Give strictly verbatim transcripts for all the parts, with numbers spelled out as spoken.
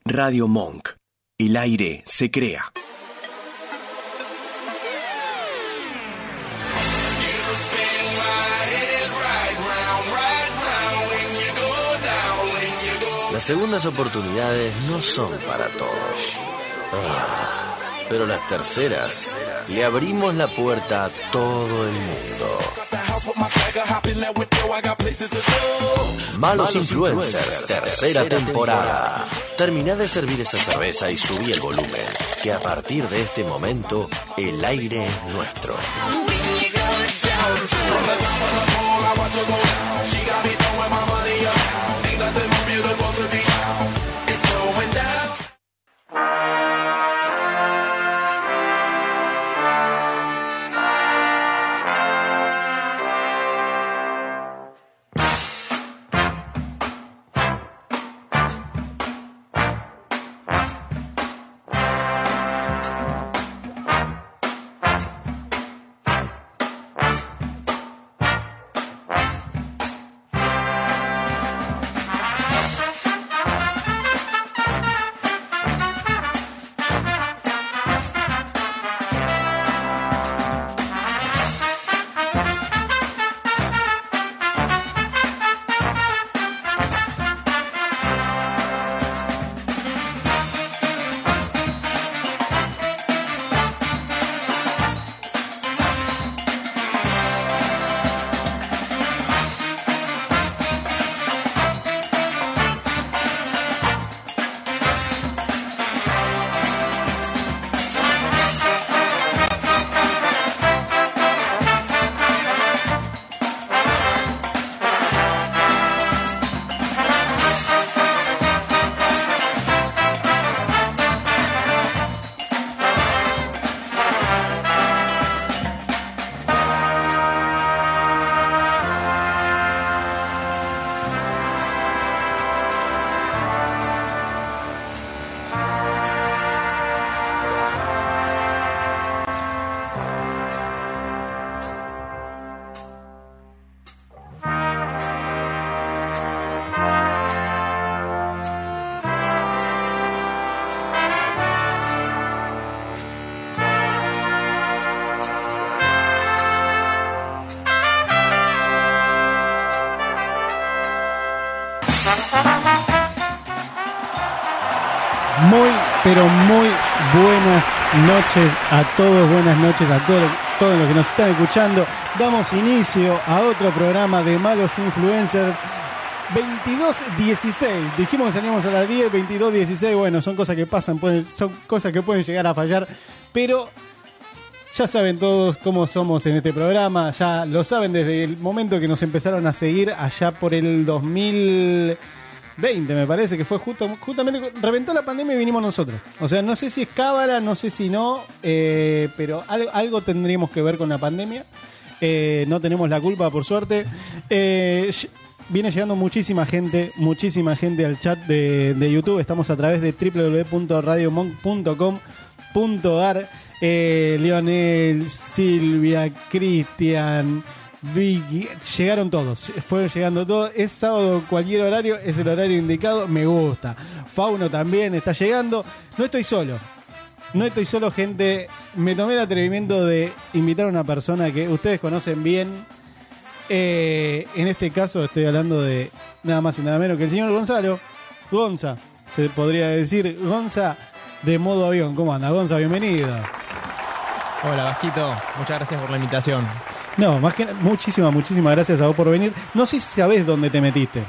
Radio Monk. El aire se crea. Las segundas oportunidades no son para todos. Ah, pero las terceras, le abrimos la puerta a todo el mundo. Malos Influencers, tercera temporada. Terminá de servir esa cerveza y subí el volumen, que a partir de este momento, el aire es nuestro. Muy, pero muy buenas noches a todos, buenas noches a todos, todos los que nos están escuchando. Damos inicio a otro programa de Malos Influencers. veintidós dieciséis, dijimos que salíamos a las diez, veintidós dieciséis, bueno, son cosas que pasan, pueden, son cosas que pueden llegar a fallar, pero ya saben todos cómo somos en este programa, ya lo saben desde el momento que nos empezaron a seguir allá por el dos mil veinte, me parece que fue justo, justamente, reventó la pandemia y vinimos nosotros. O sea, no sé si es cábala, no sé si no, eh, pero algo, algo tendríamos que ver con la pandemia. Eh, no tenemos la culpa, por suerte. Eh, viene llegando muchísima gente, muchísima gente al chat de, de YouTube. Estamos a través de doble u doble u doble u punto radio monk punto com punto a r. Eh, Leonel, Silvia, Cristian, Vicky, llegaron todos, fueron llegando todos. Es sábado, cualquier horario, es el horario indicado, me gusta. Fauno también está llegando. No estoy solo, no estoy solo, gente. Me tomé el atrevimiento de invitar a una persona que ustedes conocen bien. Eh, en este caso estoy hablando de nada más y nada menos que el señor Gonzalo. Gonza, se podría decir. Gonza de Modo Avión. ¿Cómo anda, Gonza? Bienvenido. Hola, Vasquito. Muchas gracias por la invitación. No, más que muchísimas, muchísimas gracias a vos por venir. No sé si sabés dónde te metiste.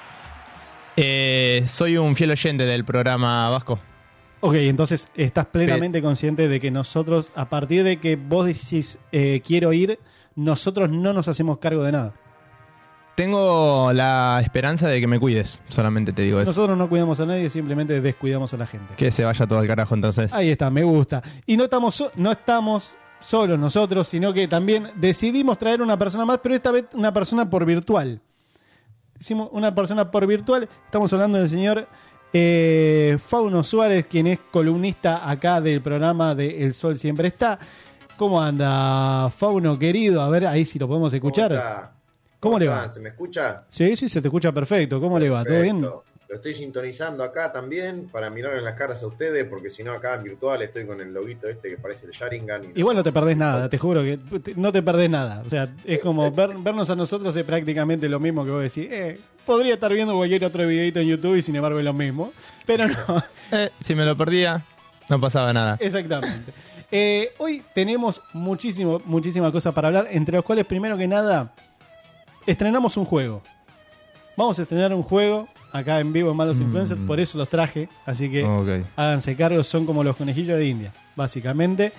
Eh, soy un fiel oyente del programa Vasco. Ok, entonces estás plenamente Pero... consciente de que nosotros, a partir de que vos decís eh, quiero ir, nosotros no nos hacemos cargo de nada. Tengo la esperanza de que me cuides, solamente te digo eso. Nosotros no cuidamos a nadie, simplemente descuidamos a la gente. Que se vaya todo al carajo entonces. Ahí está, me gusta. Y no estamos, so- no estamos solos nosotros, sino que también decidimos traer una persona más, pero esta vez una persona por virtual. Hicimos una persona por virtual, estamos hablando del señor eh, Fauno Suárez, quien es columnista acá del programa de El Sol Siempre Está. ¿Cómo anda, Fauno querido? A ver, ahí si lo podemos escuchar. ¿Cómo, ¿Cómo, ¿Cómo le va? ¿Se me escucha? Sí, sí, se te escucha perfecto. ¿Cómo perfecto. le va? ¿Todo bien? Lo estoy sintonizando acá también para mirarles las caras a ustedes, porque si no acá en virtual estoy con el loguito este que parece el Sharingan. Y Igual no te perdés nada, te juro que te- no te perdés nada. O sea, es como ver- vernos a nosotros es prácticamente lo mismo que vos decís. Eh, podría estar viendo cualquier otro videito en YouTube y sin embargo es lo mismo. Pero no, Eh, si me lo perdía, no pasaba nada. exactamente. Eh, hoy tenemos muchísimo, muchísimas cosas para hablar, entre los cuales primero que nada estrenamos un juego. Vamos a estrenar un juego acá en vivo en Malos Mm. Influencers, por eso los traje, así que Ok. háganse cargo, son como los conejillos de India, básicamente.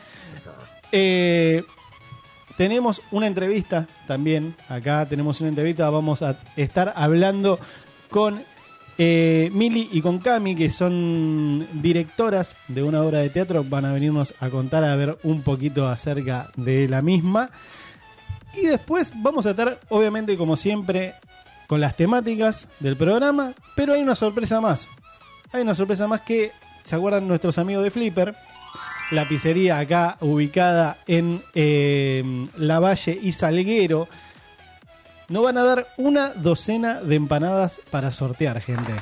Eh, tenemos una entrevista también, acá tenemos una entrevista, vamos a estar hablando con eh, Mili y con Cami, que son directoras de una obra de teatro, van a venirnos a contar a ver un poquito acerca de la misma. Y después vamos a estar, obviamente, como siempre, con las temáticas del programa, pero hay una sorpresa más. Hay una sorpresa más que, ¿se acuerdan nuestros amigos de Flipper? La pizzería acá ubicada en eh, Lavalle y Salguero. Nos van a dar una docena de empanadas para sortear, gente.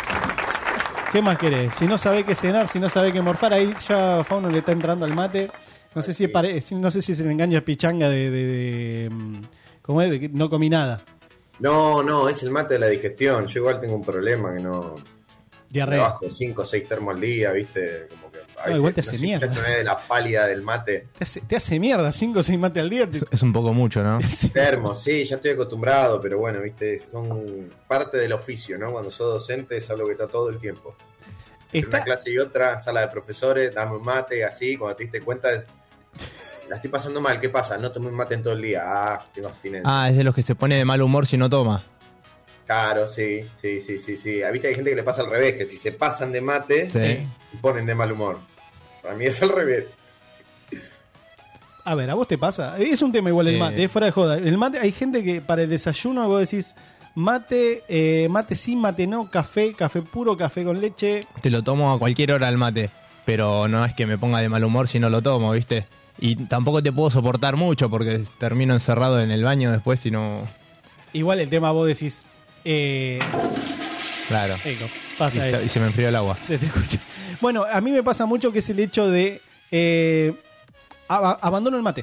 ¿Qué más querés? Si no sabe qué cenar, si no sabe qué morfar, ahí ya Fauno le está entrando al mate. No sé si es pare- si- no sé si se le engaña pichanga de, de, de, mm, ¿cómo es? De que no comí nada. No, no, es el mate de la digestión. Yo igual tengo un problema que no... Diarrea. Trabajo cinco o seis termos al día, ¿viste? Como que a No, igual te no hace sé si mierda. esto no es de la pálida del mate. Te hace, te hace mierda, cinco o seis mate al día. te- Es, es un poco mucho, ¿no? Termos, sí, ya estoy acostumbrado, pero bueno, ¿viste? Son parte del oficio, ¿no? Cuando sos docente es algo que está todo el tiempo. Entre Está- una clase y otra, sala de profesores, dame un mate, así, cuando te diste cuenta, la estoy pasando mal, ¿qué pasa? No tomé un mate en todo el día, ah, tengo abstinencia. Ah, es de los que se pone de mal humor si no toma. Claro, sí, sí, sí, sí, sí. Ah, ¿viste? Hay gente que le pasa al revés, que si se pasan de mate, Sí. se ponen de mal humor. Para mí es al revés. A ver, ¿a vos te pasa? Es un tema igual el Eh. mate, eh, fuera de joda. El mate, hay gente que para el desayuno vos decís mate, eh, mate sí, mate no, café, café puro, café con leche. Te lo tomo a cualquier hora el mate, pero no es que me ponga de mal humor si no lo tomo, ¿viste? Y tampoco te puedo soportar mucho porque termino encerrado en el baño después si no... Igual el tema vos decís, eh, Claro. eco, Y, pasa se- eso. y se me enfrió el agua. Se te escucha. Bueno, a mí me pasa mucho que es el hecho de eh, ab- abandono el mate.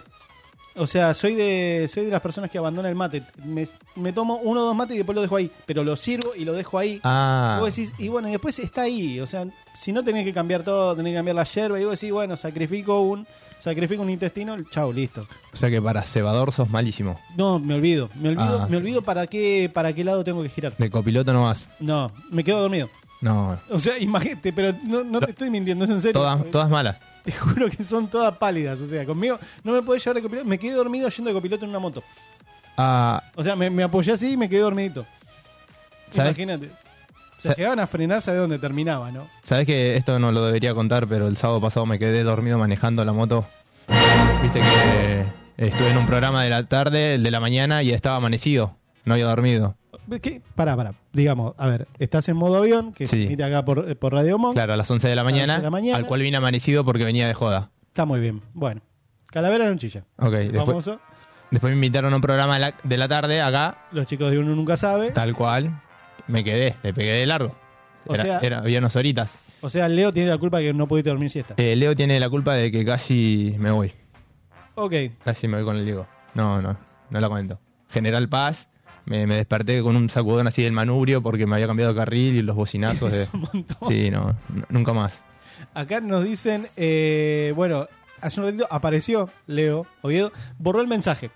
O sea, soy de soy de las personas que abandona el mate. Me, me tomo uno o dos mates y después lo dejo ahí. Pero lo sirvo y lo dejo ahí. Ah, Vos decís, y bueno, y después está ahí. O sea, si no tenés que cambiar todo, tenés que cambiar la yerba. Y vos decís, bueno, sacrifico un sacrifico un intestino, chau, listo. o sea que para cebador sos malísimo. No, me olvido. Me olvido, Ah. me olvido para qué, para qué lado tengo que girar. De copiloto no vas. No, me quedo dormido. No, O sea, imagínate, pero no, no te estoy mintiendo, es en serio. todas, todas malas. Te juro que son todas pálidas. O sea, conmigo no me podés llevar de copiloto. Me quedé dormido yendo de copiloto en una moto. Ah, O sea, me, me apoyé así y me quedé dormidito. ¿Sabes? Imagínate. Se Sa- llegaban a frenar, sabés dónde terminaba, ¿no? ¿sabés que esto no lo debería contar, pero el sábado pasado me quedé dormido manejando la moto? Viste que estuve en un programa de la tarde, el de la mañana, y estaba amanecido. No había dormido. ¿Qué? Pará, pará. Digamos, a ver, estás en modo avión, que se Sí. emite acá por, por Radio Monk. Claro, a las once de la mañana, de la mañana. al cual vine amanecido porque venía de joda. Está muy bien. Bueno, Calavera en chilla. Ok, después, Famoso. después me invitaron a un programa de la, de la tarde acá, Los chicos de Uno Nunca Sabe. tal cual. Me quedé, le pegué de largo. O Era, sea- era- había unas horitas. O sea, Leo tiene la culpa de que no pudiste dormir siesta. Eh, Leo tiene la culpa de que casi me voy. Ok. Casi me voy con el Diego. No, no, no la comento. General Paz, me, me desperté con un sacudón así del manubrio porque me había cambiado de carril y los bocinazos de... Es un montón. Sí, no, n- nunca más. Acá nos dicen, eh, bueno, hace un ratito apareció Leo Oviedo, borró el mensaje.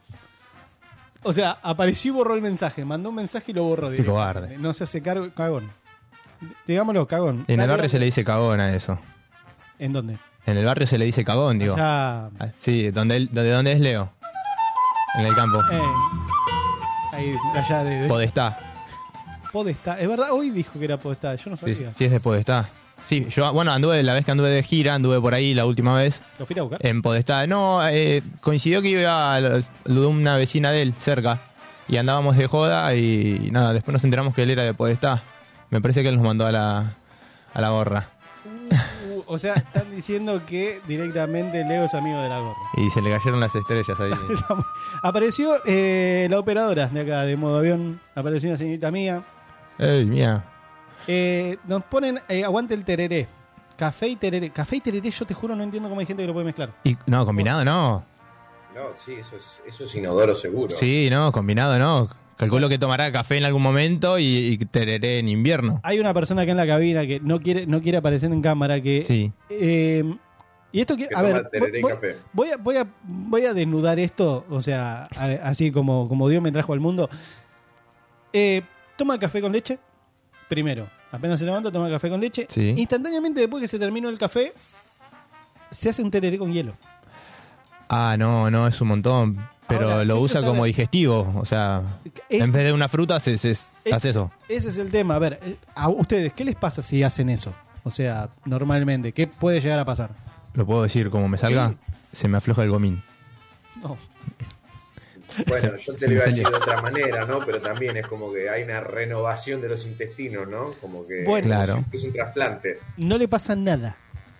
O sea, apareció y borró el mensaje. Mandó un mensaje y lo borró. Qué directo. cobarde. No se hace cargo, cagón. Digámoslo, cagón. En el Dale, barrio dale. se le dice cagón a eso. ¿En dónde? En el barrio se le dice cagón, digo. Allá, Ah, sí, ¿dónde, él- ¿de dónde es Leo? En el campo. eh, ahí, allá de, de Podestá. Podestá. Es verdad, hoy dijo que era Podestá. Yo no Sí, sabía. sí, es de Podestá. Sí, yo, bueno, anduve, la vez que anduve de gira, anduve por ahí la última vez, ¿Lo fuiste a buscar? en Podestá. No, eh, coincidió que iba a lo, lo de una vecina de él, cerca, y andábamos de joda y nada, después nos enteramos que él era de Podestá. Me parece que él nos mandó a la, a la gorra. Uh, o sea, están diciendo que directamente Leo es amigo de la gorra. Y se le cayeron las estrellas ahí. Apareció eh, la operadora de acá, de modo avión. Apareció una señorita mía. Ey, mía. Eh, nos ponen, eh, aguante el tereré. Café y tereré. Café y tereré, yo te juro, no entiendo cómo hay gente que lo puede mezclar. Y, no, combinado no. No, sí, eso es, eso es inodoro seguro. Sí, no, combinado no. Calculo que tomará café en algún momento y, y tereré en invierno. Hay una persona acá en la cabina que no quiere, no quiere aparecer en cámara que... Sí. Eh, y esto que... Que A toma ver, tereré y voy, café. voy a, voy, a, voy a desnudar esto, o sea, a- así como, como Dios me trajo al mundo. Eh, toma café con leche, primero. Apenas se levanta, toma café con leche. Sí. Instantáneamente después que se terminó el café, se hace un tereré con hielo. Ah, no, no, es un montón. Pero Ahora, lo quiero usa saber- como digestivo. O sea, Es- en vez de una fruta, se, se- hace eso. Ese es el tema. A ver, eh, a ustedes, ¿qué les pasa si hacen eso? O sea, normalmente, ¿qué puede llegar a pasar? Lo puedo decir como me salga. Sí. Se me afloja el gomín. No. Bueno, yo te Se lo me iba a salió. decir de otra manera, ¿no? Pero también es como que hay una renovación de los intestinos, ¿no? Como que Bueno. Claro. es un trasplante. No le pasa nada.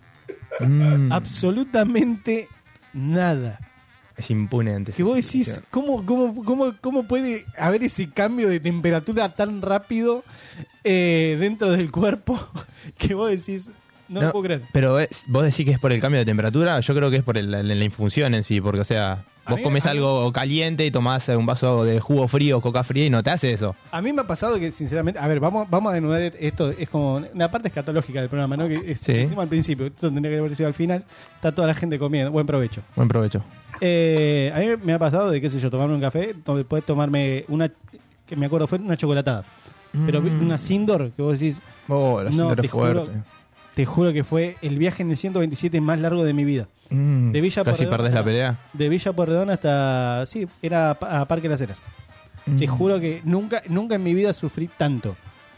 Mm, Absolutamente nada. es impune ante Que esa vos decís, situación. ¿cómo, cómo, cómo, cómo puede haber ese cambio de temperatura tan rápido eh, dentro del cuerpo? Que vos decís, no, lo puedo creer. Pero es- vos decís que es por el cambio de temperatura. Yo creo que es por el- la, la infusión en sí. Porque, o sea, A vos mí- comés a mí- algo caliente y tomás un vaso de jugo frío, coca fría y no te hace eso. A mí me ha pasado que, sinceramente, a ver, vamos, vamos a desnudar esto, es como una parte escatológica del programa, ¿no? Que es, Sí. encima al principio, esto tendría que haber sido al final, está toda la gente comiendo, buen provecho. Buen provecho. Eh, a mí me ha pasado de, qué sé yo, tomarme un café, to- después tomarme una, que me acuerdo fue una chocolatada, pero Mm. una Sindor, que vos decís, Oh, la No, señora te es fuerte. juro- te juro que fue el viaje en el ciento veintisiete más largo de mi vida. Mm, De Villa casi Pueyrredón perdés la hasta- pelea. De Villa Pueyrredón hasta, sí, era a, a Parque Las Heras. Te Mm. juro que nunca, nunca en mi vida sufrí tanto.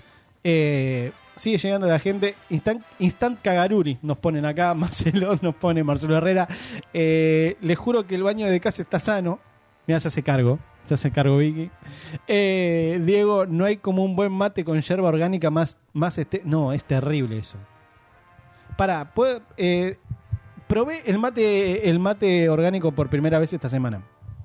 Eh, sigue llegando la gente. Instant, instant Cagaruri nos ponen acá. Marcelo nos pone, Marcelo Herrera. Eh, les juro que el baño de casa está sano. Mira, se hace cargo. Se hace cargo Vicky. Eh, Diego, no hay como un buen mate con yerba orgánica más, más este. No, es terrible eso. Para, puedo, eh, probé el mate, el mate orgánico por primera vez esta semana.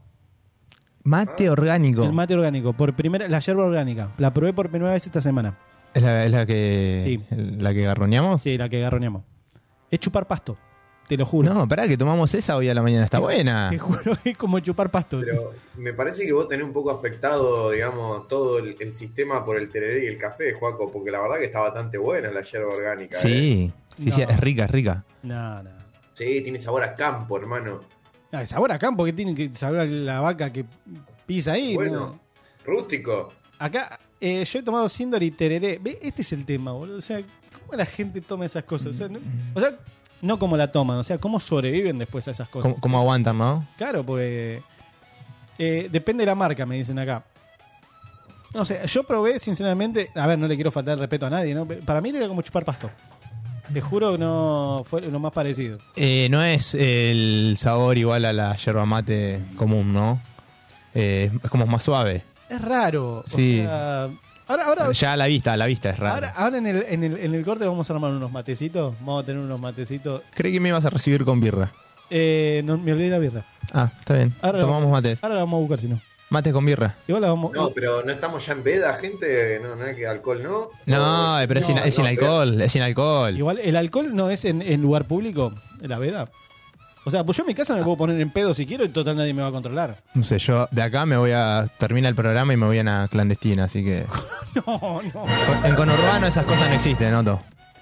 Mate orgánico. El mate orgánico, por primera, la yerba orgánica. La probé por primera vez esta semana. ¿Es la, es la que Sí. la que garroneamos? Sí, la que garroneamos. Es chupar pasto, te lo juro. No, pará, que tomamos esa hoy a la mañana. Está buena. Te juro que es como chupar pasto. Pero me parece que vos tenés un poco afectado, digamos, todo el, el sistema por el tereré y el café, Joaco, porque la verdad que está bastante buena la yerba orgánica. ¿eh? Sí, sí, sí, No. es rica, es rica. No, no. Sí, tiene sabor a campo, hermano. Ah, el sabor a campo que tiene que saber a la vaca que pisa ahí. Bueno, ¿no? rústico. Acá eh, yo he tomado Sindor y tereré. ¿Ve? Este es el tema, boludo. O sea, ¿cómo la gente toma esas cosas? O sea, no, o sea, no cómo la toman, o sea, cómo sobreviven después a esas cosas. ¿Cómo, cómo aguantan, no? Claro, porque eh, depende de la marca, me dicen acá. No sé, yo probé, sinceramente, a ver, no le quiero faltar el respeto a nadie, ¿no? Para mí era como chupar pasto. Te juro que no fue lo más parecido. Eh, no es el sabor igual a la yerba mate común, ¿no? Eh, es como más suave. Es raro. o Sí. sea, ahora, ahora, Ya a la vista, a la vista es raro. ahora, ahora en, el, en, el, en el corte vamos a armar unos matecitos. Vamos a tener unos matecitos. Creí que me ibas a recibir con birra. Eh, no, me olvidé la birra. Ah, está bien. Ahora Tomamos mates. Ahora la vamos a buscar si no. Mates con birra. Igual la vamos. No, pero no estamos ya en veda, gente. No, no hay que alcohol, ¿no? No, O- pero es, sin, no, es sin no, alcohol, es sin alcohol. Igual el alcohol no es en, en lugar público, en la veda. O sea, pues yo en mi casa me puedo poner en pedo si quiero y total nadie me va a controlar. No sé, yo de acá me voy a... Termina el programa y me voy a una clandestina, así que... No, no. Con- En conurbano esas cosas no existen, ¿no?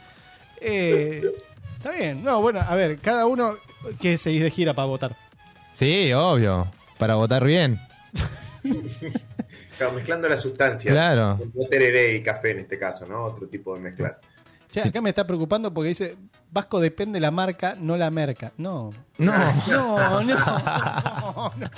Eh, está bien. No, bueno, a ver, cada uno que se de gira para votar. Sí, obvio. Para votar bien. Claro, mezclando las sustancias. Claro. No tereré y café en este caso, ¿no? Otro tipo de mezclas. O sea, acá me está preocupando porque dice, Vasco depende la marca, no la merca. No. No. No, no, no, no.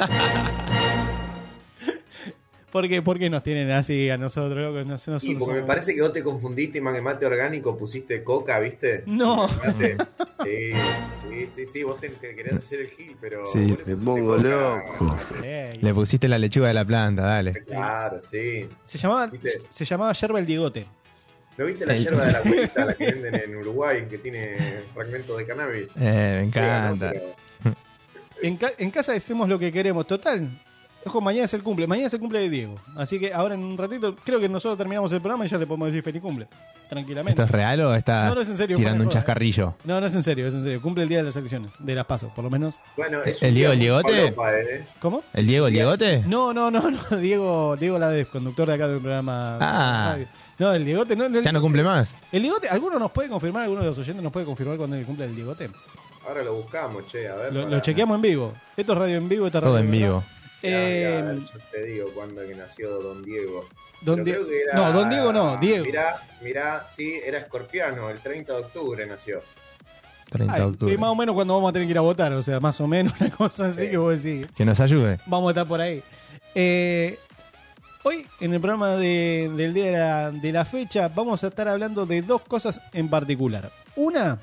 ¿Por qué, ¿Por qué nos tienen así a nosotros, loco? Nos- nosotros Sí, porque me somos- parece que vos te confundiste y más que mate orgánico pusiste coca, ¿viste? No. Mate. Sí, sí, sí, sí, vos te, te querés hacer el gil, pero... Sí, vos le me pusiste pongo coca, loco. mate. Ey. Le pusiste la lechuga de la planta, dale. Claro, sí. Se llamaba, ¿Viste? se llamaba yerba el Diegote. ¿No viste la El- yerba de la abuelita, la que venden en Uruguay, que tiene fragmentos de cannabis? Eh, me Fea, ¿no? encanta. Pero- En, ca- en casa decimos lo que queremos. Total, Ojo, mañana es el cumple. Mañana es el cumple de Diego. Así que ahora en un ratito, creo que nosotros terminamos el programa y ya le podemos decir feliz cumple. Tranquilamente. ¿Esto es real o está No, no es en serio, tirando fuera de un joda, chascarrillo? No, no es en serio, es en serio. Cumple el día de las elecciones, de las PASO, por lo menos. Bueno, es ¿El un Diego, día el muy Diegote? falopa, ¿eh? ¿Cómo? ¿El Diego, el Diegote? No, no, no, no. Diego, Diego Ladef, conductor de acá del programa. Ah. de radio. No, el Diegote no. El, ¿Ya no cumple más? El Diegote, ¿alguno nos puede confirmar, alguno de los oyentes nos puede confirmar cuándo es el cumple del Diegote? Ahora lo buscamos, che, a ver. Lo, para- lo chequeamos en vivo. Esto es radio en vivo, esta es Todo radio en verdad. vivo. Mirá, mirá, Eh, a ver, yo te digo cuándo que nació Don Diego. Don Pero Diego. creo que era- No, Don Diego no, Diego. Mirá, mirá, sí, era escorpiano, el treinta de octubre nació. treinta Ay, de octubre. y más o menos cuando vamos a tener que ir a votar, o sea, más o menos una cosa así Sí. que vos decís. Que nos ayude. Vamos a estar por ahí. Eh, hoy, en el programa de- del día de la, de la fecha, vamos a estar hablando de dos cosas en particular. Una,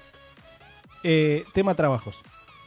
eh, tema trabajos.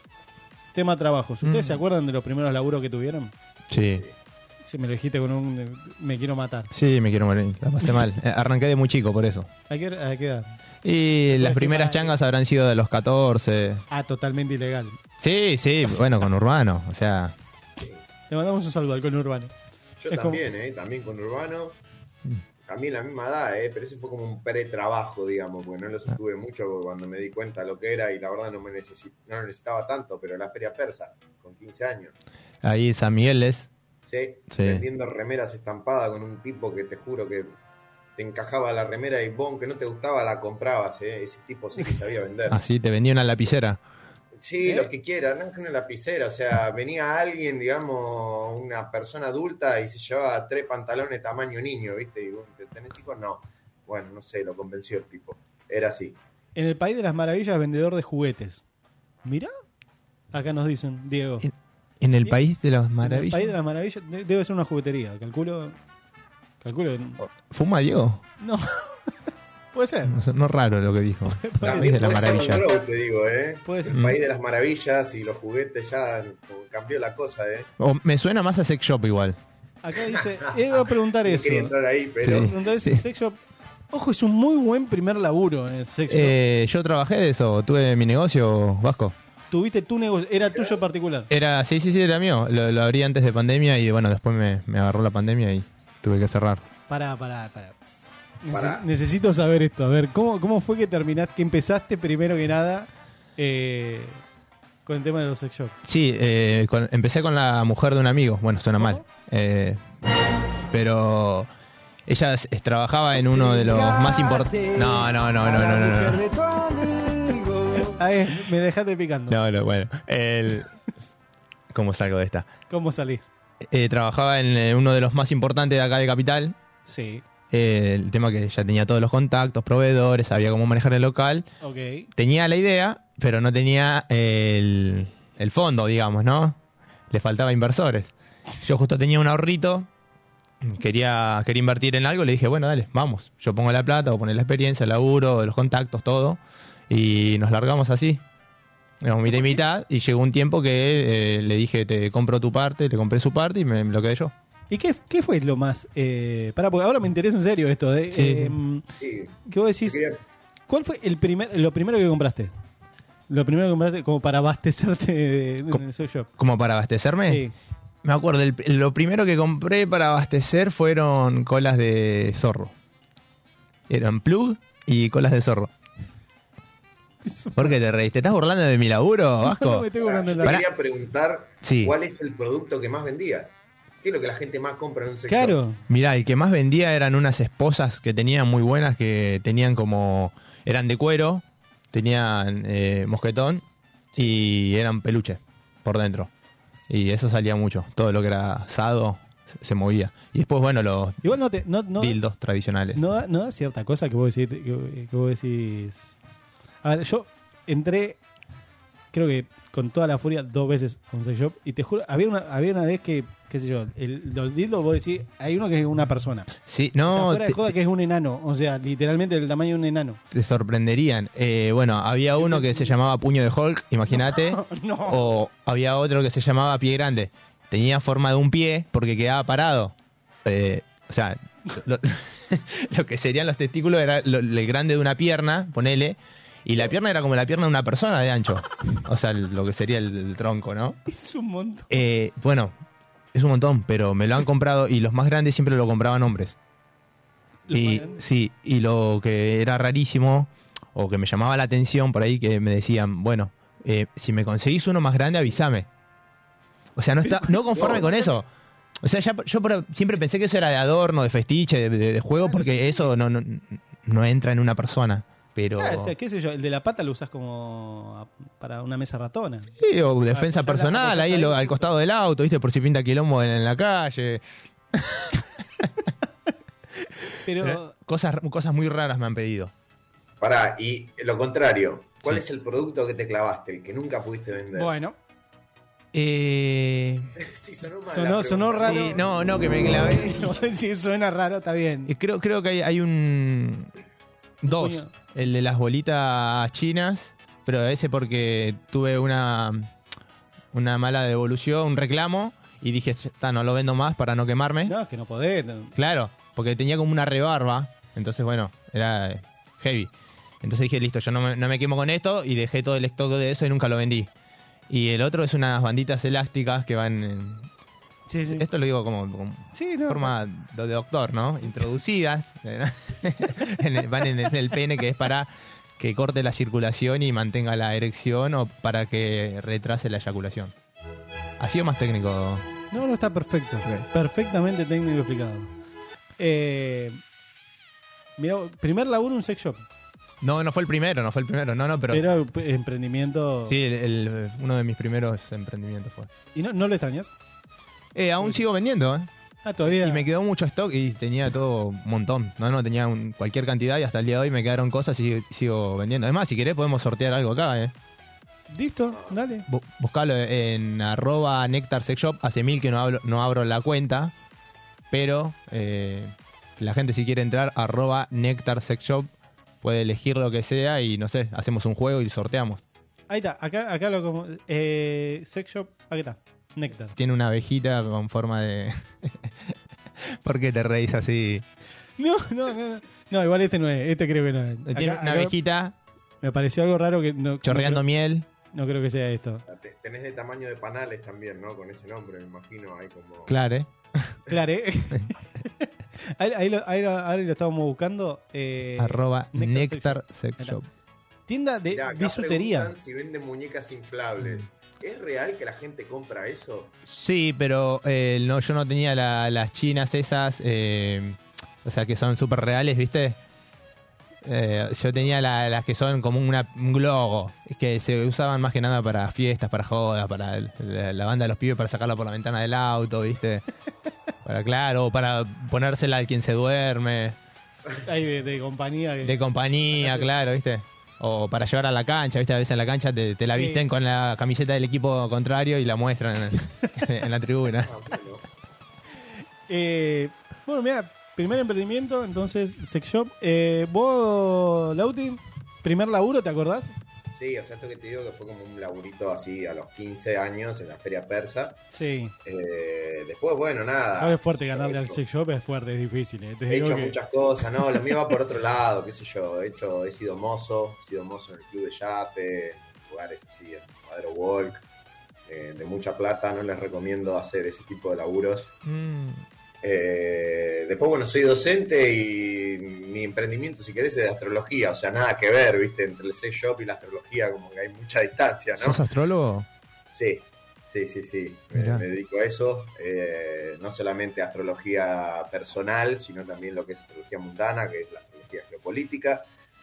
Tema trabajos. ¿Ustedes Mm. se acuerdan de los primeros laburos que tuvieron? Sí. Si me lo dijiste con un... Me quiero matar. Sí, me quiero morir. La pasé mal. Eh, Arranqué de muy chico por eso. ¿A qué, a qué edad? Y las decir primeras más, changas habrán sido de los catorce. Ah, totalmente ilegal. Sí, sí, bueno, con Urbano. O sea, Le mandamos un saludo al conurbano. Yo Es también, ¿eh? También con Urbano. También la misma edad, ¿eh? Pero ese fue como un pre-trabajo, digamos, porque no lo sostuve mucho cuando me di cuenta lo que era y la verdad no me necesi- no lo necesitaba tanto, pero la Feria Persa, con quince años. ahí San Miguel es. Sí, Sí. vendiendo remeras estampadas con un tipo que te juro que te encajaba la remera y vos, aunque no te gustaba, la comprabas, ¿eh? Ese tipo sí que sabía vender. Así te vendía una lapicera. Sí, ¿Eh? lo que quiera, no es que una lapicera, o sea, venía alguien, digamos, una persona adulta y se llevaba tres pantalones tamaño niño, ¿viste? Y vos, ¿tenés hijos? No. Bueno, no sé, lo convenció el tipo. Era así. En el País de las Maravillas, vendedor de juguetes. Mirá. Acá nos dicen, Diego. En- En el ¿Sí? país de las En el País de maravillas. las Maravillas de- debe ser una juguetería. Calculo. Calculo. ¿Fuma Diego? No. Puede ser. No, sé, no raro lo que dijo. El país de las Puede ser un maravillas. grow, te digo, ¿eh? Puede ser. El Mm. país de las maravillas y los juguetes ya como cambió la cosa, ¿eh? O me suena más a sex shop igual. Acá dice. Eh, voy a preguntar No eso. quería entrar ahí, pero... Voy a Sí. preguntar eso. Sex shop. Ojo, es un muy buen primer laburo en el sex shop. Eh, yo trabajé de eso. Tuve mi negocio, Vasco. Tuviste tu negocio. Era tuyo particular. Era, sí, sí, sí, era mío. Lo, lo abrí antes de pandemia y bueno, después me, me agarró la pandemia y tuve que cerrar. Pará, pará, pará. Neces- Pará. Necesito saber esto. A ver, ¿cómo, cómo fue que terminaste, que empezaste primero que nada eh, con el tema de los sex shops? Sí, eh, con- empecé con la mujer de un amigo. Bueno, suena ¿Cómo? mal. Eh, pero ella s- trabajaba en uno de los más importantes. No, no, no, no, no, no, no. A ver, me dejaste picando. No, no, bueno. El... ¿Cómo salgo de esta? ¿Cómo salí? Eh, trabajaba en eh, uno de los más importantes de acá de Capital. Sí, Eh, el tema que ya tenía todos los contactos, proveedores, sabía cómo manejar el local. ok. Tenía la idea, pero no tenía el, el fondo, digamos, ¿no? Le faltaba inversores. Yo justo tenía un ahorrito, quería, quería invertir en algo, le dije, bueno, dale, vamos. Yo pongo la plata, voy a poner la experiencia, el laburo, los contactos, todo. Y nos largamos así. Éramos mitad y mitad, y llegó un tiempo que eh, le dije, te compro tu parte, te compré su parte y me, me lo quedé yo. ¿Y qué, qué fue lo más? Eh, pará, porque ahora me interesa en serio esto. De, Sí, eh, Sí, ¿Qué vos decís? yo quería- ¿Cuál fue el primer, lo primero que compraste? Lo primero que compraste como para abastecerte de- de- en el sex shop. ¿Como para abastecerme? Sí. Me acuerdo, el- lo primero que compré para abastecer fueron colas de zorro. Eran plug y colas de zorro. ¿Por qué te reís? ¿Te estás burlando de mi laburo, No, Vasco? me estoy Pará, buscando yo la- te Pará. quería preguntar Sí. cuál es el producto que más vendías. ¿Qué es lo que la gente más compra en un sector? Claro. Mirá, el que más vendía eran unas esposas que tenían muy buenas, que tenían como... Eran de cuero, tenían eh, mosquetón y eran peluche por dentro. Y eso salía mucho. Todo lo que era asado se, se movía. Y después, bueno, los Igual no te. No, no, dildos tradicionales. no, da, no da cierta cosa que vos decís. Que, que vos decís. A ver, yo entré. Creo que con toda la furia dos veces a un sex shop. Y te juro, había una, había una vez que. Qué sé yo. El, los dildos, vos decís. Hay uno que es una persona. Sí, o sea, no, fuera de te, joda que es un enano. O sea, literalmente del tamaño de un enano. te sorprenderían. Eh, bueno, había uno que se llamaba Puño de Hulk, imagínate. No. O había otro que se llamaba Pie Grande. Tenía forma de un pie porque quedaba parado. Eh, o sea, lo, lo que serían los testículos era lo, el grande de una pierna, ponele. Y la pierna era como la pierna de una persona de ancho. O sea, lo que sería el, el tronco, ¿no? Es un montón. Eh, bueno, es un montón, pero me lo han comprado y los más grandes siempre lo compraban hombres. ¿Los más Y grandes? sí, y lo que era rarísimo o que me llamaba la atención por ahí que me decían, bueno, eh, si me conseguís uno más grande avísame. O sea, no está no conforme con eso. O sea, ya, yo por- siempre pensé que eso era de adorno, de festiche, de, de- de juego, Claro, porque sí. eso no, no, no entra en una persona. Pero Ah, o sea, qué sé yo, el de la pata lo usas como a- para una mesa ratona. sí, o defensa ya la personal, apoyás ahí ahí. lo- al costado del auto, ¿viste? Por si pinta quilombo en, en la calle. Pero Cosas, cosas muy raras me han pedido. Pará, y lo contrario, ¿cuál Sí. es el producto que te clavaste, el que nunca pudiste vender? bueno, Eh, Sí, sonó mal Sonó- la sonó pregunta. raro. sí, no, no, que me clavé. si suena raro, está bien. Eh, Creo, creo que hay, hay un... Dos. puño. El de las bolitas chinas, pero ese porque tuve una, una mala devolución, un reclamo, y dije, "Ta, no lo vendo más para no quemarme". No, es que no podés. no. Claro, porque tenía como una rebarba, entonces bueno, era eh, heavy. Entonces dije, listo, yo no me, no me quemo con esto, y dejé todo el stock de eso y nunca lo vendí. Y el otro es unas banditas elásticas que van... en- Sí, sí. Esto lo digo como, como Sí, no. forma de doctor, ¿no? Introducidas. en el- van en el, en el pene, que es para que corte la circulación y mantenga la erección o para que retrase la eyaculación. Ha sido más técnico. No, no, está perfecto. Ok. Perfectamente técnico explicado. Eh, mira, primer laburo un sex shop. No, no fue el primero, no fue el primero. No, no, pero... Pero p- emprendimiento. sí, el- el- uno de mis primeros emprendimientos fue. ¿Y no, no lo extrañas? Eh, aún sigo vendiendo, ¿eh? Ah, todavía. Y me quedó mucho stock y tenía todo un montón. No, no, tenía un- cualquier cantidad y hasta el día de hoy me quedaron cosas y sigo vendiendo. Además, si querés podemos sortear algo acá, ¿eh? Listo, dale. Bu- Buscalo en arroba Nectar Sex Shop. Hace mil que no, hablo- no abro la cuenta. Pero eh, la gente si quiere entrar, arroba Nectar Sex Shop, puede elegir lo que sea y no sé, hacemos un juego y sorteamos. Ahí está, acá, acá lo como. Eh, sex shop, aquí está. Néctar. Tiene una abejita con forma de... ¿Por qué te reís así? No, no, no, no. No, igual este no es, este creo que no es. Tiene Acá- una acá abejita me pareció algo raro que no. chorreando no miel. creo, no creo que sea esto. Te- Tenés de tamaño de panales también, ¿no? Con ese nombre, me imagino, hay como... Claro, ¿eh? Claro, ¿eh? ahí, ahí lo, ahí lo- ahora lo estábamos buscando. Eh, arroba Nectar Nectar Sex Sex Shop. Shop. Tienda de Mirá, acá bisutería. preguntan si venden muñecas inflables. ¿Es real que la gente compra eso? Sí, pero eh, no, yo no tenía la- las chinas esas, eh, o sea, que son súper reales, ¿viste? Eh, yo tenía la- las que son como una, un globo, que se usaban más que nada para fiestas, para jodas, para el- la, la banda de los pibes, para sacarla por la ventana del auto, ¿viste? Para, claro, para ponérsela al quien se duerme, Ahí de, de compañía. que- de compañía, claro, ¿viste? O para llevar a la cancha, ¿viste? A veces en la cancha te, te la Sí. visten con la camiseta del equipo contrario y la muestran en, en la tribuna. Ah, bueno. Eh, bueno, mira, primer emprendimiento, entonces sex shop. Eh, vos, Lauti, primer laburo, ¿te acordás? Sí, o sea, esto que te digo que fue como un laburito así a los quince años en la feria persa. Sí. Eh, después, bueno, nada. Ahora es fuerte Yo ganarle he al hecho- sex shop, es fuerte, es difícil. Eh. Te He digo hecho que- muchas cosas, no, lo mío va por otro lado, qué sé yo. He hecho, he sido mozo, he sido mozo en el club de yate, lugares así, en Cuadro Walk, eh, de mucha plata, no les recomiendo hacer ese tipo de laburos. Mm. Eh, después, bueno, soy docente y mi emprendimiento, si querés, es de astrología, o sea, nada que ver, viste, entre el sex shop y la astrología, como que hay mucha distancia, ¿no? ¿Sos astrólogo? Sí, sí, sí, sí. Me, Mirá. me dedico a eso. eh, no solamente astrología personal, sino también lo que es astrología mundana, que es la astrología geopolítica.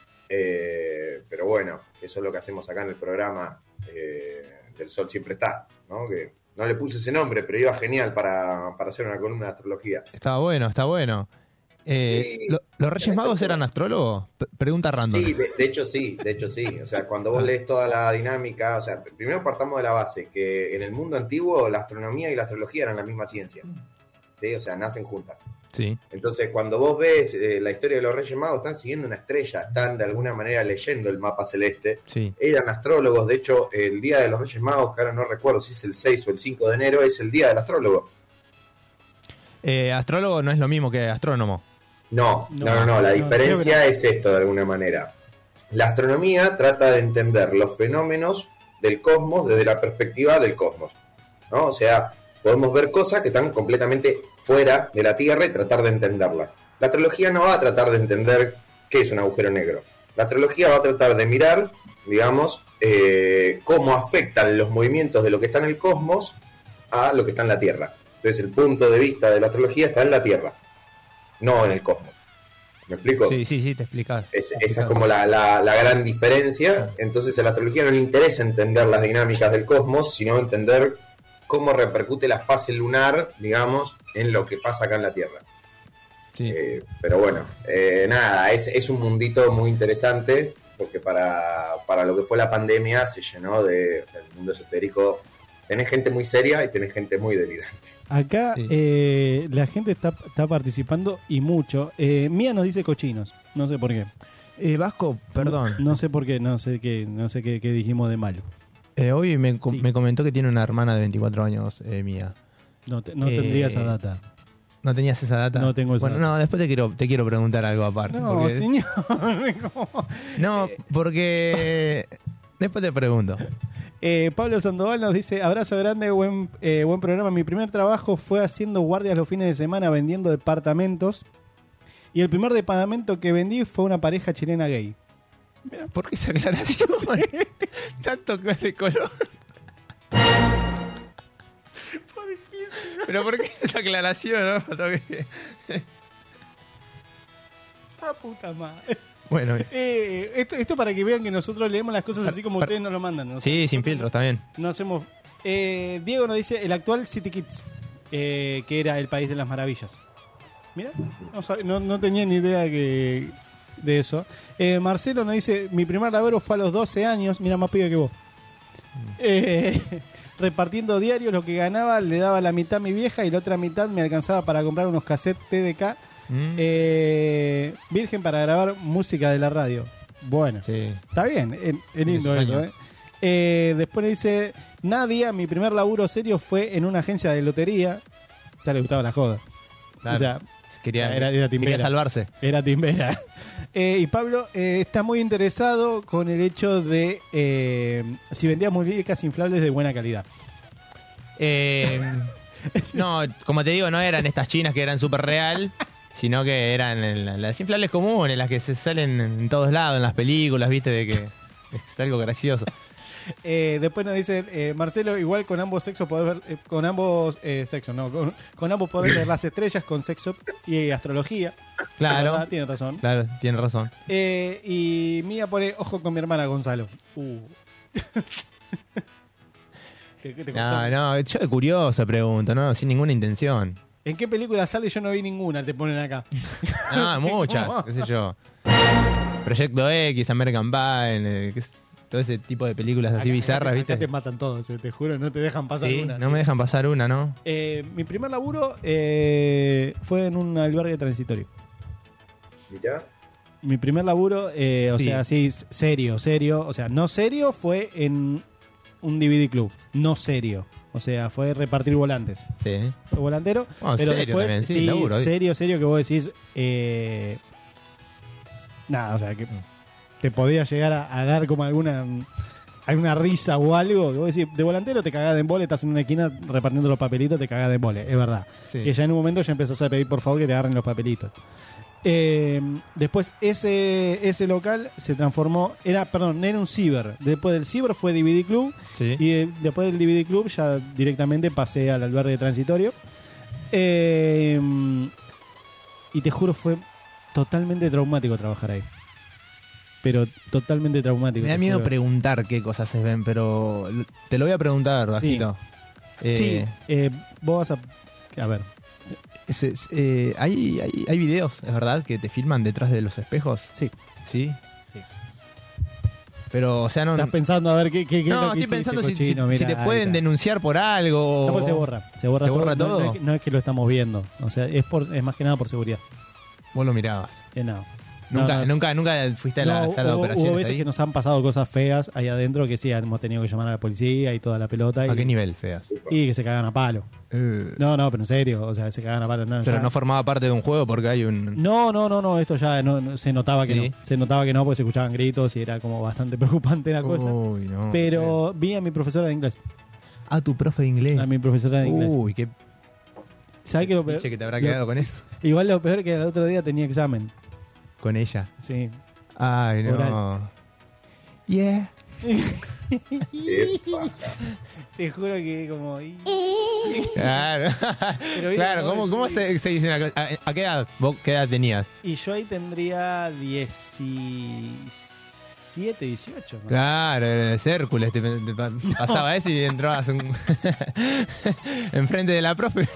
Eh, pero bueno, eso es lo que hacemos acá en el programa eh, del Sol Siempre Está, ¿no? Que no le puse ese nombre, pero iba genial para, para hacer una columna de astrología. Está bueno, está bueno. Eh, Sí. ¿lo- ¿Los Reyes Magos eran astrólogos? P- pregunta random. Sí, de, de hecho sí, de hecho sí. O sea, cuando vos lees toda la dinámica, o sea, primero partamos de la base, que en el mundo antiguo la astronomía y la astrología eran la misma ciencia. ¿Sí? O sea, nacen juntas. Sí. Entonces, cuando vos ves eh, la historia de los Reyes Magos, están siguiendo una estrella, están de alguna manera leyendo el mapa celeste. Sí. Eran astrólogos, de hecho, el día de los Reyes Magos, que ahora no recuerdo si es el seis o el cinco de enero, es el día del astrólogo. Eh, astrólogo no es lo mismo que astrónomo. No, No, no, no, no, la no, diferencia creo que es esto de alguna manera. La astronomía trata de entender los fenómenos del cosmos desde la perspectiva del cosmos, ¿no? O sea, podemos ver cosas que están completamente fuera de la Tierra y tratar de entenderlas. La astrología no va a tratar de entender qué es un agujero negro. La astrología va a tratar de mirar, digamos, eh, cómo afectan los movimientos de lo que está en el cosmos a lo que está en la Tierra. Entonces el punto de vista de la astrología está en la Tierra, no en el cosmos. ¿Me explico? Sí, sí, sí, te explicas. Es, esa es como la, la, la gran diferencia. Entonces a la astrología no le interesa entender las dinámicas del cosmos, sino entender cómo repercute la fase lunar, digamos, en lo que pasa acá en la Tierra. Sí. Eh, pero bueno, eh, nada, es, es un mundito muy interesante, porque para, para lo que fue la pandemia se llenó de, o sea, el mundo esotérico, tenés gente muy seria y tenés gente muy delirante. Acá Sí. eh, la gente está, está participando y mucho. Eh, Mía nos dice cochinos, no sé por qué. Eh, Vasco, perdón. No, no sé por qué, no sé qué, no sé qué, qué dijimos de malo. Eh, hoy me, com- Sí. me comentó que tiene una hermana de veinticuatro años, eh, mía. No, te- no Eh, tendría esa data. ¿No tenías esa data? No tengo esa Bueno, data. no, después te quiero, te quiero preguntar algo aparte. No, porque- señor. ¿Cómo? No, porque... Después te pregunto. Eh, Pablo Sandoval nos dice, abrazo grande, buen, eh, buen programa. Mi primer trabajo fue haciendo guardias los fines de semana vendiendo departamentos. Y el primer departamento que vendí fue una pareja chilena gay. Mira, ¿por qué esa aclaración? Tanto que de color. Pero ¿por qué esa aclaración, no? Faltó que- Ah, puta madre. Bueno, Eh, esto, esto para que vean que nosotros leemos las cosas así como Per- ustedes nos lo mandan. ¿no? sí, sin filtros también. No hacemos. Eh, Diego nos dice el actual City Kids, eh, que era el país de las maravillas. Mira, no, sab- no, no tenía ni idea que de eso. Eh, Marcelo nos dice mi primer laburo fue a los doce años. Mira, más pibe que vos. Eh, repartiendo diarios, lo que ganaba le daba la mitad a mi vieja y la otra mitad me alcanzaba para comprar unos cassettes T D K. Mm, Eh, virgen para grabar música de la radio. Bueno. sí. Está bien, es, es lindo Esos eso, años. ¿eh? Eh, Después le dice, Nadia, mi primer laburo serio fue en una agencia de lotería. Ya le gustaba la joda. Claro. O sea, Quería, era- era timbera. quería salvarse. era timbera. Eh, y Pablo eh, está muy interesado con el hecho de eh, si vendía muñecas inflables de buena calidad. Eh, no, como te digo, no eran estas chinas que eran súper real, sino que eran en- las inflables comunes, las que se salen en todos lados, en las películas, viste, de que es algo gracioso. Eh, después nos dice eh, Marcelo, igual con ambos sexos podés ver, eh, con ambos eh, sexos, no, con, con ambos podés ver las estrellas con sexo y astrología. Claro. ¿Verdad? Tiene razón. Claro, tiene razón. Eh, y Mía pone ojo con mi hermana Gonzalo. Uh. ¿Qué- qué te No, costó? no, yo de curioso pregunto, no, sin ninguna intención. ¿En qué película sale? Yo no vi ninguna, te ponen acá. Ah, muchas, qué sé yo. Proyecto X, American Pie, eh, qué sé- todo ese tipo de películas así Acá- bizarras, acá ¿viste? te matan todos, eh, te juro, no te dejan pasar Sí, una. no me dejan pasar una, ¿no? Eh, mi primer laburo eh, fue en un albergue transitorio. ¿Mirá? Mi primer laburo, eh, o Sí. sea, sí, serio, serio. O sea, no serio fue en un D V D club. No serio. O sea, fue repartir volantes. Sí. Fue volantero. Bueno, pero serio después, también, sí, sí, laburo, sí. serio, serio, que vos decís. Eh, nada, o sea, que te podía llegar a, a dar como alguna alguna risa o algo. Que vos decís, de volantero te cagás de embole, estás en una esquina repartiendo los papelitos, te cagás de embole. Es verdad. Sí. Que ya en un momento ya empezás a pedir por favor que te agarren los papelitos. Eh, después ese ese local se transformó, era, perdón, era un ciber. Después del ciber fue D V D Club. Sí. Y de- después del D V D Club ya directamente pasé al albergue transitorio. Eh, y te juro, fue totalmente traumático trabajar ahí. Pero totalmente traumático. Me da te miedo juro. preguntar qué cosas se ven, pero l- te lo voy a preguntar, Bajito. Eh, Sí, eh, vos vas a... A ver, es- es- eh, ¿hay, hay, hay videos, es verdad, que te filman detrás de los espejos? sí. ¿Sí? Sí. Pero, o sea, no... Estás pensando a ver qué, qué, qué es No, lo que estoy hiciste, pensando si, cochino, si- si mirá, te ahí pueden está. denunciar por algo. No, pues se borra. Se borra ¿Se todo. borra No- todo? No, es que, no es que lo estamos viendo. O sea, es, por, es más que nada por seguridad. Vos lo mirabas. Eh, no. Nunca, No, no. nunca, nunca fuiste a la No, sala de hubo, operaciones hubo veces ahí. que nos han pasado cosas feas ahí adentro que sí, hemos tenido que llamar a la policía y toda la pelota. ¿A y, qué nivel, feas? y que se cagan a palo. Eh, No, no, pero en serio, o sea, se cagan a palo. No, pero ya- no formaba parte de un juego porque hay un... no, no, no, no, esto ya no, no, se notaba que Sí. no. Se notaba que no porque se escuchaban gritos y era como bastante preocupante la cosa. Uy, no. Pero vi a mi profesora de inglés. A tu profe de inglés. A mi profesora de inglés. Uy, qué ¿Sabes qué lo peor? pinche que te habrá Lo- quedado con eso. Igual lo peor que el otro día tenía examen. Con ella. Sí. Ay, no. Oral. Yeah. Qué paja. Te juro que como... y- Claro, Pero viste claro. cómo ¿Cómo, cómo es- se, se dice? una- ¿A, a qué edad? ¿Vos qué edad tenías? Y yo ahí tendría diecisiete, dieciocho. ¿no? Claro, eres Hércules. Te, te pa- pasaba eso y entrabas en- enfrente de la profe.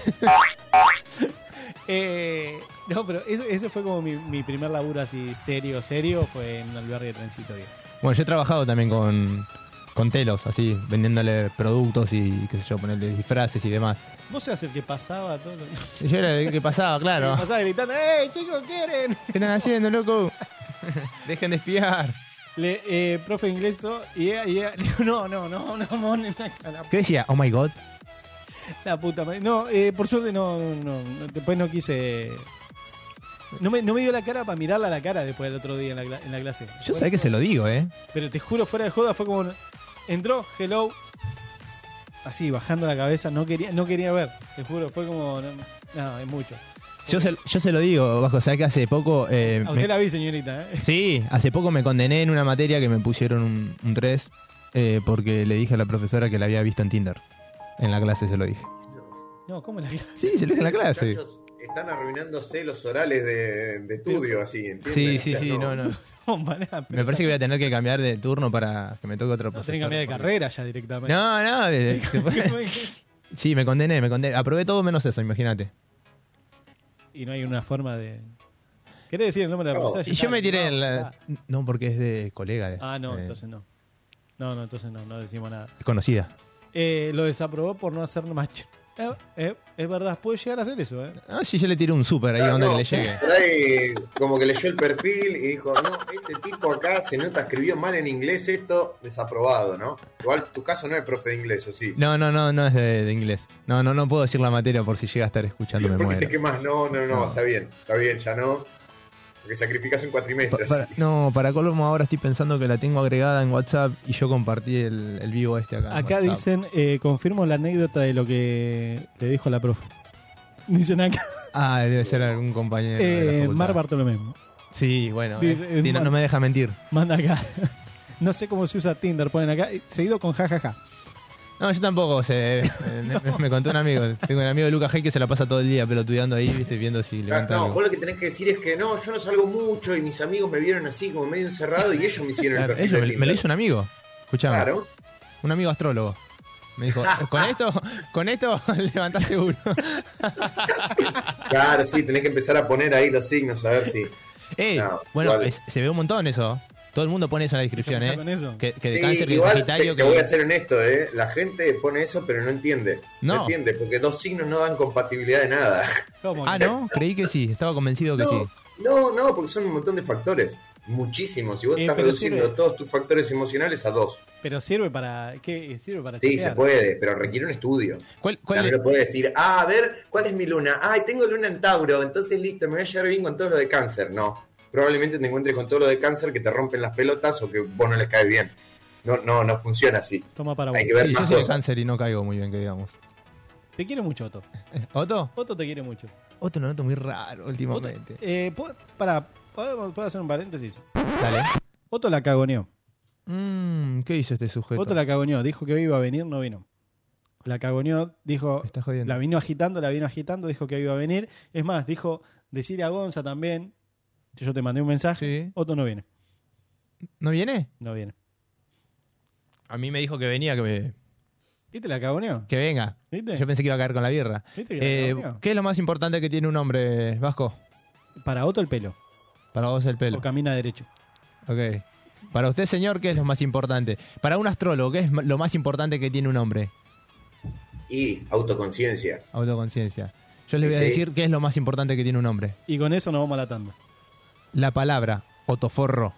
Eh, no, pero eso, eso fue como mi, mi primer laburo así serio, serio, fue en un albergue de transitorio. Bueno, yo he trabajado también con, con telos, así, vendiéndole productos y, qué sé yo, ponerle disfraces y demás. Vos seas el que pasaba todo. Y yo era el que pasaba, claro. Pasaba gritando, ¡eh, chicos, quieren! ¿Qué están haciendo, loco? Dejen de espiar. Le, eh, profe de inglés, y ella, y ella, digo, no, no, no, no, mon, la, la, ¿Qué decía? Oh my god. la puta madre. No, eh, por suerte no, no, no, después no quise. No me, no me dio la cara para mirarla a la cara después del otro día en la, cla- en la clase. Yo sé que se lo digo, ¿eh? Pero te juro, fuera de joda, fue como. Entró, hello. Así, bajando la cabeza, no quería, no quería ver. Te juro, fue como. No, no, es mucho. Yo se, yo se lo digo, Vasco, ¿sabes que hace poco... eh, A usted me- la vi, señorita, ¿eh? Sí, hace poco me condené en una materia que me pusieron un, un tres eh, porque le dije a la profesora que la había visto en Tinder. En la clase se lo dije. No, ¿cómo la clase? Sí, se lo dije en la clase. Muchachos, están arruinándose los orales de, de estudio, así, ¿entiendes? Sí, O sí, sea, sí, no, no. No, pará, pero Me parece que voy a tener que cambiar de turno para que me toque otro no, profesor. tenés que cambiar de porque- carrera ya directamente. No, no. de- de- sí, me condené, me condené. Aprobé todo menos eso, imagínate. Y no hay una forma de. ¿Querés decir el nombre de la No. profesora? Y yo me tiré en la... Ah, No, porque es de colega. de- Ah, no, eh, entonces no. No, no, entonces no, no decimos nada. Conocida. Eh, lo desaprobó por no hacer match. Eh, eh, es verdad, puede llegar a hacer eso, ¿eh? Ah, sí, yo le tiré un súper ahí, Ah, onda no, que le llegue. por ahí, como que leyó el perfil y dijo, no, este tipo acá se nota, escribió mal en inglés esto, desaprobado, ¿no? Igual tu caso no es profe de inglés, ¿o sí? No, no, no, no es de, de inglés. No, no, no puedo decir la materia por si llega a estar escuchando, me Porque te muero. quemas, no, no, no, No. está bien, está bien, ya no. Porque sacrificas un Pa- cuatrimestre. para- así. no, para colmo ahora estoy pensando que la tengo agregada en WhatsApp y yo compartí el, el vivo este acá. en Acá WhatsApp. dicen, eh, confirmo la anécdota de lo que le dijo la profe. Dicen acá, Ah, debe ser algún compañero. de la eh, facultad. Mar Bartolomé. Sí, bueno. Dice, eh, es Dino Mar- no me deja mentir. Manda acá. No sé cómo se usa Tinder, ponen acá. eh, Seguido con jajaja. No, yo tampoco sé. eh, me, me- me contó un amigo. Tengo un amigo de Lucas Hey que se la pasa todo el día pelotudeando ahí, viste, viendo si levanta No, algo. vos lo que tenés que decir es que no, yo no salgo mucho y mis amigos me vieron así como medio encerrado y ellos me hicieron Claro, el perfil. ellos, de me, me Tinder. lo hizo un amigo. Escuchame. Claro. Un amigo astrólogo. Me dijo, con esto, con esto levantás seguro. Claro, sí, tenés que empezar a poner ahí los signos a ver si. Ey, No, bueno, igual. es- se ve un montón eso. Todo el mundo pone eso en la descripción, ¿Qué ¿eh? con eso? Que, que de Sí, cáncer y de igual te, sagitario. te que... voy a ser honesto, ¿eh? La gente pone eso, pero no entiende. No. No. entiende, porque dos signos no dan compatibilidad de nada. ¿Cómo? Ah, ¿no? Creí que sí. Estaba convencido que No, sí. no, no, porque son un montón de factores. Muchísimos. Y vos Eh, estás pero reduciendo sirve. todos tus factores emocionales a dos. Pero sirve para. ¿Qué? Sirve para Sí, chequear. se puede, pero requiere un estudio. ¿Cuál, No cuál me lo puede decir, ah, a ver, ¿cuál es mi luna? Ay, tengo luna en Tauro, entonces listo, me voy a llevar bien con todo lo de cáncer. No, probablemente te encuentres con todo lo de cáncer que te rompen las pelotas o que vos no les caes bien. No, no, no funciona así. Toma para vos. Hay que ver Sí, yo más soy de cosas. cáncer y no caigo muy bien, que digamos. Te quiere mucho, Otto. Eh, ¿Otto? Otto te quiere mucho. Otto lo noto muy raro Otto, últimamente. eh, ¿puedo- para, ¿puedo, puedo hacer un paréntesis? Dale. Otto la cagoneó. Mm, ¿qué hizo este sujeto? Otto la cagoneó. Dijo que iba a venir, no vino. La cagoneó, dijo. Me está jodiendo. La vino agitando, la vino agitando, dijo que iba a venir. Es más, dijo, decirle a Gonza también, que yo te mandé un mensaje. Sí. Otto no viene, ¿No viene? no viene. A mí me dijo que venía, que, me- ¿Viste la cagoneó? que venga. ¿Viste? Yo pensé que iba a caer con la birra. ¿Viste que la Eh, cagoneó? ¿Qué es lo más importante que tiene un hombre, Vasco? Para Otto el pelo, Para vos el pelo. o camina derecho. Ok. Para usted, señor, ¿qué es lo más importante? Para un astrólogo, ¿qué es lo más importante que tiene un hombre? Y autoconciencia. Autoconciencia. Yo les voy a Sí. decir qué es lo más importante que tiene un hombre. Y con eso nos vamos a la tanda. La palabra otoforro.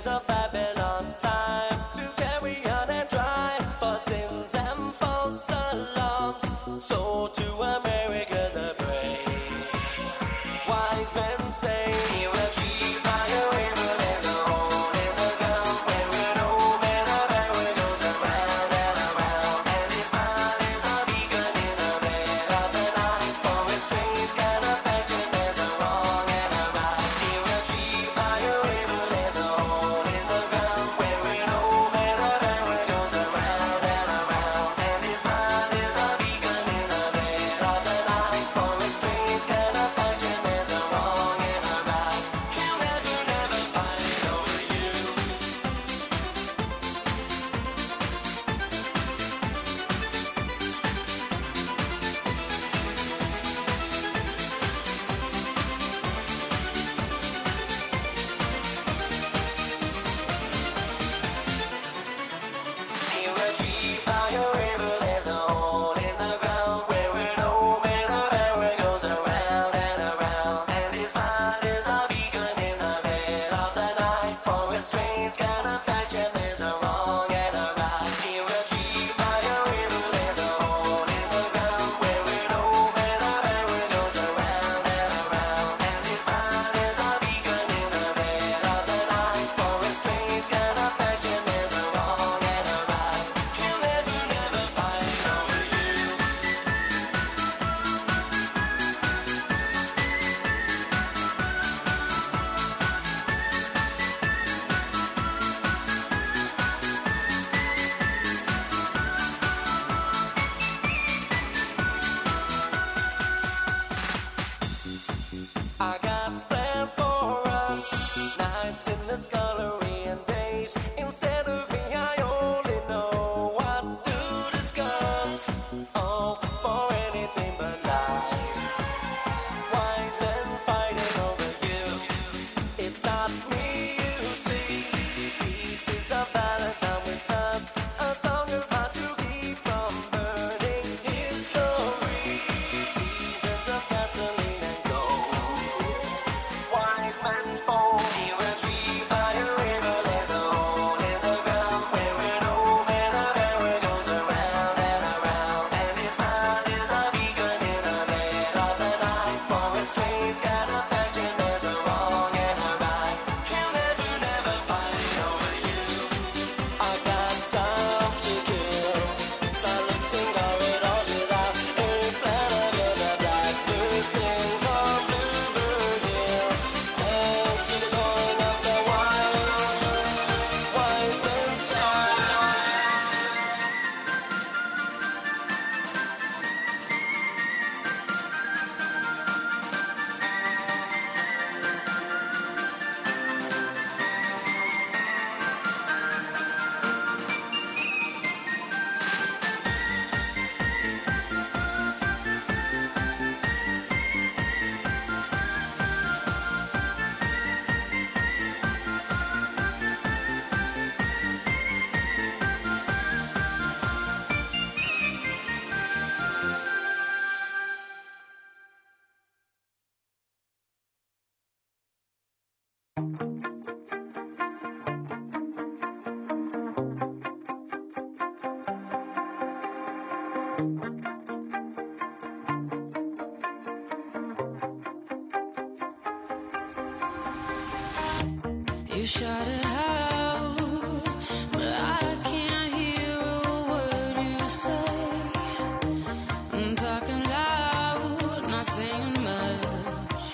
days of Babylon time to carry on and drive for sins and false alarms. So to America the brave, wise men say, hear a tree by a river, there's a hole in the ground where an old man of error goes around and around, and his mind is a beacon in the bed of the night. For a strange kind of fashion, there's a wrong and a right. Hear a tree by a river, there's a hole in the ground where an old man of error goes around and around, and his mind is a beacon in the bed of the night. For a strange kind of fashion, there's a wrong and a right. He'll never, never find it over you. Hear a tree by a river, there's a hole in the ground where an old man of error goes around and around, and his mind is a beacon in the bed of the night. For a strange kind of fashion, there's a wrong and a right. Hear a tree by a river, there's a hole in the ground where an old man of error goes around and around, and his mind is a beacon in the bed of the night. For a strange kind of fashion, there's a wrong and a right. He'll never, never find it over you. I got plans for us, nights in the scullery and days. Instead of me, I only know what to discuss. Oh, for anything but life. Wise men fighting over you. It's not me, you see. Pieces of Valentine with dust. A song of how to keep from burning history. Seasons of gasoline and gold. Wise man fall. Hear a tree by a river, there's a hole in the ground where an old man of error goes around and around, and his mind is a beacon in the bed of the night. For a strange kind of fashion, there's a wrong and a right. He'll never, never find it over you. I got time to kill, silent singer it all it out. Ain't plan of it, a blackbird sings on Bluebird Hill. Thanks to the going of the wild, wise man's child. You shout it out, but I can't hear a word you say. I'm talking loud, not saying much.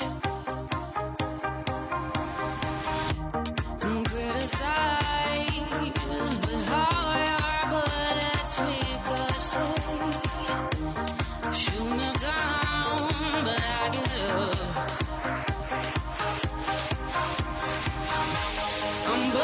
I'm criticized, but how your bullets ricochet. Shoot me down, but I get up. I'm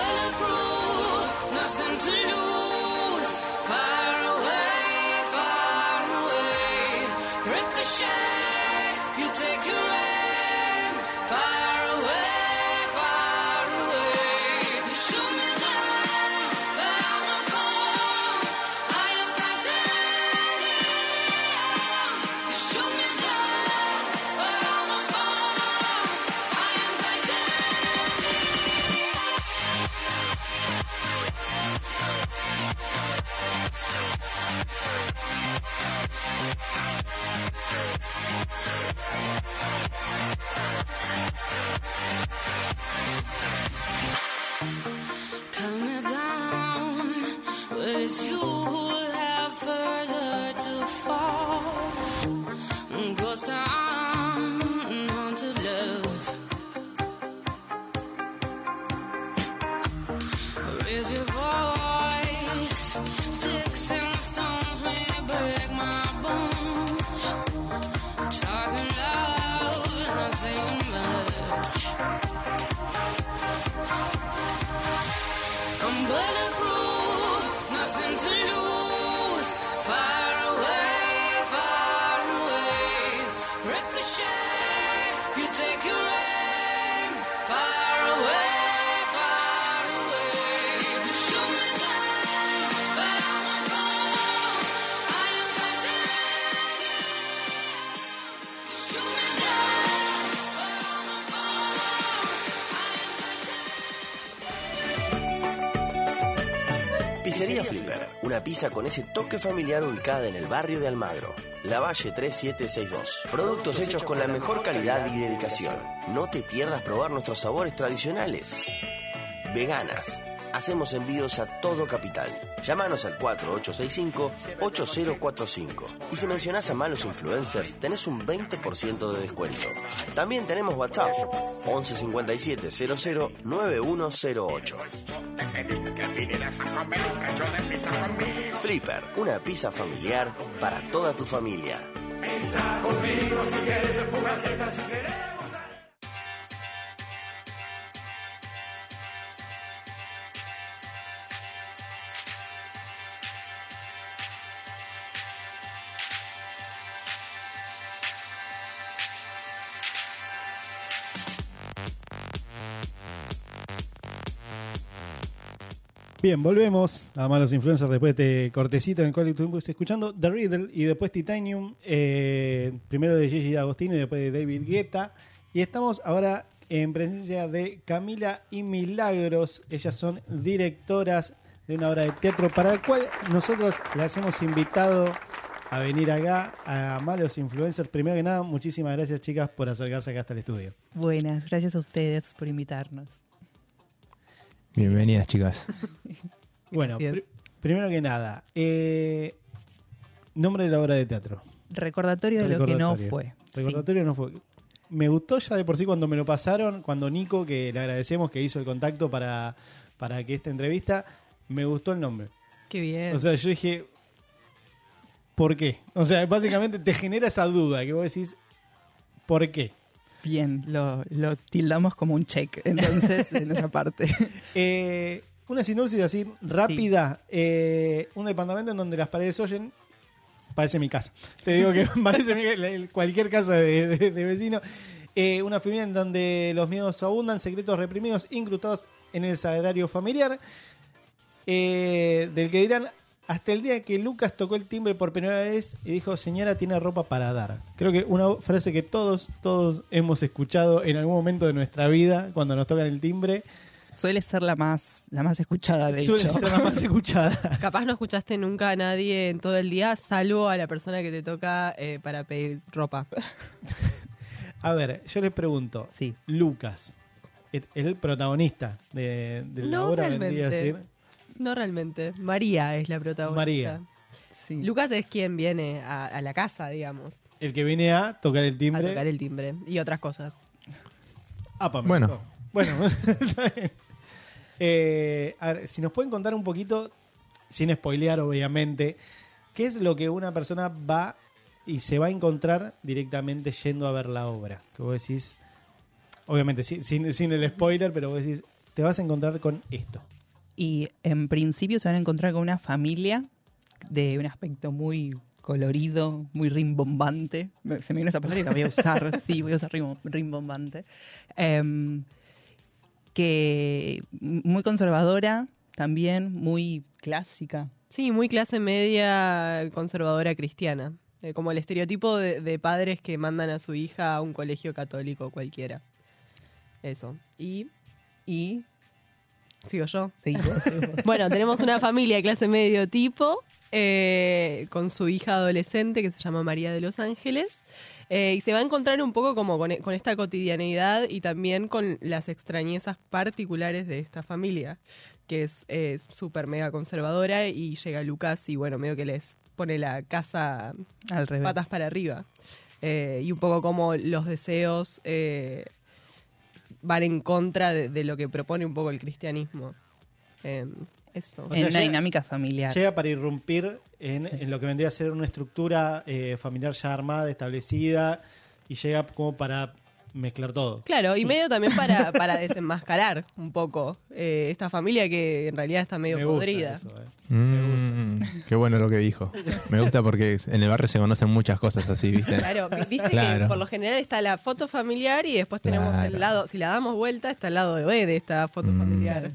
Cut me down, but it's you who have further to fall. Ghost town, haunted love. Raise your voice, sticks and stones may break my bones. Talking loud, not saying much. I'm bulletproof, nothing to lose. Far away, far away. Ricochet, you take your aim. Far away, far away. Shoot me down, but I won't fall. I am titanium. Shoot me down, but I won't fall. I am titanium. Pizzería Flipper, una pizza con ese toque familiar ubicada en el barrio de Almagro. Lavalle tres siete seis dos. Productos hechos con la mejor calidad y dedicación. No te pierdas probar nuestros sabores tradicionales. Veganas. Hacemos envíos a todo Capital. Llámanos al cuatro ocho seis cinco, ocho cero cuatro cinco. Y si mencionás a Malos Influencers, tenés un veinte por ciento de descuento. También tenemos WhatsApp, once cincuenta y siete cero cero nueve uno cero ocho. Flipper, una pizza familiar para toda tu familia. Bien, volvemos a Malos Influencers después de este cortecito en el cual estuvimos escuchando The Riddle y después Titanium, eh, primero de Gigi D'Agostino y después de David Guetta. Y estamos ahora en presencia de Camila y Milagros. Ellas son directoras de una obra de teatro para la cual nosotros las hemos invitado a venir acá a Malos Influencers. Primero que nada, muchísimas gracias, chicas, por acercarse acá hasta el estudio. Buenas, gracias a ustedes por invitarnos. Bienvenidas, chicas. Bueno, Gracias. pr- primero que nada, eh, nombre de la obra de teatro. Recordatorio de lo que no Recordatorio. fue. Recordatorio no fue. Me gustó ya de por sí cuando me lo pasaron, cuando Nico, que le agradecemos que hizo el contacto para, para que esta entrevista, me gustó el nombre. Qué bien. O sea, yo dije, ¿por qué? O sea, básicamente te genera esa duda que vos decís, ¿por qué? Bien, lo, lo tildamos como un check, entonces, de nuestra parte. Eh, una sinopsis así rápida. Eh, un departamento en donde las paredes oyen. Parece mi casa. Te digo que parece mi- el- cualquier casa de, de- de vecino. Eh, una familia en donde los miedos abundan, secretos reprimidos, incrustados en el sagrario familiar. Eh, del que dirán hasta el día que Lucas tocó el timbre por primera vez y dijo: señora, tiene ropa para dar. Creo que una frase que todos, todos hemos escuchado en algún momento de nuestra vida cuando nos tocan el timbre. Suele ser la más, la más escuchada, de Suele hecho. ser la más escuchada. Capaz no escuchaste nunca a nadie en todo el día, salvo a la persona que te toca eh, para pedir ropa. A ver, yo les pregunto, Sí. Lucas, es el protagonista de, de la No obra, vendría a realmente. ser No realmente. María es la protagonista. María. Sí. Lucas es quien viene a, a la casa, digamos, el que viene a tocar el a timbre. tocar el timbre y otras cosas. Apa, me Bueno. gustó. Bueno, está bien. Eh, a ver, si nos pueden contar un poquito, sin spoilear obviamente, ¿qué es lo que una persona va y se va a encontrar directamente yendo a ver la obra? Que vos decís, obviamente sin, sin, sin el spoiler, pero vos decís, te vas a encontrar con esto. Y en principio se van a encontrar con una familia de un aspecto muy colorido, muy rimbombante. Me- Se me vino esa palabra y la voy a usar. Sí, voy a usar rim- rimbombante. Em, que muy conservadora, también muy clásica. Sí, muy clase media conservadora cristiana. Eh, como el estereotipo de, de padres que mandan a su hija a un colegio católico cualquiera. Eso. Y Y Sigo yo. Sí, vos, sí, vos. Bueno, tenemos una familia de clase medio tipo, eh, con su hija adolescente que se llama María de los Ángeles, eh, y se va a encontrar un poco como con, con esta cotidianeidad y también con las extrañezas particulares de esta familia, que es eh, súper mega conservadora, y llega Lucas y bueno, medio que les pone la casa Al revés. patas para arriba. Eh, y un poco como los deseos eh, van en contra de, de lo que propone un poco el cristianismo. Eh, eso. O En sea, una llega- dinámica familiar. Llega para irrumpir en, en lo que vendría a ser una estructura eh, familiar ya armada, establecida, y llega como para mezclar todo. Claro, y medio también para, para desenmascarar un poco eh, esta familia que en realidad está medio Me gusta podrida. eso, eh. Mm, qué bueno lo que dijo. Me gusta porque en el barrio se conocen muchas cosas así, ¿viste? Claro, viste Claro. que por lo general está la foto familiar y después tenemos Claro. el lado, si la damos vuelta, está el lado de B de esta foto Mm. familiar.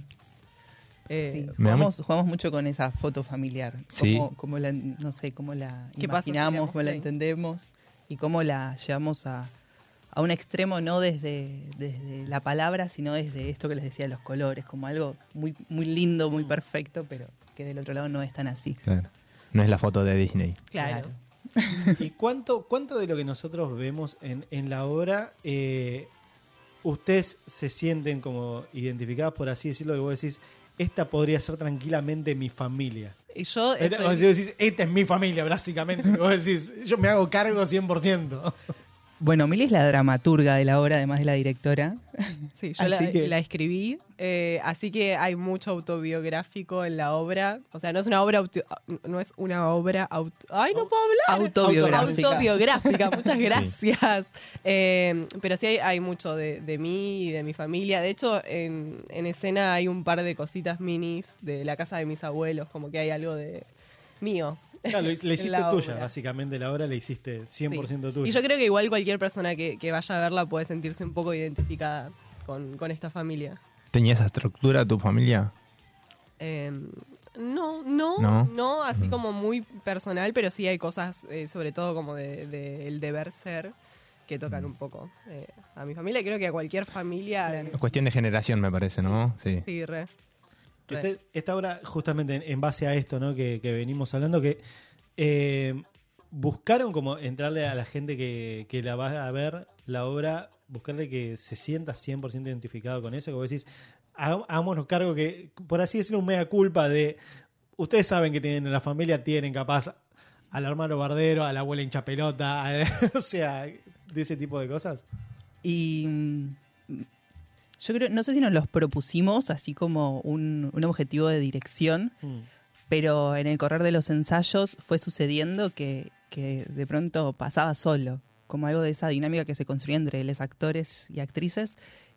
Eh, Sí, Me da jugamos, jugamos mucho con esa foto familiar. Sí. Cómo, cómo la, no sé, cómo la ¿Qué pasa si la imaginamos, cómo la mostré? entendemos y cómo la llevamos a, a un extremo, no desde, desde la palabra, sino desde esto que les decía, los colores, como algo muy, muy lindo, muy perfecto, pero que del otro lado no es tan así. Claro. No es la foto de Disney. claro. ¿Y cuánto, cuánto de lo que nosotros vemos en, en la obra eh, ustedes se sienten como identificados, por así decirlo, que vos decís, esta podría ser tranquilamente mi familia? Y yo Esta, estoy- vos decís, esta es mi familia, básicamente. Vos decís, yo me hago cargo cien por ciento. Bueno, Mili es la dramaturga de la obra, además de la directora. Sí, yo la, Así que- la escribí, eh, así que hay mucho autobiográfico en la obra. O sea, no es una obra auto- no es una obra auto- ay, no puedo hablar. Autobiográfica. Autobiográfica, muchas gracias. Eh, pero sí hay, hay mucho de, de mí y de mi familia. De hecho, en, en escena hay un par de cositas minis de la casa de mis abuelos, como que hay algo de mío. Claro, le en hiciste la tuya, obra. básicamente la obra la hiciste cien por ciento Sí. tuya. Y yo creo que igual cualquier persona que, que vaya a verla puede sentirse un poco identificada con, con esta familia. ¿Tenía esa estructura tu familia? Eh, no, no, ¿No? no, así Mm. como muy personal, pero sí hay cosas, eh, sobre todo como de, de el deber ser, que tocan un poco eh, a mi familia. Creo que a cualquier familia. Es cuestión de generación, me parece, ¿no? Sí. Sí, re. Y usted, esta obra, justamente en, en base a esto, ¿no? que, que venimos hablando, que eh, buscaron como entrarle a la gente que, que la va a ver la obra, buscarle que se sienta cien por ciento identificado con eso, que vos decís, "Ha- hagámonos cargo que, por así decirlo, un mea culpa de, ustedes saben que tienen en la familia, tienen capaz al hermano bardero, a la abuela hincha pelota, a- o sea, de ese tipo de cosas. Y mm, yo creo, no sé si nos los propusimos así como un, un objetivo de dirección, Mm. pero en el correr de los ensayos fue sucediendo que, que de pronto pasaba solo, como algo de esa dinámica que se construía entre los actores y actrices,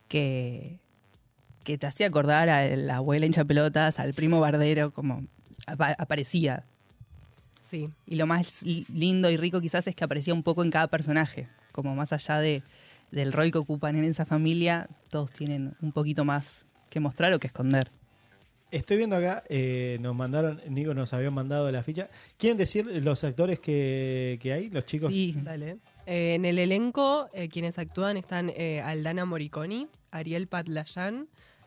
que, que te hacía acordar a la abuela hincha pelotas, al primo bardero, como apa- aparecía. Sí. Y lo más li- lindo y rico quizás es que aparecía un poco en cada personaje, como más allá de, del rol que ocupan en esa familia, todos tienen un poquito más que mostrar o que esconder. Estoy viendo acá, eh, nos mandaron, Nico nos había mandado la ficha. ¿Quieren decir los actores que, que hay, los chicos? Sí, Dale. Eh, en el elenco, eh, quienes actúan están eh, Aldana Moriconi, Ariel Patlayan,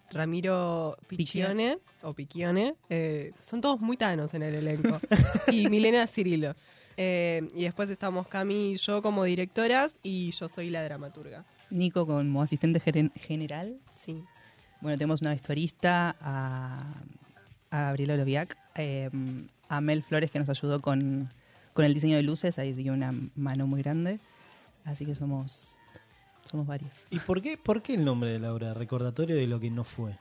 Ramiro Piccione, o Piccione, eh, son todos muy tanos en el elenco, y Milena Cirilo. Eh, y después estamos Cami y yo como directoras, y yo soy la dramaturga. Nico como asistente geren- general. Sí. Bueno, tenemos una vestuarista, a, a Gabriela Loviac, eh, a Mel Flores que nos ayudó con, con el diseño de luces, ahí dio una mano muy grande. Así que somos, somos varios. ¿Y por qué, por qué el nombre de la obra? Recordatorio de lo que no fue.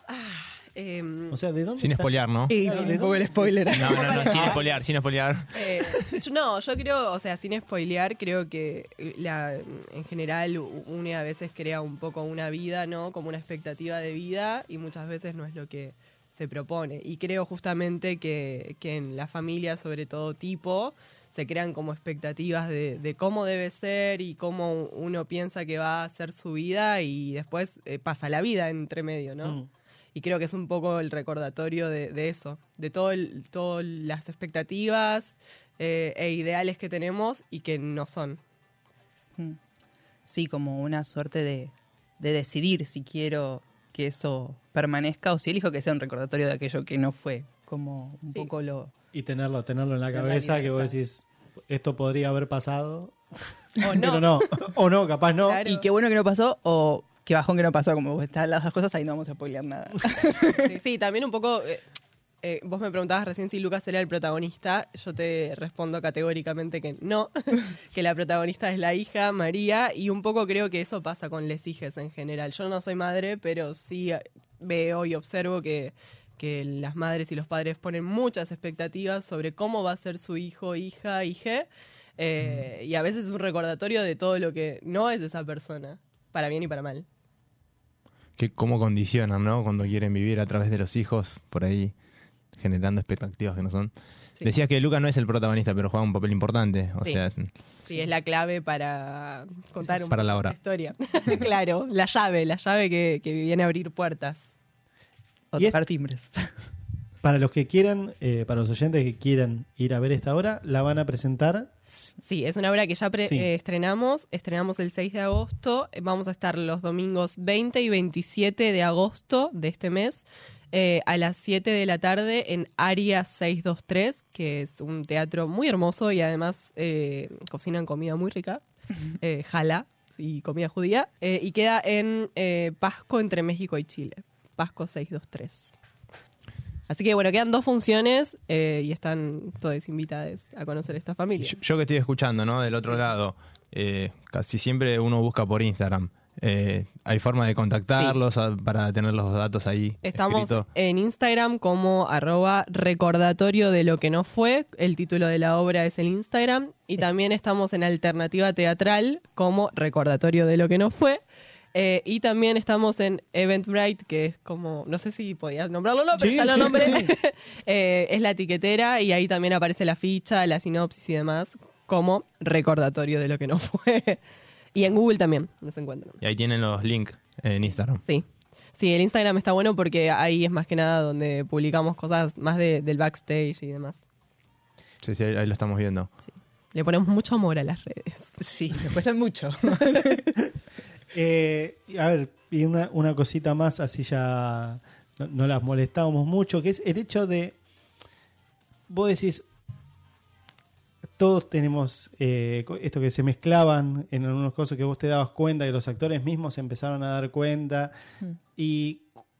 Eh, O sea, ¿de dónde Sin sa- spoilear, ¿no? Sí, Claro, un ¿de poco dónde- el spoiler. No, no, no, sin spoilear, sin spoilear. Eh, yo- no, yo creo, o sea, sin spoilear, creo que la, en general uno a veces crea un poco una vida, ¿no? Como una expectativa de vida y muchas veces no es lo que se propone. Y creo justamente que, que en la familia, sobre todo tipo, se crean como expectativas de, de cómo debe ser y cómo uno piensa que va a ser su vida y después eh, pasa la vida entre medio, ¿no? Mm. Y creo que es un poco el recordatorio de, de eso, de todo el- todas las expectativas eh, e ideales que tenemos y que no son. Mm. Sí, como una suerte de, de decidir si quiero que eso permanezca o si elijo que sea un recordatorio de aquello que no fue, como un Sí. poco lo... Y tenerlo, tenerlo en la En la cabeza, que vos libreta. decís, esto podría haber pasado, O no. pero no, o no, capaz no. Claro. Y qué bueno que no pasó o qué bajón que no pasó, como están las dos cosas, ahí no vamos a spoilear nada. Sí, sí, también un poco. eh, eh, vos me preguntabas recién si Lucas era el protagonista. Yo te respondo categóricamente que no, que la protagonista es la hija, María, y un poco creo que eso pasa con les hijes en general. Yo no soy madre, pero sí eh, veo y observo que, que las madres y los padres ponen muchas expectativas sobre cómo va a ser su hijo, hija, hije, eh, y a veces es un recordatorio de todo lo que no es esa persona, para bien y para mal. Que cómo condicionan, ¿no? Cuando quieren vivir a través de los hijos, por ahí generando expectativas que no son. Sí. Decías que Lucas no es el protagonista, pero juega un papel importante. O Sí. sea, es- Sí, es la clave para contar un Para poco la hora. esta historia. Claro, la llave, la llave que, que viene a abrir puertas. O Y es- tocar timbres. Para los que quieran, eh, para los oyentes que quieran ir a ver esta obra, la van a presentar. Sí, es una obra que ya pre- Sí. eh, estrenamos. Estrenamos el seis de agosto. Eh, Vamos a estar los domingos veinte y veintisiete de agosto de este mes eh, a las siete de la tarde en Aria seiscientos veintitrés, que es un teatro muy hermoso y además eh, cocinan comida muy rica. Eh, jala y comida judía. eh, y queda en eh, Pasco entre México y Chile. Pasco seiscientos veintitrés. Así que bueno, quedan dos funciones eh, y están todos invitados a conocer esta familia. yo, yo que estoy escuchando, ¿no? Del otro lado, eh, casi siempre uno busca por Instagram. Eh, ¿Hay forma de contactarlos a- para tener los datos ahí Estamos escritos? en Instagram como arroba recordatorio de lo que no fue. El título de la obra es el Instagram. Y también estamos en Alternativa Teatral como recordatorio de lo que no fue. Eh, y también estamos en Eventbrite, que es como, no sé si podías nombrarlo o no, pero Sí, ya lo sí, nombré. sí. Eh, es la etiquetera y ahí también aparece la ficha, la sinopsis y demás como recordatorio de lo que no fue. Y en Google también nos encuentran. Y ahí tienen los links en Instagram. Sí. Sí, el Instagram está bueno porque ahí es más que nada donde publicamos cosas más de- del backstage y demás. Sí, sí, ahí, ahí lo estamos viendo. Le ponemos mucho amor a las redes. Sí, me cuesta mucho. Eh, y a ver, y una, una cosita más, así ya no, no las molestábamos mucho, que es el hecho de, vos decís, todos tenemos eh, co- esto que se mezclaban en algunos cosas que vos te dabas cuenta, que los actores mismos se empezaron a dar cuenta, y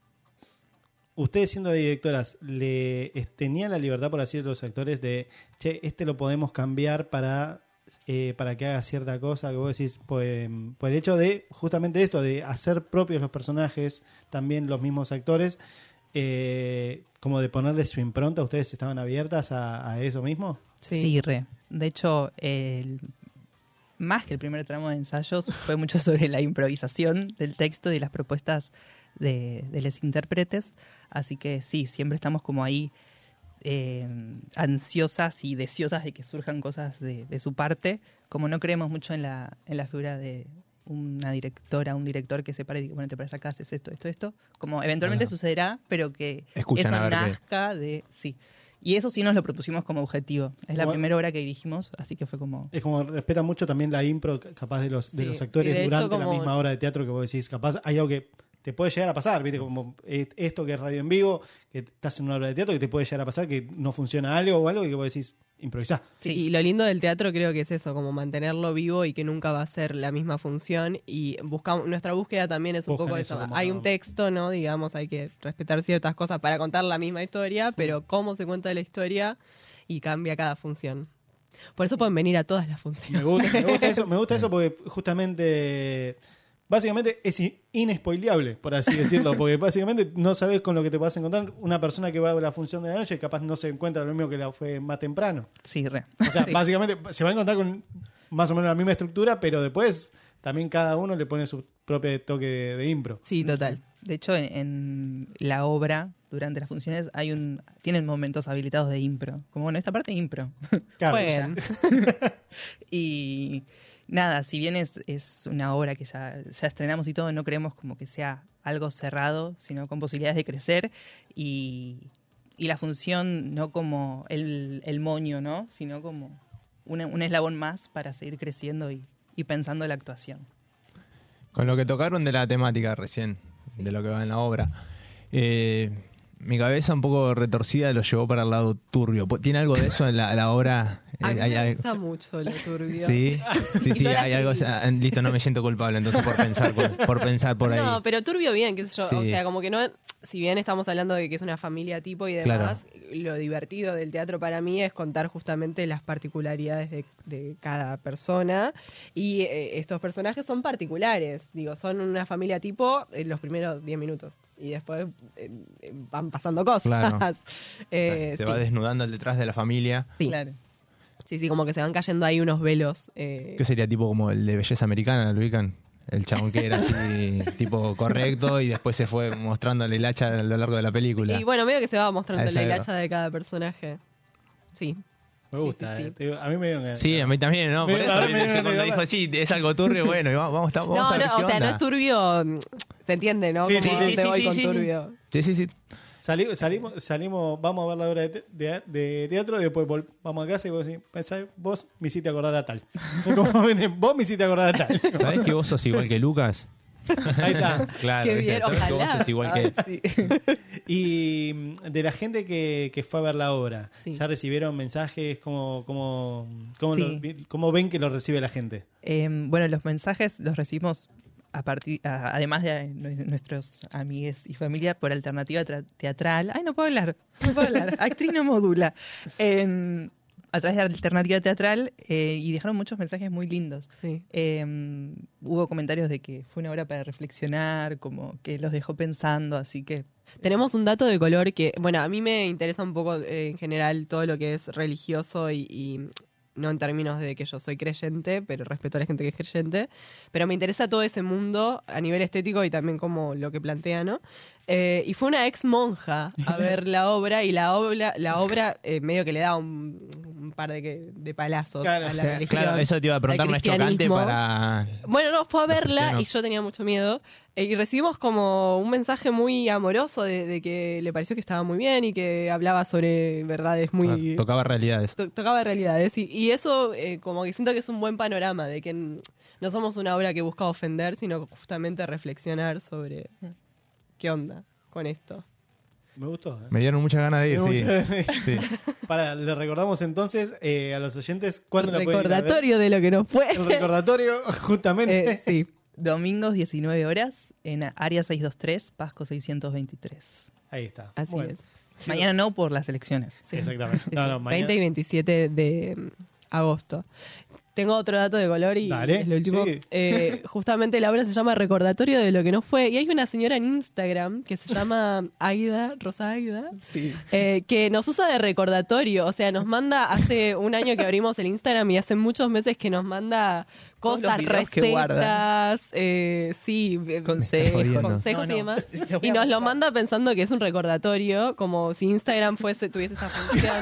ustedes siendo directoras, ¿le es- tenían la libertad, por así decirlo, los actores de, che, este lo podemos cambiar para, eh, para que haga cierta cosa, que vos decís, pues, por el hecho de, justamente esto, de hacer propios los personajes, también los mismos actores, eh, como de ponerle su impronta, ¿ustedes estaban abiertas a, a eso mismo? Sí, re. De hecho, el, más que el primer tramo de ensayos, fue mucho sobre la improvisación del texto y las propuestas de, de los intérpretes. Así que sí, siempre estamos como ahí eh, ansiosas y deseosas de que surjan cosas de, de su parte. Como no creemos mucho en la, en la figura de una directora, un director que se pare y diga, bueno, te paras acá, haces esto, esto, esto. Como eventualmente Ajá. sucederá, pero que Escuchan eso a ver qué- nazca de... Sí. Y eso sí nos lo propusimos como objetivo. Es la Bueno. primera obra que dirigimos, así que fue como... Es como respeta mucho también la impro capaz de los, de Sí, los sí, actores de hecho, durante como- la misma obra de teatro que vos decís, capaz hay algo que te puede llegar a pasar, ¿viste? Como eh, esto que es radio en vivo, que estás en una obra de teatro, que te puede llegar a pasar que no funciona algo o algo y que vos decís, improvisá. Sí, y lo lindo del teatro creo que es eso, como mantenerlo vivo y que nunca va a ser la misma función. Y buscamos, nuestra búsqueda también es un Buscan poco eso, eso. como Hay no- un texto, ¿no? Digamos, hay que respetar ciertas cosas para contar la misma historia, pero cómo se cuenta la historia y cambia cada función. Por eso pueden venir a todas las funciones. Me gusta, me gusta eso, me gusta eso porque justamente, básicamente es in- inespoileable, por así decirlo, porque básicamente no sabes con lo que te vas a encontrar. Una persona que va a la función de la noche capaz no se encuentra lo mismo que la fue más temprano. Sí, re. O sea, Sí. básicamente se va a encontrar con más o menos la misma estructura, pero después también cada uno le pone su propio toque de, de impro. Sí, total. De hecho, en, en la obra, durante las funciones, hay un tienen momentos habilitados de impro. Como, bueno, esta parte de impro. Claro, Bueno. Y nada, si bien es, es una obra que ya, ya estrenamos y todo, no creemos como que sea algo cerrado, sino con posibilidades de crecer y, y la función no como el, el moño, ¿no? Sino como una- un eslabón más para seguir creciendo y, y pensando la actuación. Con lo que tocaron de la temática recién, de lo que va en la obra. Eh, mi cabeza un poco retorcida lo llevó para el lado turbio. ¿Tiene algo de eso en la, la obra? A mí Eh, hay- me hay- gusta mucho lo turbio. Sí, sí, sí, Yo la hay algo. escribí. ah, Listo, no me siento culpable entonces por pensar por, por pensar por ahí. No, pero turbio bien, qué sé yo. O Sí. sea, como que no. Si bien estamos hablando de que es una familia tipo y demás, lo divertido del teatro para mí es contar justamente las particularidades de, de cada persona. Y eh, estos personajes son particulares. Digo, son una familia tipo en los primeros diez minutos. Y después eh, eh, van pasando cosas. Claro. Eh, Se sí. va desnudando el detrás de la familia. Sí. Claro. sí, sí, como que se van cayendo ahí unos velos. eh, ¿Qué sería tipo como el de belleza americana? ¿Lo ubican? El chabón que era así, tipo correcto, y después se fue mostrándole el hacha a lo largo de la película. Y bueno, medio que se va mostrando Esa la va. hilacha de cada personaje. Sí. Me Sí, gusta, sí, eh. sí. Te digo, a mí me dieron ganas. Sí, a mí también, ¿no? Por Me- eso, ahora ¿viste? me- Yo me- cuando me- dijo, sí, es algo turbio, bueno, y vamos, vamos, vamos No, a ver no, qué o sea, no onda. es turbio, mm, se entiende, ¿no? Sí, Como sí, sí, te sí, voy sí, con sí. turbio. Sí, sí, sí. Sali- salimos, salimos, vamos a ver la obra de, te- de- de teatro y después vol- vamos a casa y vos decís, pensá, vos me hiciste acordar a tal. Como, vos me hiciste acordar a tal. ¿Sabés que vos sos igual que Lucas? Ahí está. Claro, Qué ¿viste? bien, ¿Sabés que vos ojalá. sos igual que... Y mm, de la gente que, que fue a ver la obra, Sí. ¿ya recibieron mensajes? ¿Cómo, cómo, cómo, Sí. lo- vi- cómo ven que lo recibe la gente? Eh, bueno, los mensajes los recibimos a partir, a- además de nu- nuestros amigues y familia por alternativa tra- teatral. Ay, no puedo hablar, no puedo hablar. Actriz no modula. En- a través de alternativa teatral eh, y dejaron muchos mensajes muy lindos. Sí. Eh, hubo comentarios de que fue una hora para reflexionar, como que los dejó pensando, así que Tenemos un dato de color que, bueno, a mí me interesa un poco eh, en general todo lo que es religioso y, y no en términos de que yo soy creyente, pero respeto a la gente que es creyente, pero me interesa todo ese mundo a nivel estético y también como lo que plantea, ¿no? Eh, y fue una ex monja a ver la obra y la obra, la obra eh, medio que le da un, un par de, que- de palazos Claro, a la sí. religión. Claro, eso te iba a preguntar, al ¿no es chocante cristianismo. para...? Bueno, no, fue a verla cristianos. y yo tenía mucho miedo. Eh, y recibimos como un mensaje muy amoroso de, de que le pareció que estaba muy bien y que hablaba sobre verdades muy... Ah, tocaba realidades. to- tocaba realidades. Y, y eso eh, como que siento que es un buen panorama de que n- no somos una obra que busca ofender, sino justamente reflexionar sobre qué onda con esto. Me gustó. ¿eh? Me dieron muchas ganas de ir, Me sí. gusta. Sí. Para, le recordamos entonces eh, a los oyentes cuándo la pueden ir a ver. Recordatorio de lo que nos fue. El recordatorio, justamente. Eh, sí. domingos diecinueve horas en Área seiscientos veintitrés, Pasco seiscientos veintitrés. Ahí está. Así Bueno, es. Mañana no por las elecciones. Sí. Exactamente. No, no, mañana- veinte y veintisiete de mm, agosto. Tengo otro dato de color y Dale, es lo último. sí. Eh, justamente la obra se llama Recordatorio de lo que no fue. Y hay una señora en Instagram que se llama Aida, Rosa Aida, eh, que nos usa de recordatorio. O sea, nos manda hace un año que abrimos el Instagram y hace muchos meses que nos manda Todos cosas, los videos que guarda. recetas, eh, sí, eh, Consejos. jodiendo. consejos No, no. y demás. Te voy Y a nos lo mostrar. manda pensando que es un recordatorio, como si Instagram fuese tuviese esa función.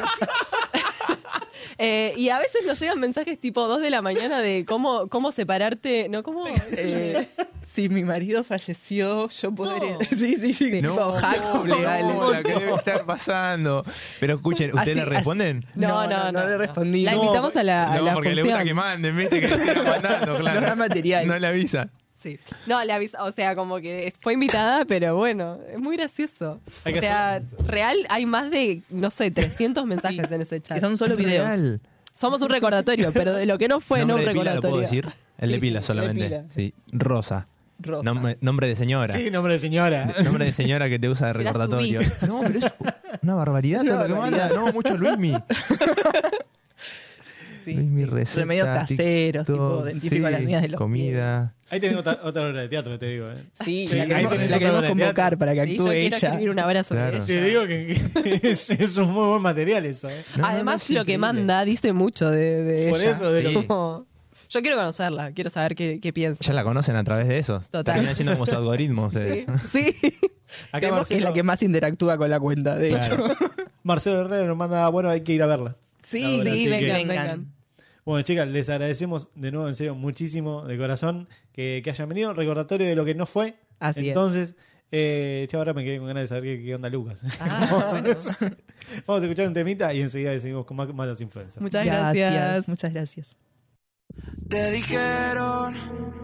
Eh, y a veces nos llegan mensajes tipo dos de la mañana de cómo, cómo separarte, no cómo Eh, si mi marido falleció, yo podría. No. Sí, sí, sí. No, tipo hacks no, legales. no, la que debe estar pasando. Pero escuchen, ¿ustedes Así- le responden? No, no, no, le no. respondí. La No, invitamos a la, a No, la porque le función. gusta que manden, viste, que le sigan mandando, claro. No da material. No le avisan. Sí. No, le avisa, o sea, como que fue invitada, pero bueno, es muy gracioso. Hay que o sea, hacer- real hay más de, no sé, trescientos mensajes en ese chat. Que son solo videos. Real. Somos un recordatorio, pero de lo que no fue, no un ¿Nombre de pila lo recordatorio. puedo decir? El de Sí, pila sí, solamente. de pila. Sí. Rosa. Rosa. Nombre, nombre de señora. Sí, nombre de señora. Nombre de señora que te usa de Mirá, recordatorio. subí. No, pero es una barbaridad Una todo lo que manda. barbaridad. No, mucho Luismi. Sí. Luismi receta, Remedios caseros, TikTok, tipo, identifico sí, las uñas de los comida. Ahí tenés otra, otra obra de teatro, te digo. ¿eh? Sí, Sí, la ahí queremos, tenés la otra queremos obra de convocar teatro. para que Sí, actúe yo quiero ella. escribir una obra sobre Claro. ella. Te digo que, que es, es un muy buen material eso. ¿eh? No, Además, no, no, lo que es increíble. manda dice mucho de, de Por ella. eso, de Sí. lo- Como- yo quiero conocerla, quiero saber qué, qué piensa. Ya la conocen a través de eso. Total. Terminan siendo como su algoritmo. ustedes. Sí. Acá Creemos que es Marcelo, la que más interactúa con la cuenta, de hecho. Claro. Marcelo Herrera nos manda, bueno, hay que ir a verla. Sí, Ahora sí, sí que- vengan, vengan. vengan. Bueno, chicas, les agradecemos de nuevo, en serio, muchísimo de corazón que, que hayan venido. Recordatorio de lo que no fue. Así es. Entonces, eh, che, ahora me quedé con ganas de saber qué, qué onda Lucas. Ah, bueno. Vamos a escuchar un temita y enseguida seguimos con más malas influencias. Muchas gracias. Muchas gracias. Te dijeron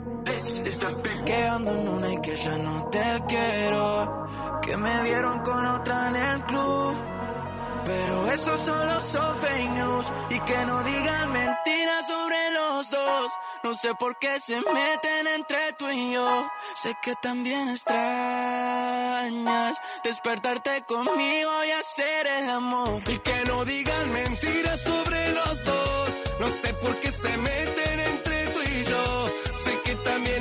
que ando en una y que ya no te quiero, que me vieron con otra en el club, pero eso solo son fake news. Y que no digan mentiras sobre los dos. No sé por qué se meten entre tú y yo. Sé que también extrañas despertarte conmigo y hacer el amor. Y que no digan mentiras sobre los dos. No sé por qué se meten entre tú y yo. Sé que también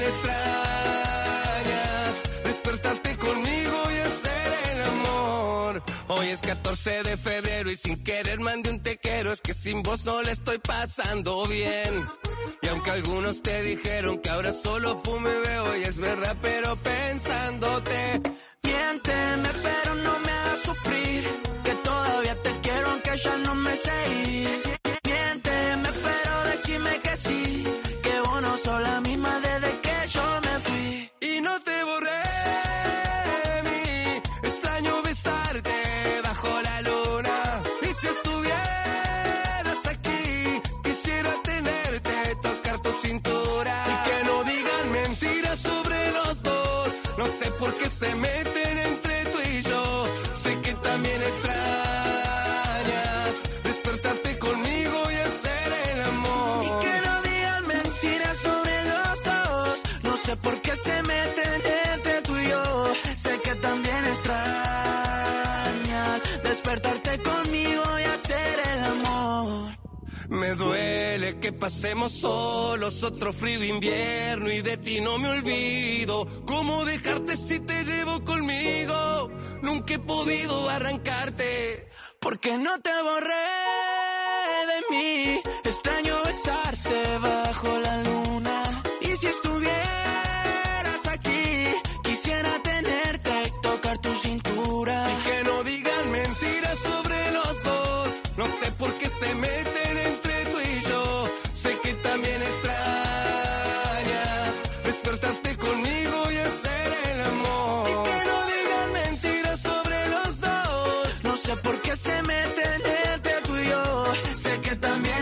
extrañas despertarte conmigo y hacer el amor. Hoy es catorce de febrero y sin querer mandé un te quiero. Es que sin vos no le estoy pasando bien. Y aunque algunos te dijeron que ahora solo fumo y veo, y es verdad, pero pensándote. Miénteme, pero no me hagas sufrir, que todavía te quiero aunque ya no me sé ir. Miénteme, pero decime que sí, que vos no sos la misma desde que yo me fui. Y no te borré de mí, extraño besarte bajo la luna. Y si estuvieras aquí, quisiera tenerte, tocar tu cintura. Y que no digan mentiras sobre los dos. No sé por qué se meten entre tú y yo. Sé que también extrañas despertarte conmigo y hacer el amor. Y que no digan mentiras sobre los dos. No sé por qué se meten entre tú y yo. Sé que también extrañas despertarte conmigo y hacer el amor. Me duele que pasemos solos otro frío invierno y de ti no me olvido. ¿Cómo dejarte si te llevo conmigo? Nunca he podido arrancarte. Porque no te borré de mí. Extraño besarte bajo la luna. Y si estuvieras aquí, quisiera tenerte y tocar tu cintura. Y que no digan mentiras sobre los dos. No sé por qué se meten entre tú y yo. Sé que también extrañas despertarte conmigo y hacer el amor. Y que no digan mentiras sobre los dos. No sé por qué se meten entre tú y yo. Sé que también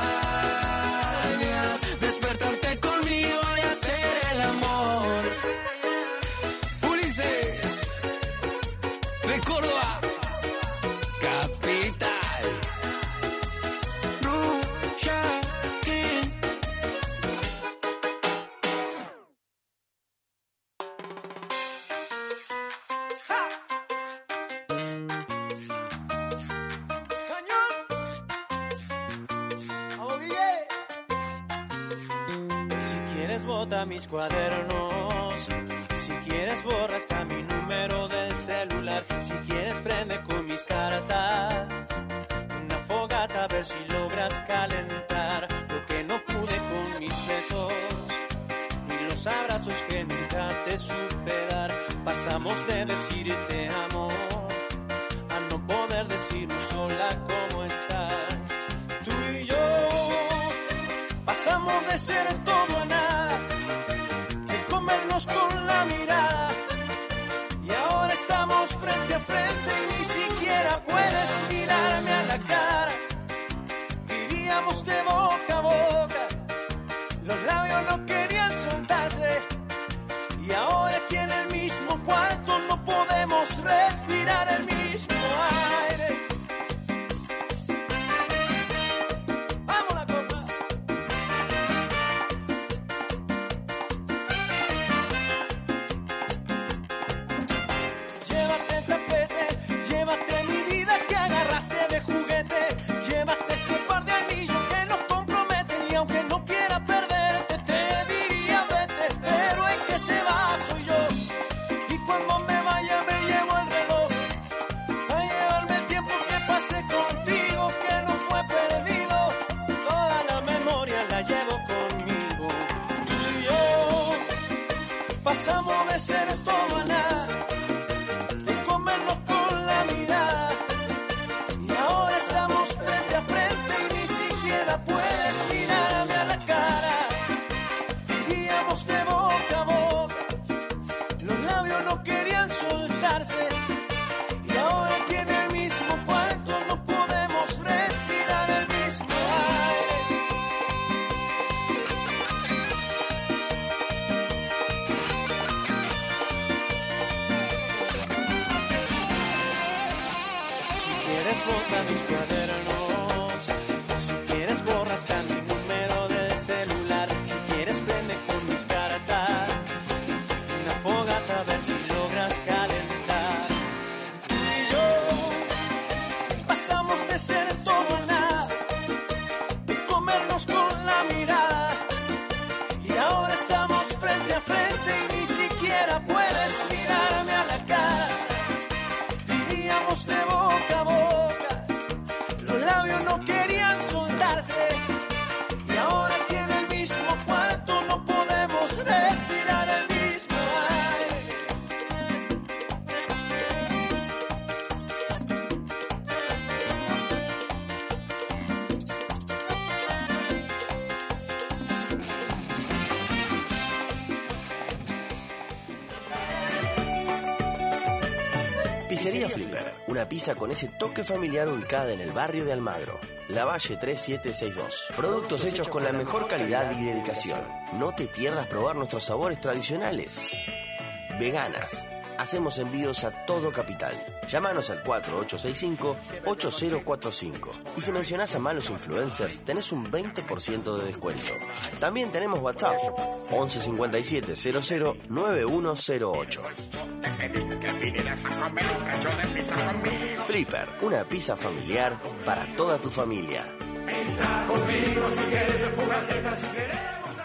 extrañas despertarte conmigo y hacer el amor. Ulises de Córdoba, capital. Rucha King. Si quieres bota mis cuadernos, si quieres borra hasta mi número del celular, si quieres prende con mis cartas una fogata a ver si logras calentar lo que no pude con mis besos y los abrazos que nunca te supe dar. Pasamos de decir te amo a no poder decir un sola cómo estás. Tú y yo pasamos de ser todo a nada, de comernos con la mirada, y ahora estamos frente a frente y ni siquiera puedes mirarme a la cara. Vivíamos de boca a boca, los labios no querían soltarse, y ahora aquí en el mismo cuarto no podemos quieres bota mis cuadernos, si quieres borra hasta mi número del celular, si quieres prende con mis cartas una fogata a ver si logras calentar. Tú y yo pasamos de ser todo o nada, de comernos con la mirada, y ahora estamos frente a frente y ni siquiera puedes mirarme a la cara. Vivíamos de boca a boca, los labios no querían soltarse, y ahora que en el mismo cuarto no podemos respirar el mismo aire. Pizzería Flipper, una pizza con ese toque familiar ubicada en el barrio de Almagro. Lavalle tres siete seis dos. Productos hechos con la mejor calidad y dedicación. No te pierdas probar nuestros sabores tradicionales. Veganas. Hacemos envíos a todo Capital. Llámanos al cuatro ocho seis cinco ocho cero cuatro cinco. Y si mencionás a Malos Influencers, tenés un veinte por ciento de descuento. También tenemos WhatsApp once cincuenta y siete cero cero nueve uno cero ocho. Flipper, una pizza familiar para toda tu familia. Pizza conmigo si quieres de fuga, si quieres.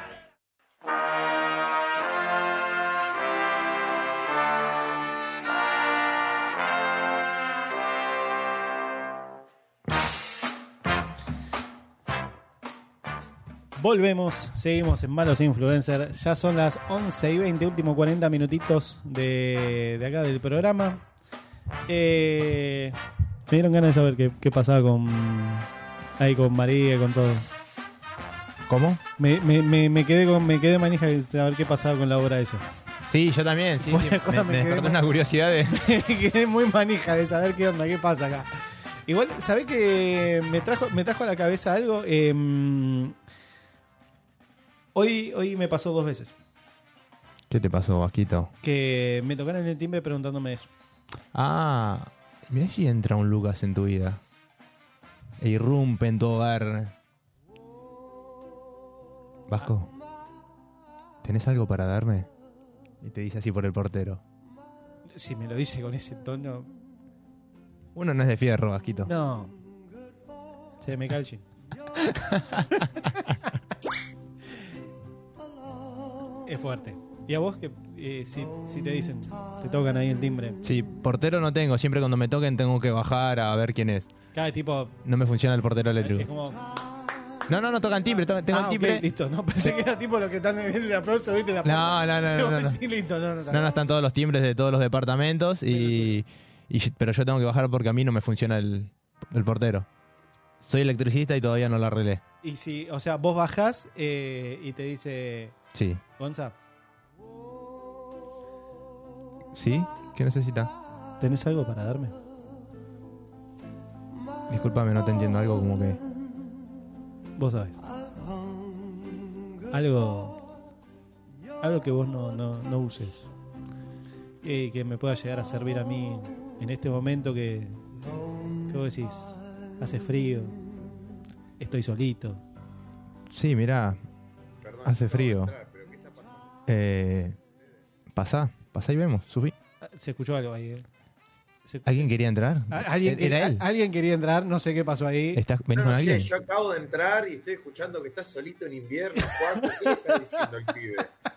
Volvemos, seguimos en Malos Influencers. Ya son las once y veinte, últimos cuarenta minutitos de, de acá del programa. Eh, me dieron ganas de saber qué, qué pasaba con ahí con María y con todo. ¿Cómo? Me, me, me, me quedé con me quedé manija de saber qué pasaba con la obra esa. Sí, yo también, sí, sí. Bueno, Me, me me quedé despertó muy- una curiosidad de... Me quedé muy manija de saber qué onda, qué pasa acá. Igual, ¿sabés que me trajo, me trajo a la cabeza algo? Eh, hoy, hoy me pasó dos veces. ¿Qué te pasó, Vasquito? Que me tocaron el timbre preguntándome eso. Ah, mirá si entra un Lucas en tu vida. E irrumpe en tu hogar. Vasco, ¿tenés algo para darme? Y te dice así por el portero. Si me lo dice con ese tono. Uno no es de fierro, Vasquito. No. Se me cae el jean. Es fuerte. ¿Y a vos que eh, si, si te dicen, te tocan ahí el timbre? Sí, portero no tengo. Siempre cuando me toquen tengo que bajar a ver quién es. Cada tipo. No me funciona el portero eléctrico. Es como. No, no, no tocan timbre. to- Tengo Ah, el ok, timbre. listo. No pensé que era tipo los que están en el aplauso, ¿viste? La No, no, no, no, no, no. Sí, listo, no, no, No, no, están todos los timbres de todos los departamentos y, y yo- pero yo tengo que bajar porque a mí no me funciona el, el portero. Soy electricista y todavía no lo arreglé. Y si, o sea, vos bajás eh, y te dice, Sí. Gonza, ¿Sí? ¿Qué necesita? ¿tenés algo para darme? Discúlpame, no te entiendo. Algo como que... Vos sabés. Algo, algo que vos no, no, no uses. Eh, que me pueda llegar a servir a mí en este momento que, que vos decís, hace frío, estoy solito. Sí, mirá. Perdón, Hace acabo de frío. entrar, pero ¿qué está pasando? Eh, pasá, pasá y vemos. Subí. Ah, Se escuchó algo ahí. eh. Se- ¿Alguien quería entrar? Ah, ¿Alguien, ¿Era quería- él? alguien quería entrar, no sé qué pasó ahí. ¿Estás, ¿Venís No, con no alguien? sé, yo acabo de entrar y estoy escuchando que estás solito en invierno, Juan. ¿Qué le está diciendo el pibe?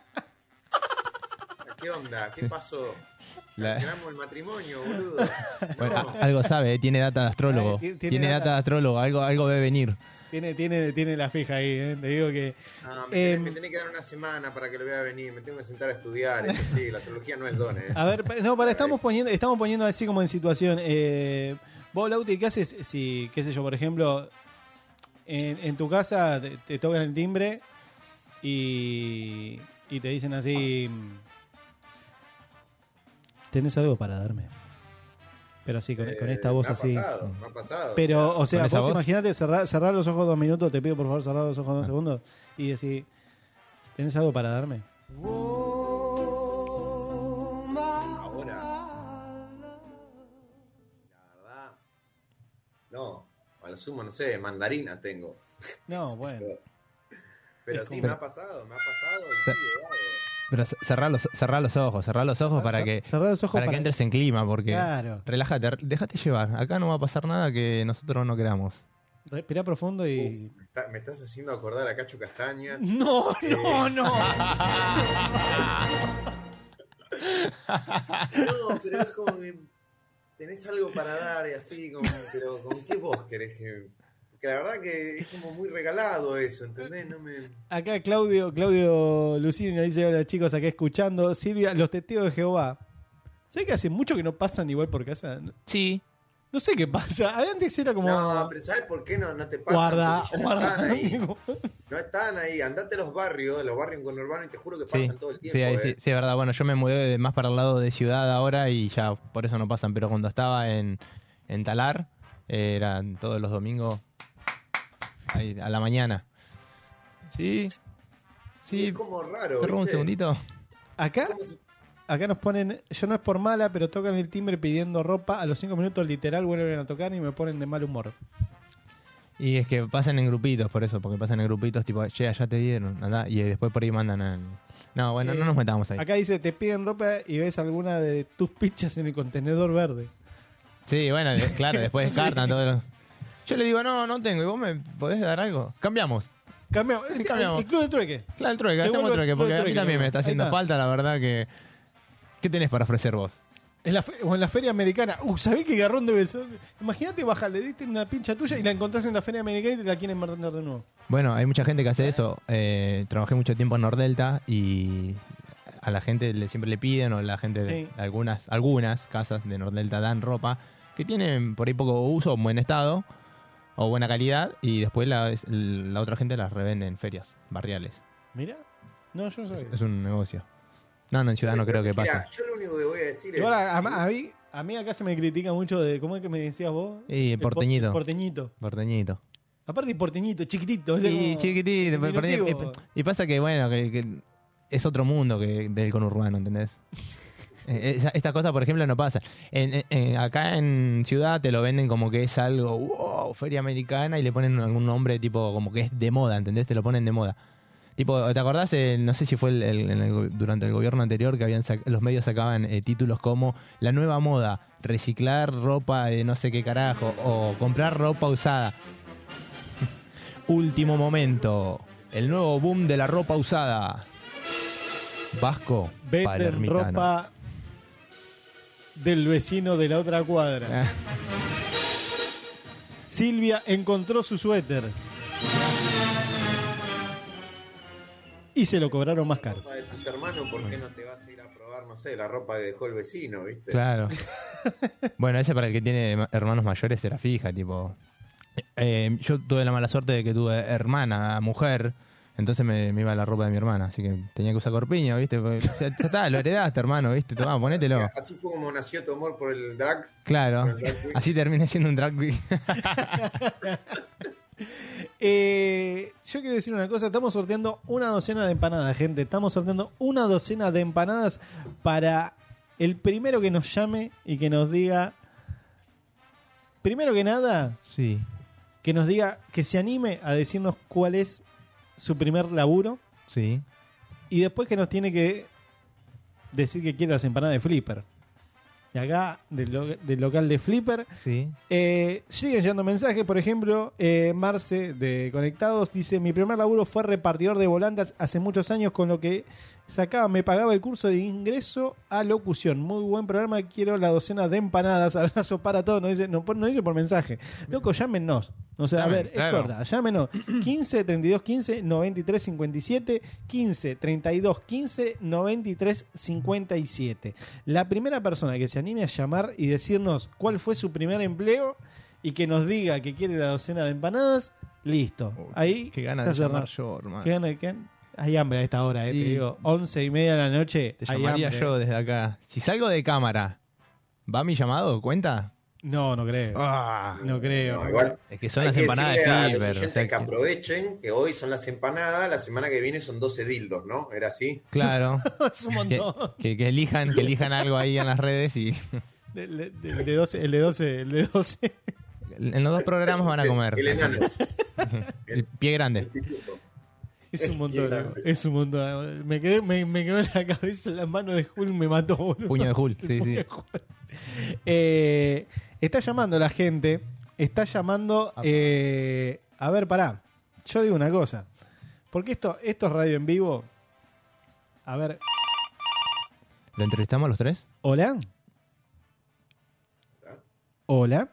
¿Qué onda? ¿Qué pasó? La- Cancelamos el matrimonio, boludo. Bueno, No. a- algo sabe, eh, tiene data de astrólogo. Ay, tiene- tiene, tiene data. data. de astrólogo, algo, algo debe venir. Tiene, tiene, tiene la fija ahí, eh. Te digo que... No, me, Em, tenés, me tenés que dar una semana para que lo vea venir. Me tengo que sentar a estudiar. Eso sí, la astrología no es don, ¿eh? A ver, pa- no, para, estamos poniendo, estamos poniendo así como en situación. Eh, vos, Lauti, ¿qué haces si, qué sé yo, por ejemplo, en, en tu casa te, te tocan el timbre y, y te dicen así, ¿tenés algo para darme? Pero así, con, con esta Eh, voz me ha así. pasado, me ha pasado. Pero, o sea, ¿Con esa vos voz? imagínate cerrar, cerrar los ojos dos minutos, te pido por favor cerrar los ojos dos segundos y decir, ¿tenés algo para darme? Ahora, la verdad, No, a lo sumo, no sé, mandarina tengo. No, bueno. Pero Es sí, como- me ha pasado, me ha pasado y Se- sí, lo hago. Pero c- cerrá los, cerrá los ojos, cerrá los ojos para Cer- que, cerrá los ojos para que para- entres en clima, porque Claro. relájate, r- déjate llevar. Acá no va a pasar nada que nosotros no queramos. Respirá profundo y... Uf, me, está- me estás haciendo acordar a Cacho Castaña. No, no, no. No, pero es como que tenés algo para dar y así, como, pero ¿con qué vos querés que...? Que la verdad que es como muy regalado eso, ¿entendés? No me... Acá Claudio, Claudio Lucini nos dice, hola chicos, acá escuchando. Silvia, los testigos de Jehová. ¿Sabes que hace mucho que no pasan igual por casa? Sí. No sé qué pasa. Antes era como... No, pero ¿sabes por qué no, no te pasa? guarda, Porque ya guarda. No están ahí. No están ahí. Andate a los barrios, los barrios conurbanos, y te juro que Sí, pasan todo el tiempo. sí, ahí eh. sí, sí, es verdad. Bueno, yo me mudé de- más para el lado de ciudad ahora y ya por eso no pasan. Pero cuando estaba en, en Talar, eh, eran todos los domingos ahí, a la mañana. Sí, sí. Es como raro. ¿Te robo un ¿viste? segundito? Acá, acá nos ponen, yo no es por mala, pero tocan el timbre pidiendo ropa. A los cinco minutos literal vuelven a tocar y me ponen de mal humor. Y es que pasan en grupitos, por eso, porque pasan en grupitos tipo, che, ya te dieron, andá, y después por ahí mandan al... No, bueno, Eh, no nos metamos ahí. Acá dice, te piden ropa y ves alguna de tus pichas en el contenedor verde. Sí, bueno, de- claro, después Sí. descartan todo lo... Yo le digo, no, no tengo, ¿y vos me podés dar algo? Cambiamos. Cambiamos. Sí, cambiamos. El, el club de trueque. Claro, el trueque, Devuelvo hacemos el trueque, club porque de a mí trueque, también me ahí está haciendo está. falta, la verdad que... ¿Qué tenés para ofrecer vos? En la fe- o en la feria americana. Uh, ¿sabés qué garrón debe ser? Imagínate bajar, le diste una pincha tuya y la encontrás en la feria americana y te la quieren mandar de nuevo. Bueno, hay mucha gente que hace eso. Eh, trabajé mucho tiempo en Nordelta y a la gente le, siempre le piden, o la gente de Sí. algunas, algunas casas de Nordelta dan ropa que tienen por ahí poco uso, buen estado o buena calidad, y después la, la otra gente las revende en ferias barriales. Mira. No, yo no sabía. Es un negocio. No, no, en ciudad no creo que Mira, pase. yo lo único que voy a decir es... Igual a, sí, a- a mí, a mí acá se me critica mucho de, ¿cómo es que me decías vos? Y El po- porteñito. el porteñito. Porteñito. Aparte porteñito, chiquitito. ese Sí, como chiquitito. diminutivo. porteñito. Y, y pasa que, bueno, que, que es otro mundo que del conurbano, ¿entendés? Eh, esa- Estas cosas, por ejemplo, no pasan. En, en- en- acá en ciudad te lo venden como que es algo, wow, feria americana, y le ponen algún nombre tipo como que es de moda, ¿entendés? Te lo ponen de moda. Tipo, ¿te acordás? Eh, no sé si fue el- el- en el- durante el gobierno anterior que habían sac- los medios sacaban eh, títulos como la nueva moda, reciclar ropa de no sé qué carajo, o comprar ropa usada. Último momento, el nuevo boom de la ropa usada. Vasco, Venden palermitano. ropa del vecino de la otra cuadra. Ah, Silvia encontró su suéter. Y se lo cobraron más caro. ropa de tus hermanos, ¿por qué no te vas a ir a probar, no sé, la ropa que dejó el vecino, viste? Claro. Bueno, ese para el que tiene ma- hermanos mayores era fija, tipo. Eh, yo tuve la mala suerte de que tuve hermana, mujer, entonces me, me iba la ropa de mi hermana, así que tenía que usar corpiño, ¿viste? Porque, ya, ya está, lo heredaste, hermano, ¿viste? Tomá, ponételo. Así fue como nació tu amor por el drag. Claro, por el drag queen. así terminé siendo un drag queen. Eh, yo quiero decir una cosa, estamos sorteando una docena de empanadas, gente. Estamos sorteando una docena de empanadas para el primero que nos llame y que nos diga, primero que nada, Sí. que nos diga, que se anime a decirnos cuál es su primer laburo Sí. y después que nos tiene que decir que quiere las empanadas de Flipper. Y acá, del, lo- del local de Flipper, Sí. eh, siguen llegando mensajes. Por ejemplo, eh, Marce de Conectados dice: mi primer laburo fue repartidor de volandas hace muchos años, con lo que sacaba, me pagaba el curso de ingreso a locución. Muy buen programa, quiero la docena de empanadas. Abrazo para todos. Nos dice, no, no dice por mensaje. Loco, llámenos. O sea, Llamen, a ver, claro. es corta. Llámenos. quince, treinta y dos, quince, noventa y tres, cincuenta y siete. quince, treinta y dos, quince, noventa y tres, cincuenta y siete. La primera persona que se anime a llamar y decirnos cuál fue su primer empleo y que nos diga que quiere la docena de empanadas, listo. Uy, Ahí qué ganas se de cerró. llamar yo, hermano. Qué ganas, qué ganas. Hay hambre a esta hora, eh, te Y- digo. Once y media de la noche. Te hay llamaría hambre. yo desde acá. Si salgo de cámara, ¿va mi llamado? ¿Cuenta? No, no creo. Ah, No creo. No, igual. es que son Hay las que empanadas de decirle a los Flipper. o oyentes sea que que- aprovechen que hoy son las empanadas, la semana que viene son doce dildos, ¿no? ¿Era así? Claro. Es un que, montón. que- que elijan, que elijan algo ahí en las redes y El, el- el de doce, el de doce, el de doce. En los dos programas van a comer. El enano. El pie grande. Es un montón, ¿eh? Es un montón. Me quedé, me, me quedó en la cabeza la mano de Hulk, me mató, boludo. Puño de Hulk, sí, sí. Eh, está llamando la gente. Está llamando. Eh, a ver, pará. Yo digo una cosa. Porque esto, esto es radio en vivo. A ver. ¿Lo entrevistamos a los tres? ¿Hola? ¿Hola?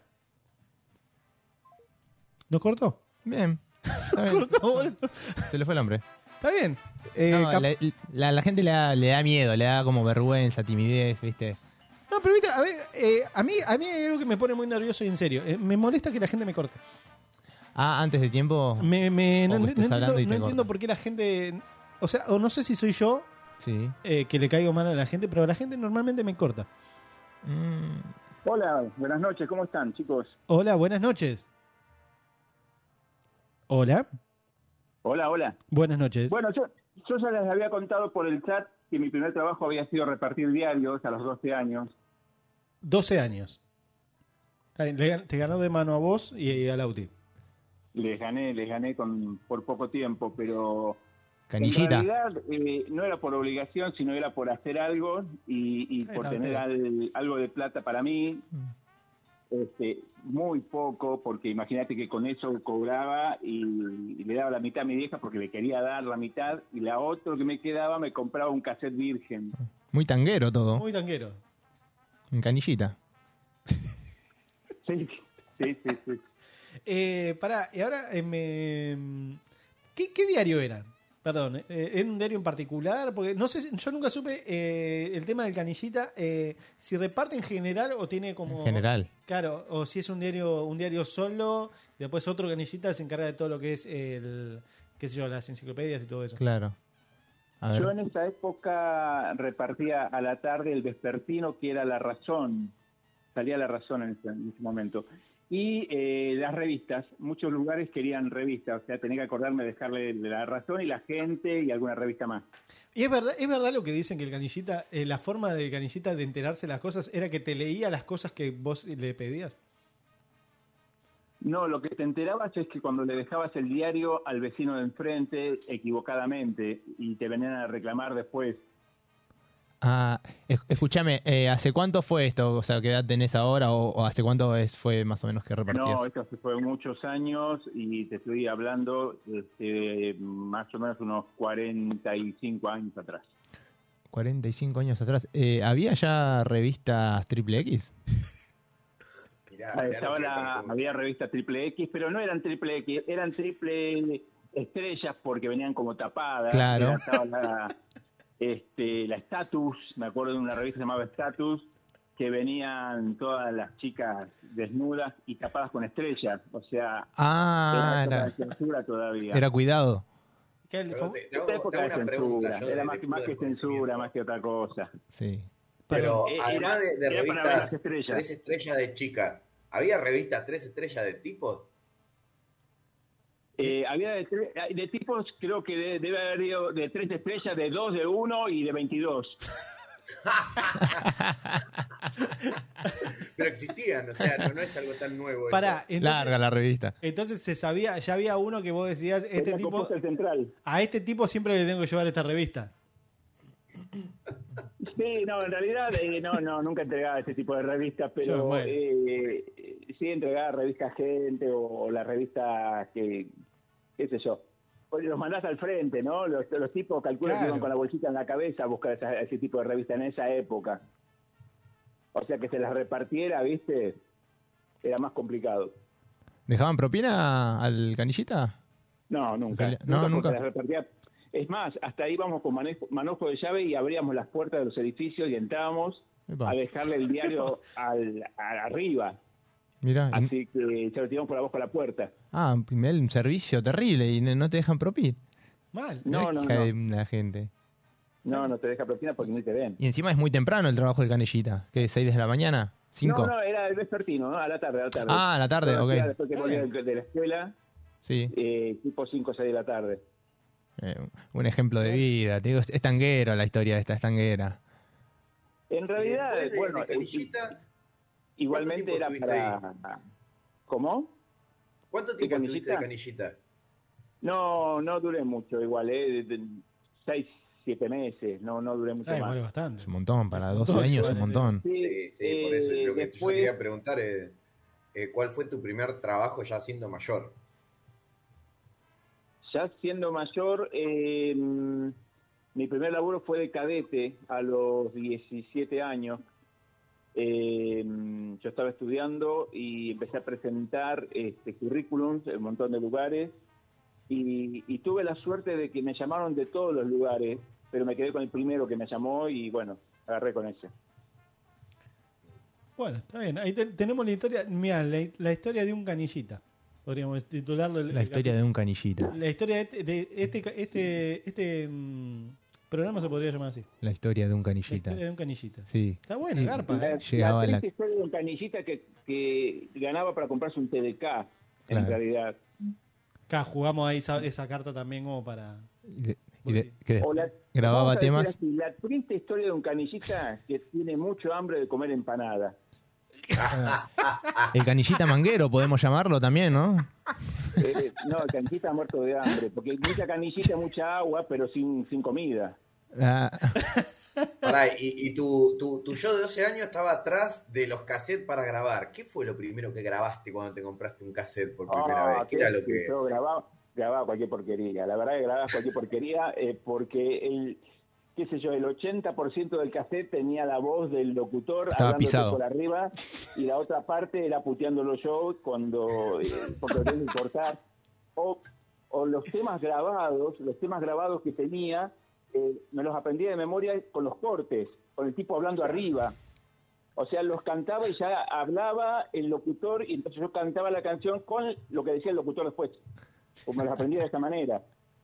¿Nos cortó? Bien. Está bien. Cortó, boludo. Se le fue el hambre. Está bien. Eh, No, cap- la, la- la gente le da, le da miedo, le da como vergüenza, timidez, ¿viste? No, pero viste, a ver, eh, a, mí, a mí hay algo que me pone muy nervioso y en serio. Eh, me molesta que la gente me corte. Ah, antes de tiempo. Me, me- O no que no estés entiendo, hablando y no te entiendo cortan. por qué la gente... O sea, o no sé si soy yo Sí. eh, que le caigo mal a la gente, pero la gente normalmente me corta. Mm, Hola, buenas noches, ¿cómo están, chicos? Hola, buenas noches. Hola, Hola, hola. buenas noches. Bueno, yo, yo ya les había contado por el chat que mi primer trabajo había sido repartir diarios a los doce años. doce años. Está bien, le gan- Te ganó de mano a vos y a Lauti. Les gané, les gané con por poco tiempo, pero Canillita. en realidad eh, no era por obligación, sino era por hacer algo y, y Ahí por está, tener está al- algo de plata para mí. Este, muy poco, porque imagínate que con eso cobraba y, y le daba la mitad a mi vieja porque le quería dar la mitad y la otra que me quedaba me compraba un cassette virgen. Muy tanguero todo. Muy tanguero. En canillita. Sí, sí, sí, sí. Eh, pará, y ahora eh, me... ¿Qué, qué diario era? Perdón, eh, ¿era un diario en particular? Porque no sé, si- yo nunca supe eh, el tema del canillita, eh, si reparte en general o tiene como... En general. Claro, o si es un diario un diario solo, y después otro canillita se encarga de todo lo que es el, qué sé yo, las enciclopedias y todo eso. Claro. A ver. Yo en esa época repartía a la tarde el vespertino, que era La Razón. Salía La Razón en ese, en ese momento. Y eh, las revistas, muchos lugares querían revistas, o sea, tenía que acordarme de dejarle La Razón y La Gente y alguna revista más. Y es verdad, es verdad lo que dicen que el canillita, eh, la forma del canillita de enterarse de las cosas era que te leía las cosas que vos le pedías. No, lo que te enterabas es que cuando le dejabas el diario al vecino de enfrente equivocadamente y te venían a reclamar después. Ah, es- escúchame, eh, ¿hace cuánto fue esto? O sea, ¿qué edad tenés ahora? ¿O, o hace cuánto es, fue más o menos que repartías? No, esto se fue muchos años y te estoy hablando este, más o menos unos cuarenta y cinco años atrás. cuarenta y cinco años atrás. Eh, ¿Había ya revistas Triple X? Mirá, Ah, mirá estaba lo que la- conozco. había revistas triple X, pero no eran triple X, eran triple estrellas porque venían como tapadas. Claro. Era- estaba la, este, la Status, me acuerdo de una revista que se llamaba Status, que venían todas las chicas desnudas y tapadas con estrellas. O sea, Ah, era, era, época de censura todavía. era cuidado. Que el Pero fam- te- te hago- Esta te época hago de una pregunta, censura, yo de- era de más, puro más que censura, desconocimiento. más que otra cosa. Sí. Pero Eh, además era- de, de era para ver revistas las estrellas. tres estrellas de chicas, ¿había revistas tres estrellas de tipos? Eh, había de, tre- de tipos, creo que de- debe haber ido de tres estrellas, de dos, de uno y de veintidós. Pero existían, o sea, no, no es algo tan nuevo. eso. Pará, entonces, Larga la revista. entonces se sabía, ya había uno que vos decías, este Tenía tipo, compuesta el central. a este tipo siempre le tengo que llevar esta revista. Sí, no, en realidad eh, no, no, nunca entregaba ese tipo de revistas, Yo, pero bueno. eh, eh, sí entregaba revistas Gente o, o las revistas que, qué sé yo. Pues los mandás al frente, ¿no? Los, los tipos calculan Claro. que iban con la bolsita en la cabeza a buscar esa- ese tipo de revista en esa época. O sea, que se las repartiera, ¿viste? Era más complicado. ¿Dejaban propina al canillita? No, nunca. salía- no, porque nunca. las repartía. Es más, hasta íbamos con manejo, manojo de llave y abríamos las puertas de los edificios y entrábamos Epa. a dejarle el diario al, a- arriba. Mirá. y- Así que se lo tiramos por abajo de la puerta. Ah, primer un servicio terrible y no no te dejan propina. Mal. No, Mirá no, hija no. de la gente. No, no te deja propina porque ni te ven. Y encima es muy temprano el trabajo del canillita. ¿Qué? ¿seis de la mañana? ¿cinco? No, no, era el vespertino, ¿no? A la tarde, a la tarde. Ah, a la tarde, Todos los ok. días Después que Está volvía bien. de la escuela, Sí. eh, tipo cinco o seis de la tarde. Eh, un ejemplo de vida. Te digo, es es tanguero la historia esta, es tanguera. En Y realidad, después de- bueno, de Canillita, igualmente ¿cuánto era tiempo para... ¿Cómo? ¿Cuánto ¿De tiempo estuviste de canillita? canillita? No, no duré mucho, igual, ¿eh? De- de- seis, siete meses, no, no duré mucho Ay, más. vale bastante. Es un montón, para Es un doce montón, años es igual, un montón. Sí, sí, por eso eh, lo que yo después- quería preguntar es, eh, ¿cuál fue tu primer trabajo ya siendo mayor? Ya siendo mayor, eh, mi primer laburo fue de cadete a los diecisiete años. Eh, yo estaba estudiando y empecé a presentar este, currículums en un montón de lugares y, y tuve la suerte de que me llamaron de todos los lugares, pero me quedé con el primero que me llamó y bueno, agarré con ese. Bueno, está bien. Ahí te- tenemos la historia. Mira, la, la historia de un canillita. Podríamos titularlo. el- La el historia de un canillita. La historia de este, de este, este, este mm, programa se podría llamar así. La historia de un La canillita. historia de un canillita. Sí. Está bueno, Y- garpa. La, ¿eh? Llegaba la la- triste historia de un canillita que, que ganaba para comprarse un T D K, en Claro. realidad. Acá jugamos ahí esa, esa carta también como para... Y de- y de- que O la- grababa vamos a decir temas. así, la triste historia de un canillita que tiene mucho hambre de comer empanada. El canillita manguero, podemos llamarlo también, ¿no? Eh, no, el canillita muerto de hambre, porque mucha canillita, mucha agua, pero sin, sin comida. Ah, Pará, y, y tu, tu, tu yo de doce años estaba atrás de los cassettes para grabar. ¿Qué fue lo primero que grabaste cuando te compraste un cassette por primera Ah, vez? ¿Qué era lo que...? Yo grababa, grababa cualquier porquería. La verdad que grababa cualquier porquería eh, porque el, qué sé yo, el ochenta por ciento del cassette tenía la voz del locutor Estaba hablándote pisado. por arriba y la otra parte era puteándolo yo cuando, eh, porque tenía que cortar. O, o los temas grabados, los temas grabados que tenía, eh, me los aprendía de memoria con los cortes, con el tipo hablando arriba. O sea, los cantaba y ya hablaba el locutor y entonces yo cantaba la canción con lo que decía el locutor después. Pues me los aprendía de esta manera.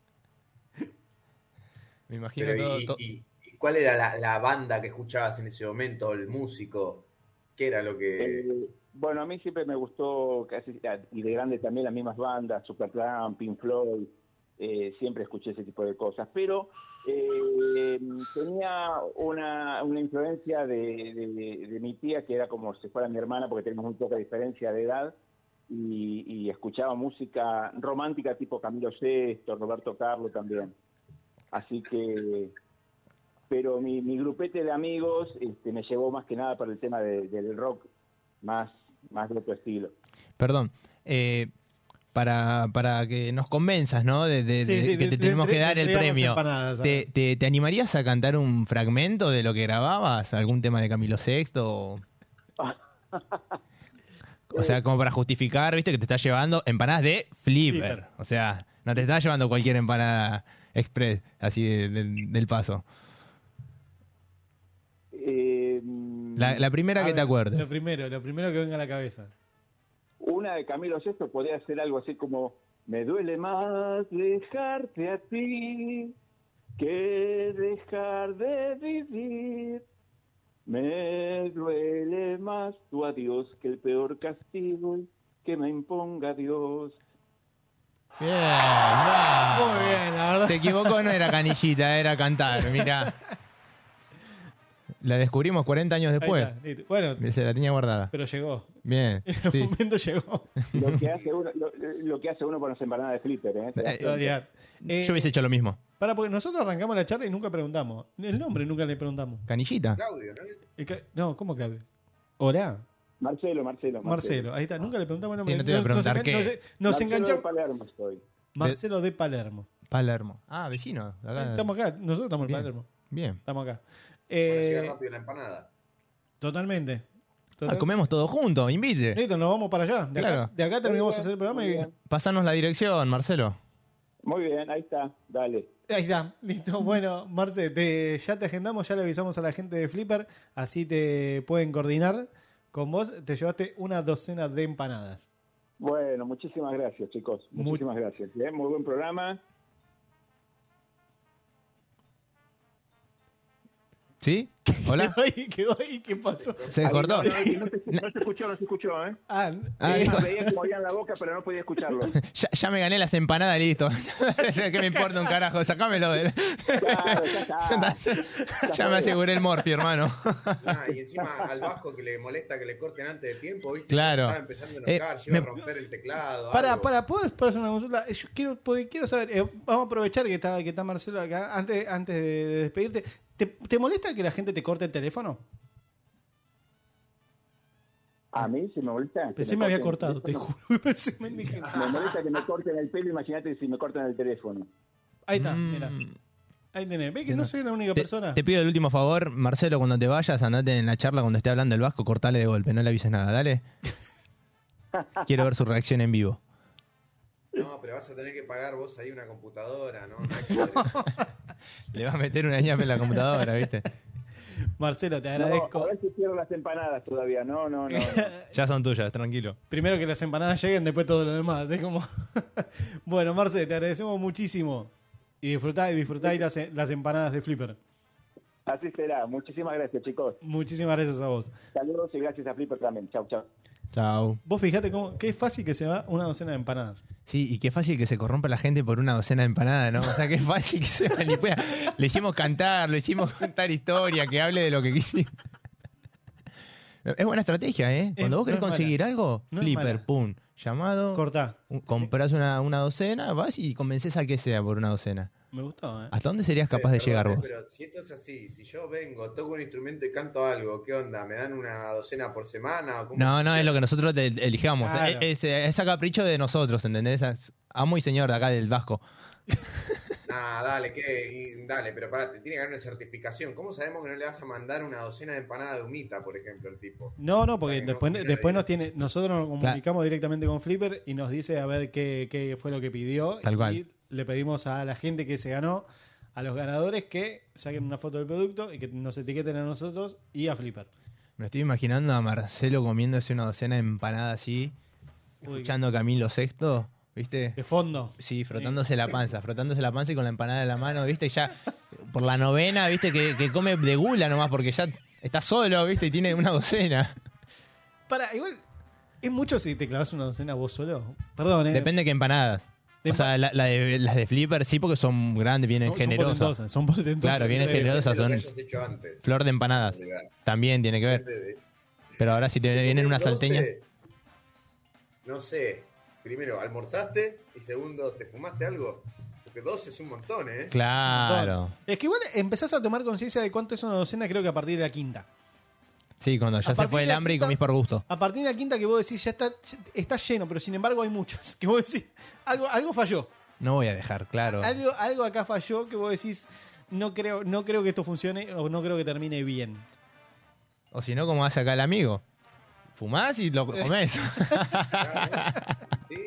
me imagino Pero, todo. y, to- y- y cuál era la, la banda que escuchabas en ese momento, el músico? ¿Qué era lo que...? Eh, bueno, a mí siempre me gustó, casi y de grande también, las mismas bandas, Supertramp, Pink Floyd, eh, siempre escuché ese tipo de cosas. Pero eh, tenía una, una influencia de, de- de mi tía, que era como si fuera mi hermana, porque tenemos un poco de diferencia de edad, y, y escuchaba música romántica tipo Camilo Sesto, Roberto Carlos también. Así que, pero mi, mi grupete de amigos este, me llevó más que nada para el tema de- del rock, más, más de otro estilo. Perdón. eh, para, para que nos convenzas, ¿no? De, de- Sí, de- sí, que de- te tenemos de- que dar de el entregar las premio. empanadas, ¿Te, te, te animarías a cantar un fragmento de lo que grababas? ¿Algún tema de Camilo Sexto? O, o sea, como para justificar, ¿viste? Que te estás llevando empanadas de Flipper. Flipper. O sea, no te estás llevando cualquier empanada express, así de- de- del paso. Eh, La, la primera A que ver, te acuerdes. Lo primero, lo primero que venga a la cabeza. Una de Camilo Sesto podría ser algo así como: me duele más dejarte a ti que dejar de vivir. Me duele más tu adiós que el peor castigo que me imponga Dios. Bien, bravo. Muy bien, la verdad. Se equivocó, no era canillita, era cantar, mira. La descubrimos cuarenta años Ahí después. está, listo. Bueno, Se la tenía guardada. pero llegó. Bien. En algún Sí. momento llegó. Lo que hace uno, lo, lo que hace uno con las empanadas de Flipper, ¿eh? ¿Te das Eh, cuenta? Realidad. Eh, Yo hubiese hecho lo mismo. Para, porque nosotros arrancamos la charla y nunca preguntamos. El nombre nunca le preguntamos. Canillita. Claudio, ¿no? El ca- No, ¿cómo que? Hola, Marcelo, Marcelo, Marcelo. Ahí está, nunca le preguntamos el nombre. Sí, no te iba a preguntar nos, qué. nos- Nos Marcelo de enganchamos. Palermo estoy. Marcelo de Palermo. Palermo. Ah, vecino. de acá. Estamos acá, nosotros estamos en Bien. Palermo. Bien. Estamos acá. Para llegar Eh, rápido la empanada. totalmente. Ah, Total- comemos todos juntos, invite. Listo, nos vamos para allá. De acá, Claro. de acá terminamos Muy de hacer el programa bien, y. muy bien. Pasanos la dirección, Marcelo. Muy bien, ahí está, dale. Ahí está, listo. Bueno, Marce, te- ya te agendamos, ya le avisamos a la gente de Flipper, así te pueden coordinar. Con vos te llevaste una docena de empanadas. Bueno, muchísimas gracias, chicos. Muy- Muchísimas gracias. ¿eh? Muy buen programa. ¿Sí? ¿Hola? Quedó ahí, quedó ahí, ¿qué pasó? ¿Se cortó? No, no, no, se, no se escuchó, no se escuchó, ¿eh? Ah, Ah, eh, dijo- Veía que movían la boca, pero no podía escucharlo. Ya, ya me gané las empanadas, listo. ¿Qué me importa un carajo? Sacámelo. De... Claro, ya está. Ya me aseguré el morfi, hermano. Ah, y encima al Vasco que le molesta que le corten antes de tiempo, ¿viste? Claro. Estaba empezando a enojar, Eh, se iba me- a romper el teclado. Para, algo. para, ¿puedo puedo hacer una consulta? Eh, Yo quiero, porque quiero saber, eh, vamos a aprovechar que está, que está Marcelo acá, antes, antes de, de despedirte. ¿Te, ¿Te molesta que la gente te corte el teléfono? A mí se me molesta. que Pensé me había corten el cortado, te teléfono. juro. Pensé, me dije, Me molesta que me corten el pelo, imagínate si me cortan el teléfono. ahí está, Mm. mira. Ahí tenés. ¿Ves que no soy la única Te, persona? te pido el último favor, Marcelo, cuando te vayas, andate en la charla cuando esté hablando el Vasco, cortale de golpe, no le avises nada, dale. Quiero ver su reacción en vivo. No, pero vas a tener que pagar vos ahí una computadora, ¿no? No hay que hacer eso. Le vas a meter una ñapa en la computadora, ¿viste? Marcelo, te No, agradezco. a ver si quiero las empanadas todavía. No, no, no. no. Ya son tuyas, tranquilo. Primero que las empanadas lleguen, después todo lo demás. Es como. Bueno, Marce, te agradecemos muchísimo. Y disfrutá, y disfrutá y las, las empanadas de Flipper. Así será. Muchísimas gracias, chicos. Muchísimas gracias a vos. Saludos y gracias a Flipper también. Chau, chau. Chao. Vos fijate cómo, qué fácil que se va una docena de empanadas. Sí, y qué fácil que se corrompa la gente por una docena de empanadas, ¿no? O sea, qué fácil que se manipula. Le hicimos cantar, le hicimos contar historia, que hable de lo que quiere. Es buena estrategia, ¿eh? Cuando Es- vos querés no es conseguir mala. algo, No es Flipper, mala. pum, llamado, Cortá. un- comprás una, una docena, vas y convences al que sea por una docena. Me gustó, ¿eh? ¿Hasta dónde serías capaz de Perdón, llegar eh, vos? Pero si esto es así, si yo vengo, toco un instrumento y canto algo, ¿qué onda? ¿Me dan una docena por semana? ¿O cómo No, no, funciona? es lo que nosotros te elijamos. Claro. Es, es, es a capricho de nosotros, ¿entendés? Es amo y señor de acá del Vasco. Nah, dale, ¿qué? Y dale, pero parate, tiene que haber una certificación. ¿Cómo sabemos que no le vas a mandar una docena de empanadas de humita, por ejemplo, al tipo? No, no, porque O sea, que no después, quiero después ir. nos tiene, nosotros nos comunicamos directamente con Flipper y nos dice a ver qué, qué fue lo que pidió. Tal y cual. le pedimos a la gente que se ganó, a los ganadores, que saquen una foto del producto y que nos etiqueten a nosotros y a Flipper. Me estoy imaginando a Marcelo comiéndose una docena de empanadas así, Uy. escuchando Camilo Sexto, ¿viste? De fondo. Sí, frotándose la panza, frotándose la panza y con la empanada en la mano, ¿viste? Ya por la novena, ¿viste? Que, que come de gula nomás porque ya está solo, ¿viste? Y tiene una docena. Para, igual, ¿es mucho si te clavas una docena vos solo? Perdón, ¿eh? Depende de qué empanadas. De O sea, la, la de, las de Flipper sí porque son grandes, vienen Son- son generosas. potentosas, son potentosas. Claro, vienen Sí, generosas, Depende de son lo que hayas hecho antes. flor de empanadas. También tiene que ver. Depende de- Pero ahora si te vienen unas doce, salteñas... No sé. Primero, ¿almorzaste? Y segundo, ¿te fumaste algo? Porque dos es un montón, ¿eh? Claro. Es que igual empezás a tomar conciencia de cuánto es una docena, creo que a partir de la quinta. Sí, cuando ya A se partir fue el de la hambre y quinta- comís por gusto. A partir de la quinta que vos decís, ya está, está lleno, pero sin embargo hay muchas. Que vos decís, algo, algo falló. No voy a dejar, claro. Algo, algo acá falló que vos decís, no creo, no creo que esto funcione o no creo que termine bien. O si no, como hace acá el amigo. Fumás y lo comés. ¿Sí?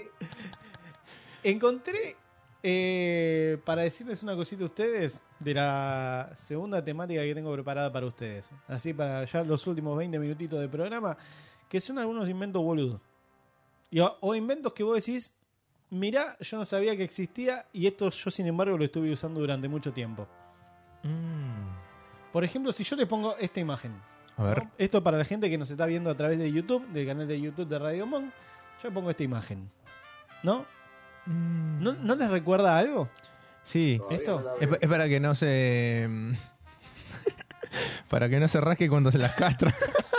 Encontré, eh, para decirles una cosita a ustedes, de la segunda temática que tengo preparada para ustedes. Así para ya los últimos veinte minutitos de programa, que son algunos inventos boludos. Y, o, o inventos que vos decís, mirá, yo no sabía que existía y esto yo sin embargo lo estuve usando durante mucho tiempo. Mm. Por ejemplo, si yo le pongo esta imagen. A ver. ¿no? Esto para la gente que nos está viendo a través de YouTube, del canal de YouTube de Radio Monk. Yo pongo esta imagen. ¿No? Mm. ¿No, ¿no les recuerda algo? Sí. Todavía ¿Esto? no la Es, veo. es para que no se... para que no se rasque cuando se las castra.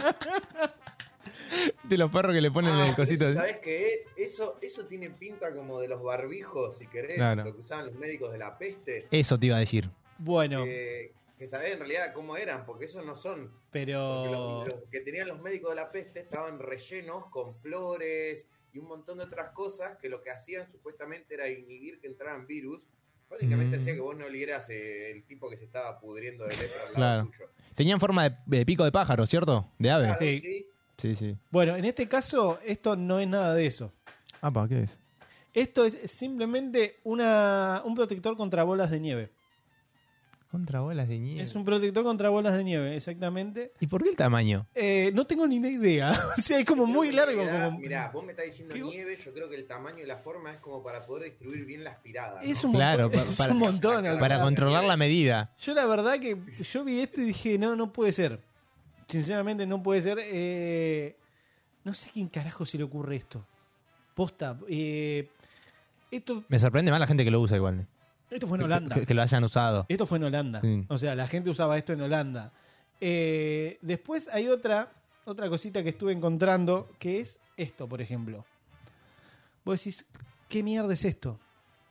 De los perros que le ponen Ah, el cosito. eso, así. ¿sabés qué es? Eso, eso tiene pinta como de los barbijos, si querés, Claro. lo que usaban los médicos de la peste. Eso te iba a decir. Bueno, Que, que sabés en realidad cómo eran, porque esos no son. Porque pero... los, los que tenían los médicos de la peste estaban rellenos con flores y un montón de otras cosas que lo que hacían supuestamente era inhibir que entraran virus. Básicamente Mm. hacía que vos no olieras eh, el tipo que se estaba pudriendo de lepra al lado Claro. tuyo. Tenían forma de, de pico de pájaro, ¿cierto? De ave. Claro, Sí. sí. Sí, sí. Bueno, en este caso, esto no es nada de eso. Ah, ¿para qué es? Esto es simplemente una, un protector contra bolas de nieve. Contra bolas de nieve. Es un protector contra bolas de nieve, exactamente. ¿Y por qué el tamaño? Eh, no tengo ni una idea. O sea, es como muy largo. Como... Mirá, vos me estás diciendo ¿Qué? nieve, yo creo que el tamaño y la forma es como para poder distribuir bien la aspirada. ¿no? Es un Claro, montón. pa- es para- un montón. Para Alfredo. controlar la medida. Yo la verdad que yo vi esto y dije, no, no puede ser. Sinceramente no puede ser. Eh, no sé a quién carajo se le ocurre esto. Posta. Eh, esto, Me sorprende más la gente que lo usa igual. esto fue en Que- Holanda. Que, que lo hayan usado. Esto fue en Holanda. Sí. O sea, la gente usaba esto en Holanda. Eh, después hay otra, otra cosita que estuve encontrando, que es esto, por ejemplo. Vos decís, ¿qué mierda es esto?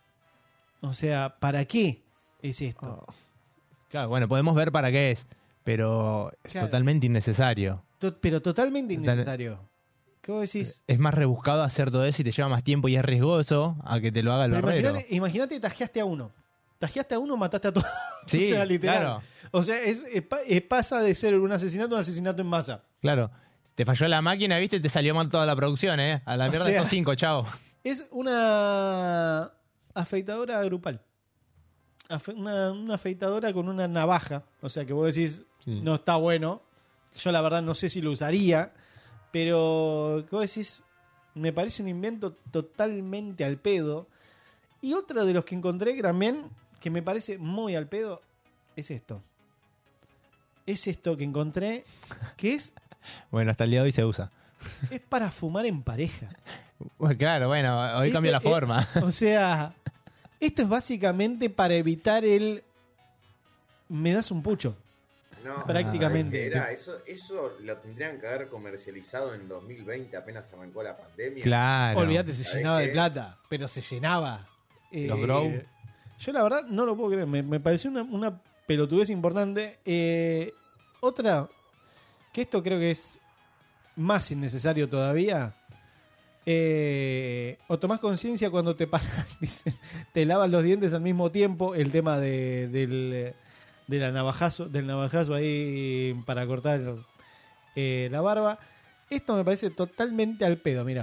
O sea, ¿para qué es esto? Oh. Claro, bueno, podemos ver para qué es, pero es Claro. totalmente innecesario. To- pero totalmente Total- innecesario. ¿Qué vos decís? Es más rebuscado hacer todo eso y te lleva más tiempo y es riesgoso a que te lo haga el Pero barbero. Imagínate, imagínate, tajeaste a uno. Tajeaste a uno, mataste a todos. Sí, o sea, literal. claro. O sea, es, es pa- es- pasa de ser un asesinato a un asesinato en masa. Claro. Te falló la máquina, viste, y te salió mal toda la producción, ¿eh? A la O mierda sea- estos cinco, chao. Es una afeitadora grupal. Afe- una, una afeitadora con una navaja. O sea que vos decís, Sí. no está bueno. Yo la verdad no sé si lo usaría. Pero que vos decís, me parece un invento totalmente al pedo. Y otro de los que encontré que también, que me parece muy al pedo, es esto. Es esto que encontré, que es, Bueno, hasta el día de hoy se usa. es para fumar en pareja. Bueno, claro, bueno, hoy Este, cambió la eh, forma. O sea, esto es básicamente para evitar el... Me das un pucho. No, Prácticamente. ¿sabes qué era? Eso, eso lo tendrían que haber comercializado en dos mil veinte, apenas arrancó la pandemia. Claro. Olvídate, se ¿Sabés llenaba de qué? plata, pero se llenaba. Los Eh, Grow. Yo la verdad no lo puedo creer, me, me pareció una, una pelotudez importante. Eh, otra, que esto creo que es más innecesario todavía. Eh, o tomás conciencia cuando te paras, dice, te lavas los dientes al mismo tiempo, el tema de, del, de la navajazo, del navajazo ahí para cortar eh, la barba. Esto me parece totalmente al pedo, mira.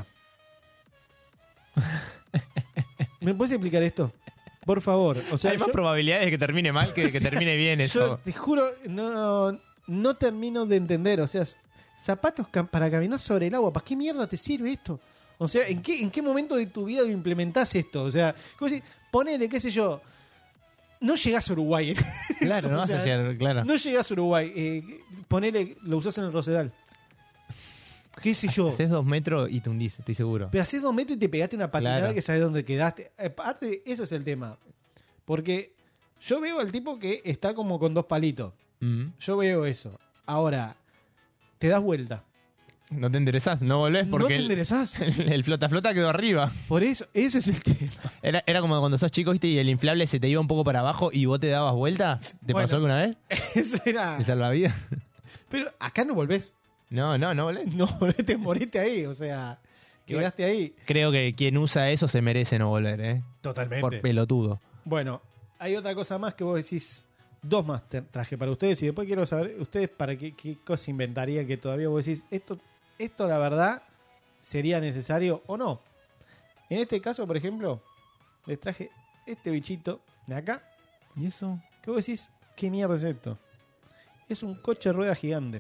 ¿Me puedes explicar esto? Por favor. O sea, Hay más yo- probabilidades de que termine mal que de que termine bien yo eso. te juro, no, no termino de entender. O sea, zapatos cam- para caminar sobre el agua. ¿Para qué mierda te sirve esto? O sea, ¿en qué, en qué momento de tu vida lo implementás esto? O sea, como si, ponele, qué sé yo, no llegás a Uruguay. en Claro, eso, no o vas sea, a llegar, claro. No llegás a Uruguay. Eh, ponele, lo usás en el Rosedal. ¿Qué sé yo? Haces dos metros y te hundís, estoy seguro. Pero haces dos metros y te pegaste una patinada Claro. que sabes dónde quedaste. Aparte, eso es el tema. Porque yo veo al tipo que está como con dos palitos. Mm. Yo veo eso. Ahora, te das vuelta. No te enderezás, no volvés No porque te el- enderezás. el, el flota flota quedó arriba. Por eso, eso es el tema. Era, era como cuando sos chico, viste, y el inflable se te iba un poco para abajo y vos te dabas vuelta. ¿Te Bueno. pasó alguna vez? Eso era. ¿Te salvavidas? Pero acá no volvés. No, no, no volvés. No volvés, te moriste ahí. O sea, quedaste ahí. Creo que quien usa eso se merece no volver, ¿eh? Totalmente. Por pelotudo. Bueno, hay otra cosa más que vos decís. Dos más te traje para ustedes y después quiero saber ustedes para qué, qué cosa inventarían que todavía vos decís, esto, esto la verdad sería necesario o no. En este caso, por ejemplo, les traje este bichito de acá. ¿Y eso? ¿Qué vos decís? ¿Qué mierda es esto? Es un coche de rueda gigante.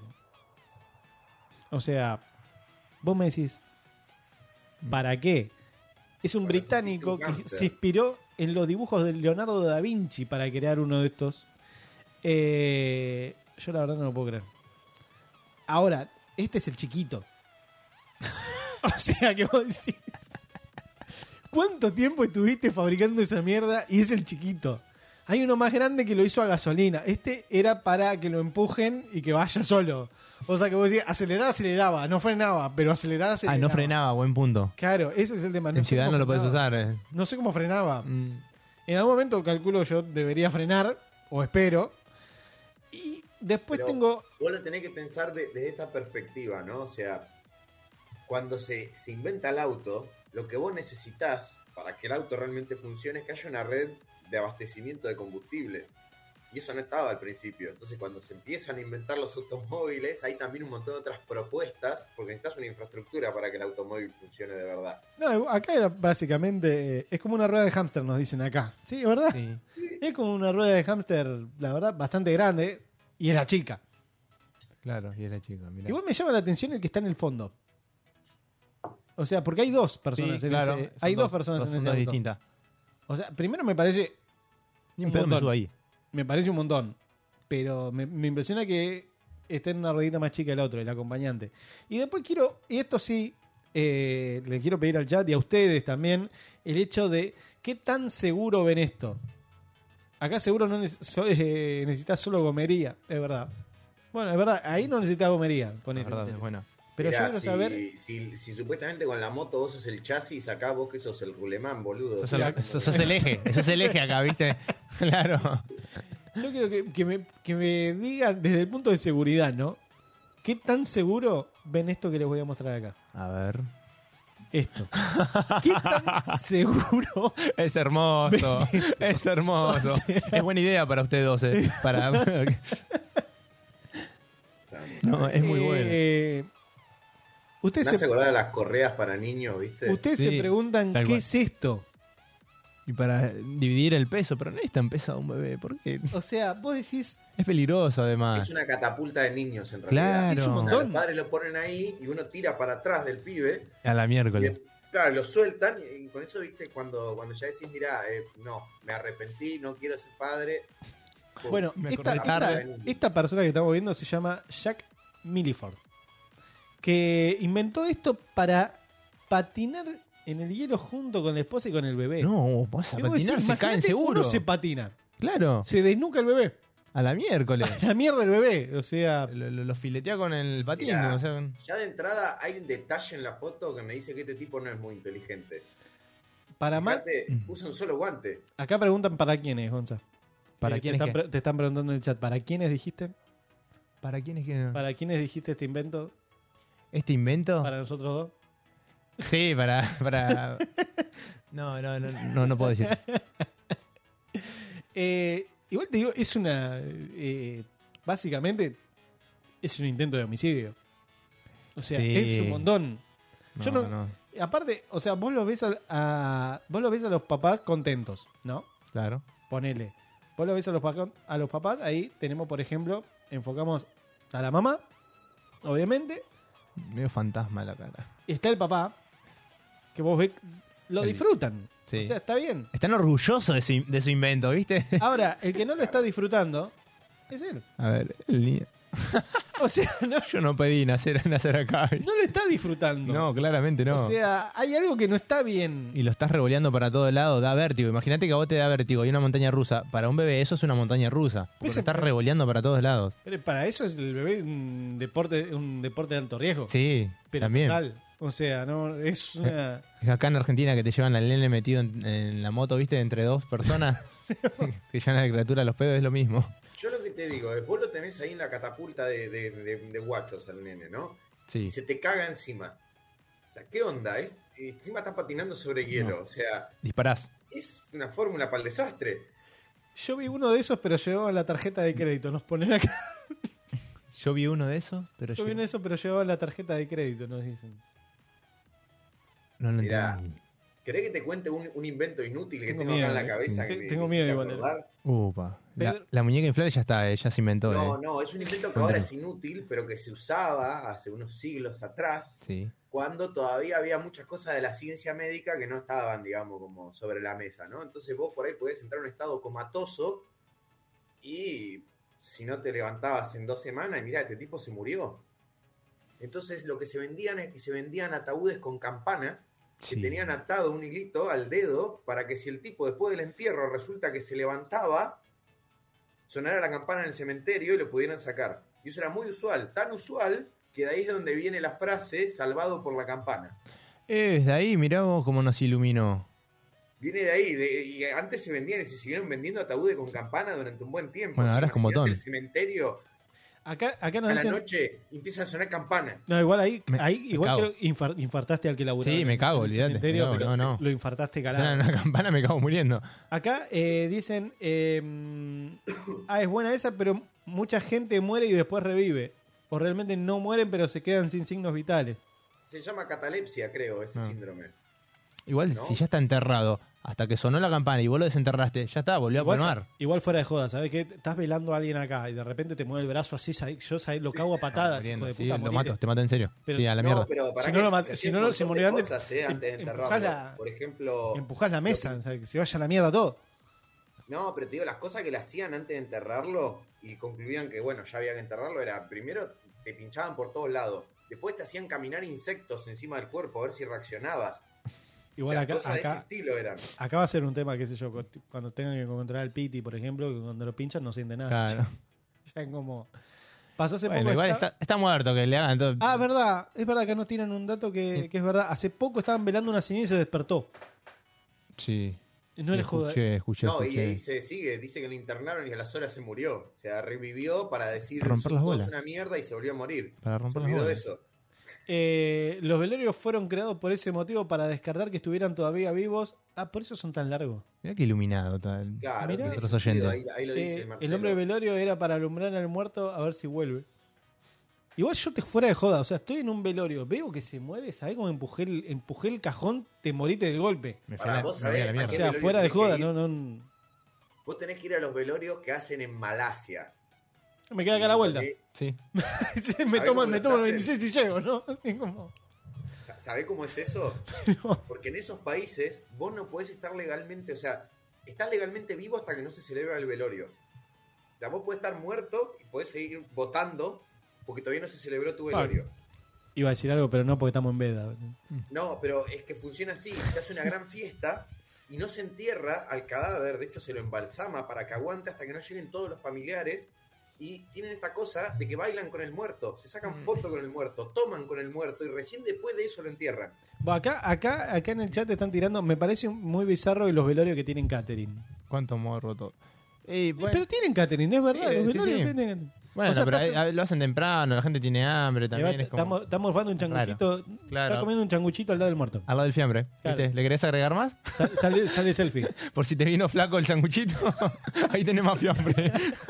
O sea, vos me decís, ¿para qué? Es un Para británico sentir tu que cáncer. se inspiró en los dibujos de Leonardo da Vinci para crear uno de estos. Eh, yo la verdad no lo puedo creer. Ahora, este es el chiquito. O sea que vos decís, ¿cuánto tiempo estuviste fabricando esa mierda? Y es el chiquito. Hay uno más grande que lo hizo a gasolina. Este era para que lo empujen y que vaya solo. O sea que vos decís, acelerar, aceleraba. No frenaba, pero acelerar, Ah, aceleraba. no frenaba, buen punto. Claro, ese es el tema. En sé ciudad cómo no lo podés frenaba. usar. eh. No sé cómo frenaba. Mm. En algún momento calculo yo debería frenar, o espero. Y después Pero tengo... Vos lo tenés que pensar de- desde esta perspectiva, ¿no? O sea, cuando se, se inventa el auto, lo que vos necesitas para que el auto realmente funcione es que haya una red de abastecimiento de combustible. Y eso no estaba al principio. Entonces, cuando se empiezan a inventar los automóviles, hay también un montón de otras propuestas, porque necesitas una infraestructura para que el automóvil funcione de verdad. No, acá era básicamente, eh, es como una rueda de hámster, nos dicen acá. Sí, ¿verdad? Sí. Es como una rueda de hámster, la verdad, bastante grande, y es la chica. Claro, y es la chica, mirá. Igual me llama la atención el que está en el fondo. O sea, porque hay dos personas Sí, en claro, ese, son hay dos, dos- personas dos en ese ondas auto. distintas. O sea, primero me parece Ni un un pedo me montón. subo ahí. Me parece un montón. Pero me, me impresiona que esté en una ruedita más chica el otro, el acompañante. Y después quiero, y esto sí, eh, le quiero pedir al chat y a ustedes también, el hecho de qué tan seguro ven esto. Acá seguro no neces- so- eh, necesitas solo gomería, es verdad. Bueno, es verdad, ahí no necesitas gomería con La eso. verdad, es buena. Pero Mirá, yo quiero si, saber. Si, si supuestamente con la moto vos sos el chasis, acá vos que sos el rulemán, boludo. Sos, O sea, el, como- sos- sos el eje, sos el eje acá, ¿viste? Claro. Yo quiero que, que me, que me digan desde el punto de seguridad, ¿no? ¿Qué tan seguro ven esto que les voy a mostrar acá? A ver. Esto. ¿Qué tan seguro? Es hermoso, es hermoso. O sea- Es buena idea para ustedes dos, eh. Para... No, es muy bueno. Eh, ustedes Me se, hace acordar a las correas para niños, ¿viste? ustedes Sí, se preguntan tal qué cual. es esto. Y para dividir el peso, pero no es tan pesado un bebé, porque O sea, vos decís, es peligroso además. Es una catapulta de niños, en realidad. Claro. Es un O sea, montón. los padres lo ponen ahí y uno tira para atrás del pibe. A la Y, miércoles. claro, lo sueltan y con eso, ¿viste? Cuando, cuando ya decís, mira, eh, no, me arrepentí, no quiero ser padre. Pum. bueno, me esta, acordé tarde. esta- esta persona que estamos viendo se llama Jack Milliford, que inventó esto para patinar en el hielo junto con la esposa y con el bebé. No, vas a Y vos decís, patinar, se caen imagínate, seguro. uno se patina, Claro, se desnuca el bebé, a la miércoles. la mierda el bebé, o sea, Lo, lo- lo filetea con el patín. Mirá, O sea, ya de entrada hay un detalle en la foto que me dice que este tipo no es muy inteligente. para más. Fíjate, usa un solo guante. Acá preguntan para quién es, Gonza. ¿Para Eh, quién te es están, qué? pre- te están preguntando en el chat, ¿para quiénes dijiste? ¿Para quién es que ¿Para quiénes dijiste este invento? ¿Este invento? ¿Para nosotros dos? Sí, para, para... No, no, no, no, no puedo decir. Eh, igual te digo, es una. eh, básicamente, es un intento de homicidio. O sea, Sí. es un montón. Yo No, no- no, Aparte, o sea, vos lo ves a, a- vos lo ves a los papás contentos, ¿no? claro. Ponele. Vos lo ves a los, pa- a los papás, ahí tenemos, por ejemplo, enfocamos a la mamá, obviamente. Medio fantasma la cara. Está el papá, que vos ves, lo El- disfrutan. Sí. O sea, está bien. Están orgullosos de su, de su invento, ¿viste? Ahora, el que no lo está disfrutando es él. A ver, el niño... O sea, no, Yo no pedí nacer, nacer acá. no lo está disfrutando. No, claramente no. O sea, hay algo que no está bien. Y lo estás revoleando para todo lado, da vértigo. Imagínate que a vos te da vértigo y una montaña rusa. Para un bebé eso es una montaña rusa. Porque Ese- lo estás revoleando para todos lados. Pero para eso es el bebé un deporte, un deporte de alto riesgo. Sí, pero también. total. O sea, no es una. Es acá en Argentina que te llevan al nene metido en, en la moto, ¿viste? Entre dos personas. Que llevan a la criatura a los pedos, es lo mismo. Yo lo que te digo es, vos lo tenés ahí en la catapulta de, de, de- de guachos al nene, ¿no? Sí. Y se te caga encima. O sea, ¿qué onda? Es, encima estás patinando sobre hielo. No. O sea, Disparás. es una fórmula para el desastre. Yo vi uno de esos, pero llevaba la tarjeta de crédito. Nos ponen acá. Yo vi uno de esos, pero Yo vi yo uno de esos, pero llevaba la tarjeta de crédito, nos dicen. no lo Mirá. entendí. ¿Querés que te cuente un, un invento inútil que Tengo tengo, miedo, acá en la eh. cabeza? Te- que me- tengo me miedo hiciste igual, acordar? Upa. La, Pero- la muñeca inflable ya está, eh, ya se inventó, No, eh. no, es un invento que ahora es inútil, pero que se usaba hace unos siglos atrás, Sí. cuando todavía había muchas cosas de la ciencia médica que no estaban, digamos, como sobre la mesa, ¿no? Entonces vos por ahí podés entrar en un estado comatoso y si no te levantabas en dos semanas, y mirá, este tipo se murió. Entonces lo que se vendían es que se vendían ataúdes con campanas que Sí. tenían atado un hilito al dedo para que si el tipo después del entierro resulta que se levantaba, sonara la campana en el cementerio y lo pudieran sacar. Y eso era muy usual, tan usual que de ahí es donde viene la frase salvado por la campana. Eh, desde ahí, mirá vos cómo nos iluminó. Viene de ahí, de- y antes se vendían y se siguieron vendiendo ataúdes con campana durante un buen tiempo. Bueno, O sea, ahora es con imagínate botón. El cementerio, Acá, acá nos A la dicen... noche empiezan a sonar campanas. No, igual ahí, Me- ahí me igual cago. creo que infar- infartaste al que laburaba. Sí, en me el- cago, en el olvídate. cementerio, No, pero no, no. Lo infartaste Suena calado. una campana, me cago muriendo. Acá eh, dicen, eh, ah, es buena esa, pero mucha gente muere y después revive. O realmente no mueren, pero se quedan sin signos vitales. Se llama catalepsia, creo, ese Ah. síndrome. Igual, ¿No? si ya está enterrado, hasta que sonó la campana y vos lo desenterraste, ya está, volvió a Igual, palmar. igual fuera de joda, ¿sabes qué? Estás velando a alguien acá y de repente te mueve el brazo así, ¿sabes? Yo ¿sabes? Lo cago a patadas, Muriendo, hijo de sí, puta. lo morite. mato, te mato en serio. Pero- sí, a la No, mierda. pero para Si qué no lo se mat- si hacían no un lo- montón se de murió antes, cosas, eh, antes de em- enterrarlo. empujás la- Por ejemplo... Empujás la mesa, lo o sea, que se vaya a la mierda todo. No, pero te digo, las cosas que le hacían antes de enterrarlo y concluían que, bueno, ya había que enterrarlo, era primero te pinchaban por todos lados, después te hacían caminar insectos encima del cuerpo a ver si reaccionabas. Igual O sea, acá, cosas de ese acá, estilo eran. acá va a ser un tema, qué sé yo, cu- cuando tengan que encontrar al Piti, por ejemplo, que cuando lo pinchan no siente nada. Claro. Ya, ya como... Pasó hace Bueno, poco... igual esta- está, está muerto, que le hagan todo. Ah, verdad, es verdad que nos tiran un dato que, que es verdad. Hace poco estaban velando una señora y se despertó. Sí. No Sí, le joda. escuché, escuché, No, y escuché. ahí se sigue, dice que lo internaron y a las horas se murió. O sea, revivió para decir Romper las "Sos bolas". una mierda y se volvió a morir. Para romper Se las olvidó de bolas. eso. Eh, los velorios fueron creados por ese motivo para descartar que estuvieran todavía vivos. Ah, por eso son tan largos. Mirá qué iluminado tal. Claro, Mirá. tiene Nuestros sentido, oyentes. ahí, ahí lo dice Eh, el Marcelo. nombre de velorio era para alumbrar al muerto a ver si vuelve. Igual yo te fuera de joda, o sea, estoy en un velorio, veo que se mueve, ¿sabés cómo empujé el, empujé el cajón? Te moriste del golpe. Me Pará, fue la- vos me voy a sabés la a mierda. O qué sea, velorio fuera de tenés que joda, ir. no, no. Vos tenés que ir a los velorios que hacen en Malasia. Me queda acá la vuelta. Sí. Sí. Sí, me ¿Sabés tomo, cómo me los tomo el hacen? veintiséis y llego, ¿no? Es como... ¿Sabés cómo es eso? Porque en esos países vos no podés estar legalmente, o sea, estás legalmente vivo hasta que no se celebra el velorio. O sea, vos podés estar muerto y podés seguir votando porque todavía no se celebró tu velorio. Iba a decir algo, pero no porque estamos en veda. No, pero es que funciona así. Se hace una gran fiesta y no se entierra al cadáver. De hecho, se lo embalsama para que aguante hasta que no lleguen todos los familiares. Y tienen esta cosa de que bailan con el muerto. Se sacan fotos con el muerto, toman con el muerto y recién después de eso lo entierran. Bueno, acá, acá, acá en el chat están tirando. Me parece muy bizarro los velorios que tienen catering. Cuánto morro todo. Y, bueno, Pero tienen catering, es verdad. Sí, los sí, velorios sí. tienen. bueno, o sea, pero estás- ahí- lo hacen temprano, la gente tiene hambre también. Es como... estamos, estamos morfando un changuchito. Claro. Está comiendo un changuchito al lado del muerto. Al lado del fiambre. Claro. ¿Viste? ¿Le querés agregar más? Sa- Sale, sale selfie. Por si te vino flaco el sanguchito, ahí tenés más fiambre.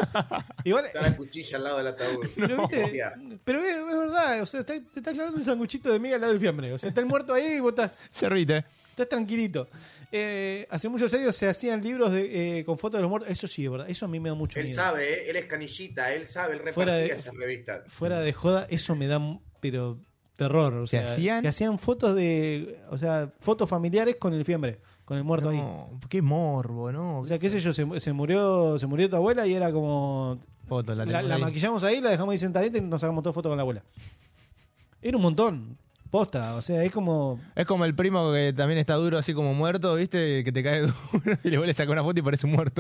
Igual, Está la cuchilla al lado del ataúd. pero, ¿viste? Hostia. Pero es, es verdad, o sea, está- te estás clavando un sanguchito de miga al lado del fiambre. O sea, está el muerto ahí y vos estás, Servite. estás tranquilito. Eh, hace muchos años se hacían libros de, eh, con fotos de los muertos. Eso sí, es verdad. Eso a mí me da mucho Él miedo. sabe, ¿eh? Él es canillita, él sabe, él Fuera repartía de- esas revistas. Fuera de joda, eso me da, pero terror. O ¿Se sea, hacían? que hacían fotos de, o sea, fotos familiares con el fiambre, con el muerto ahí. No, qué morbo, ¿no? O sea, qué sé yo, se, se murió, se murió tu abuela y era como Foto, la, la, tenemos la ahí. maquillamos ahí, la dejamos ahí sentadita y nos sacamos todas fotos con la abuela. Era un montón, posta, o sea, es como Es como el primo que también está duro, así como muerto, ¿viste? Que te cae duro y le vuelve a sacar una foto y parece un muerto.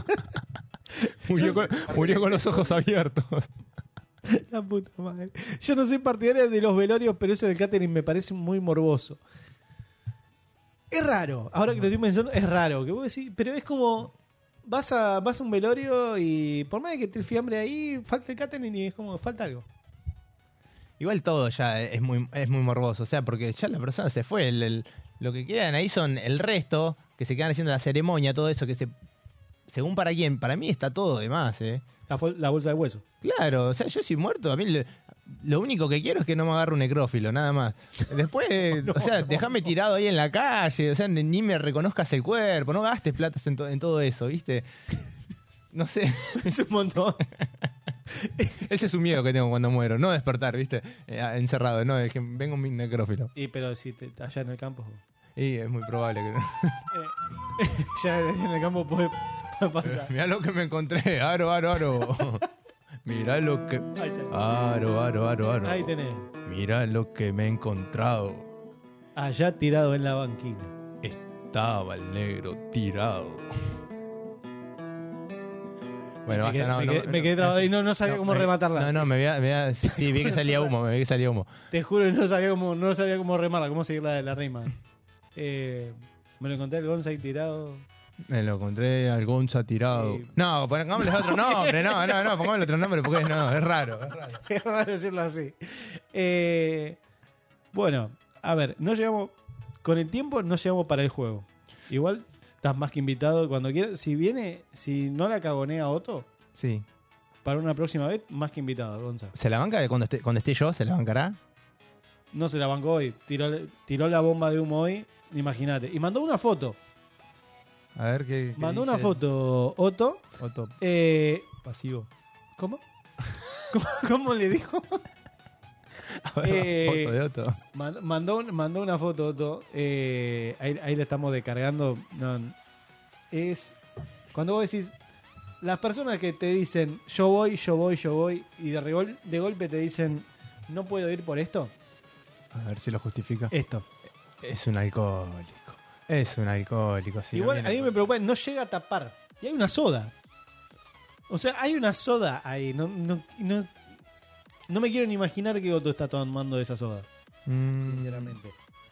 murió, con, murió con los ojos abiertos. la puta madre. Yo no soy partidaria de los velorios, pero eso del catering me parece muy morboso. Es raro, ahora que lo estoy pensando, es raro, que vos decís, pero es como vas a vas a un velorio y por más de que esté el fiambre ahí, falta el catering y es como falta algo. Igual todo ya es muy, es muy morboso, o sea, porque ya la persona se fue. El, el- lo que quedan ahí son el resto, que se quedan haciendo la ceremonia, todo eso, que se según para quién, para mí está todo de más, ¿eh? La, fol- la bolsa de hueso. Claro, o sea, yo soy muerto, a mí le- lo único que quiero es que no me agarre un necrófilo, nada más. Después, o sea, déjame tirado ahí en la calle, o sea, ni, ni me reconozcas el cuerpo, no gastes platas en, to- en todo eso, ¿viste? No sé. Es un montón. Ese es un miedo que tengo cuando muero, no despertar, ¿viste? Eh, encerrado, no, es que venga un necrófilo. Y pero si te, allá en el campo. Y es muy probable que... Eh, ya en el campo puede, puede pasar. Mirá lo que me encontré, aro, aro, aro. Mirá lo que... Ahí tenés. Aro, aro, aro, aro. Ahí tenés. Mirá lo que me he encontrado. Allá tirado en la banquina. Estaba el negro tirado. Bueno, me, basta, quedé, no, me, no, quedé, no, me quedé trabado no, y no, no sabía no, cómo me- rematarla. No, no, me voy a... Me voy a sí, vi que salía humo, me vi que salía humo. Te juro que no sabía cómo, no sabía cómo remarla, cómo seguir la, la rima. Eh, me lo encontré el Gonza ahí tirado. Me lo encontré al Gonza tirado. Sí. No, pongámosle otro nombre. No, no, no, pongámosle otro nombre porque no, es raro. Es raro. Es raro decirlo así. Eh, bueno, a ver, no llegamos. Con el tiempo no llegamos para el juego. Igual estás más que invitado cuando quieras. Si viene, si no la cagonea Otto, Sí. para una próxima vez, más que invitado, Gonza. ¿Se la banca cuando esté, cuando esté yo? ¿Se la bancará? No se la bancó hoy. Tiró, tiró la bomba de humo hoy, imagínate. Y mandó una foto. A ver qué. qué Mandó dice. una foto Otto. Otto Eh, pasivo. ¿Cómo? ¿Cómo, cómo le dijo? A ver, Eh, foto de Otto. Mand- Mandó, mandó una foto, Otto. Eh, ahí, ahí la estamos descargando. No, es cuando vos decís, las personas que te dicen yo voy, yo voy, yo voy, y de, regol- de golpe te dicen no puedo ir por esto. A ver si lo justifica. Esto. Es un alcohólico. Es un alcohólico. Si no Igual viene a mí con- me preocupa, no llega a tapar. Y hay una soda. O sea, hay una soda ahí. No, no, no, no me quiero ni imaginar que Otto está tomando de esa soda. Mm, Sinceramente.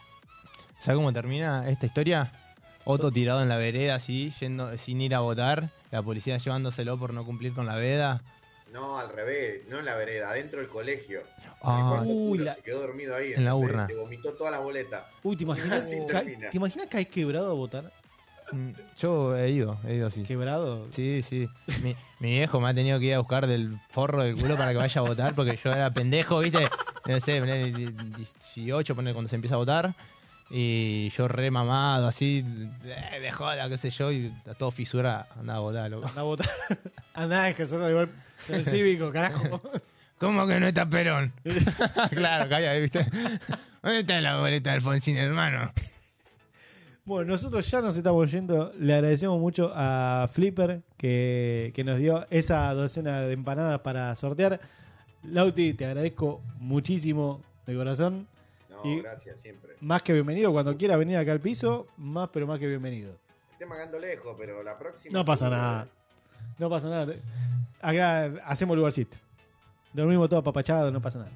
¿Sabe cómo termina esta historia? Otto tirado en la vereda, así, yendo sin ir a votar. La policía llevándoselo por no cumplir con la veda. No, al revés, no en la vereda, adentro del colegio. Ah. En el cuarto Uy, oscuro, la- se quedó dormido ahí. en la ¿entendés? urna. Te vomitó todas las boletas. Uy, ¿te imaginas, Así ca- termina. ¿te imaginas que hay quebrado a votar? Mm, Yo he ido, he ido así. ¿Quebrado? Sí, sí. Mi, mi viejo me ha tenido que ir a buscar del forro del culo para que vaya a votar porque yo era pendejo, ¿viste? No sé, ponele dieciocho, ponele cuando se empieza a votar. Y yo re mamado, así, eh, de joda, qué sé yo, y a todo fisura andaba a votar, loco. Anda a votar. Anda a ejercer igual el cívico, carajo. ¿Cómo que no está Perón? Claro, calla, ¿viste? ¿Dónde está la boleta del Alfonsín, hermano? Bueno, nosotros ya nos estamos yendo. Le agradecemos mucho a Flipper que, que nos dio esa docena de empanadas para sortear. Lauti, te agradezco muchísimo de corazón. No, Y- gracias, siempre. Más que bienvenido. Cuando quiera venir acá al piso, más pero más que bienvenido. Estoy magando lejos, pero la próxima. No pasa seguro, nada. eh. No pasa nada. Acá hacemos lugarcito. Dormimos todos apapachados, no pasa nada.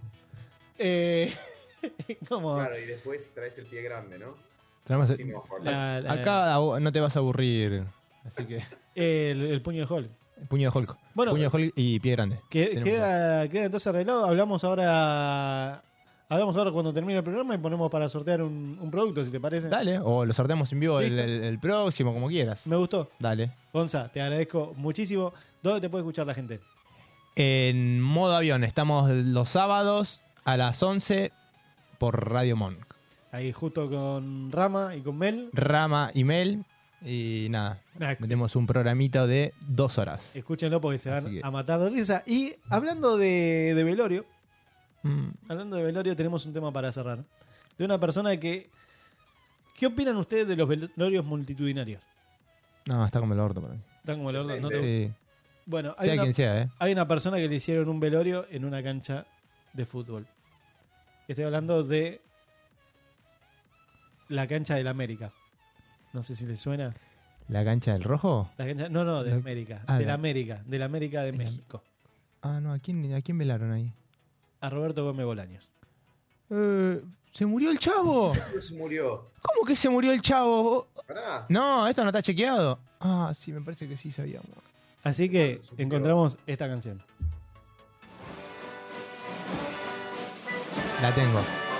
Eh, ¿Cómo? Claro, y después traes el pie grande, ¿no? Traemos- Así no, por la- La- la- Acá a- no te vas a aburrir, así que... el, el puño de Hulk. Puño de Hulk. Bueno, Puño de Hulk y pie grande. Que- Tenemos- queda, queda entonces arreglado. Hablamos ahora. Hablamos ahora cuando termine el programa y ponemos para sortear un, un producto, si te parece. Dale, o lo sorteamos en vivo el, Listo. el- el próximo, como quieras. Me gustó. Dale. Gonza, te agradezco muchísimo. ¿Dónde te puede escuchar la gente? En modo avión, estamos los sábados a las once por Radio Monk. Ahí justo con Rama y con Mel. Rama y Mel. Y nada, Ah, metemos un programito de dos horas. Escúchenlo porque se van Así que- a matar de risa. Y hablando de, de velorio, Mm, hablando de velorio, tenemos un tema para cerrar. De una persona que... ¿Qué opinan ustedes de los velorios multitudinarios? no, está como el orto para mí. ¿Están como el orto? ¿No te- Sí. Bueno, hay Sea una, quien sea, ¿eh? hay una persona que le hicieron un velorio en una cancha de fútbol. Estoy hablando de la cancha del América. No sé si le suena. ¿La cancha del rojo? La cancha, no, no, de La- América. ah, de la la- América. De la América de de la- México. Ah, no, ¿a quién, ¿a quién velaron ahí? A Roberto Gómez Bolaños. Eh, ¿Se murió el chavo? Se murió. ¿Cómo que se murió el chavo? Pará. No, esto no está chequeado. Ah, sí, me parece que sí sabíamos. Así que Se murió. encontramos esta canción. La tengo.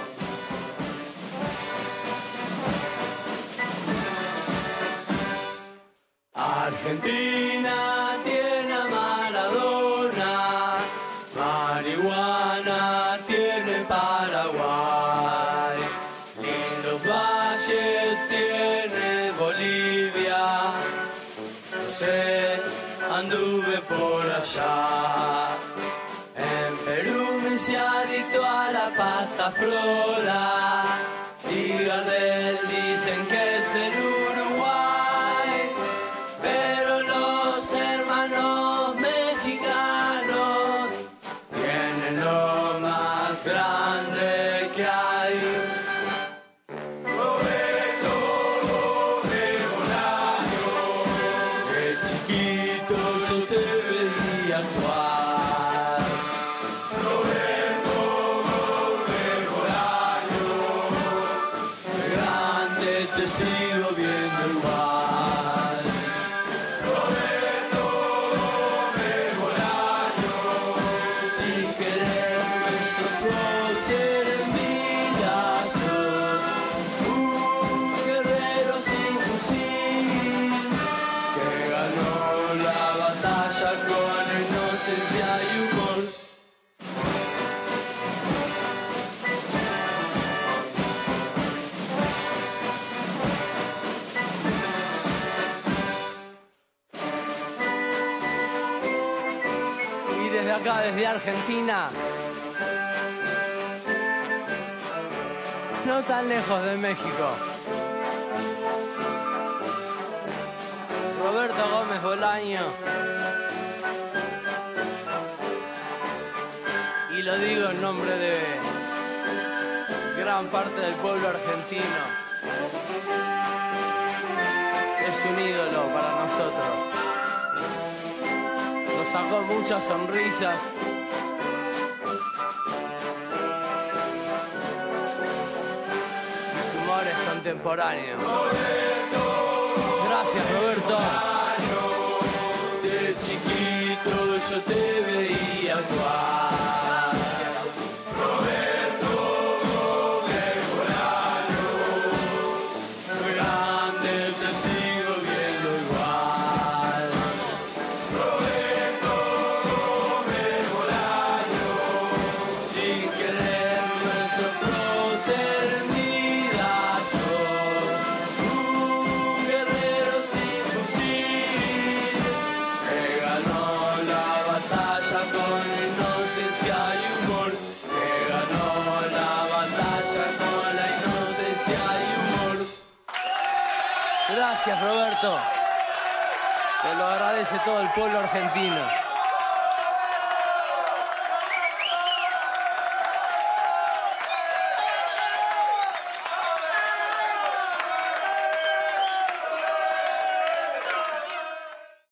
Argentina tiene a Maradona, marihuana tiene Paraguay, lindos valles tiene Bolivia, no sé, anduve por allá. En Perú me hice adicto a la pasta frola, y Gardel dicen que es del Uruguay. Pero los hermanos mexicanos tienen lo más grande que hay. Roberto Gómez Bolaños, de chiquito yo te veía actuar. Roberto Gómez Bolaños, de grande te sigo viendo igual. desde acá, desde Argentina. No tan lejos de México. Roberto Gómez Bolaño. Y lo digo en nombre de gran parte del pueblo argentino. Es un ídolo para nosotros. Nos sacó muchas sonrisas. Y su humor es contemporáneo. Gracias, Roberto. De chiquito yo te veía actuar. Roberto Gómez Bolaño, muy grande te sigo viendo igual. Roberto Gómez Bolaño, sin querer nuestro prócer ni la sos. Un guerrero sin fusil, que ganó la batalla con inocencia y humor. Que ganó la batalla con la inocencia y humor. Gracias, Roberto. Te lo agradece todo el pueblo argentino.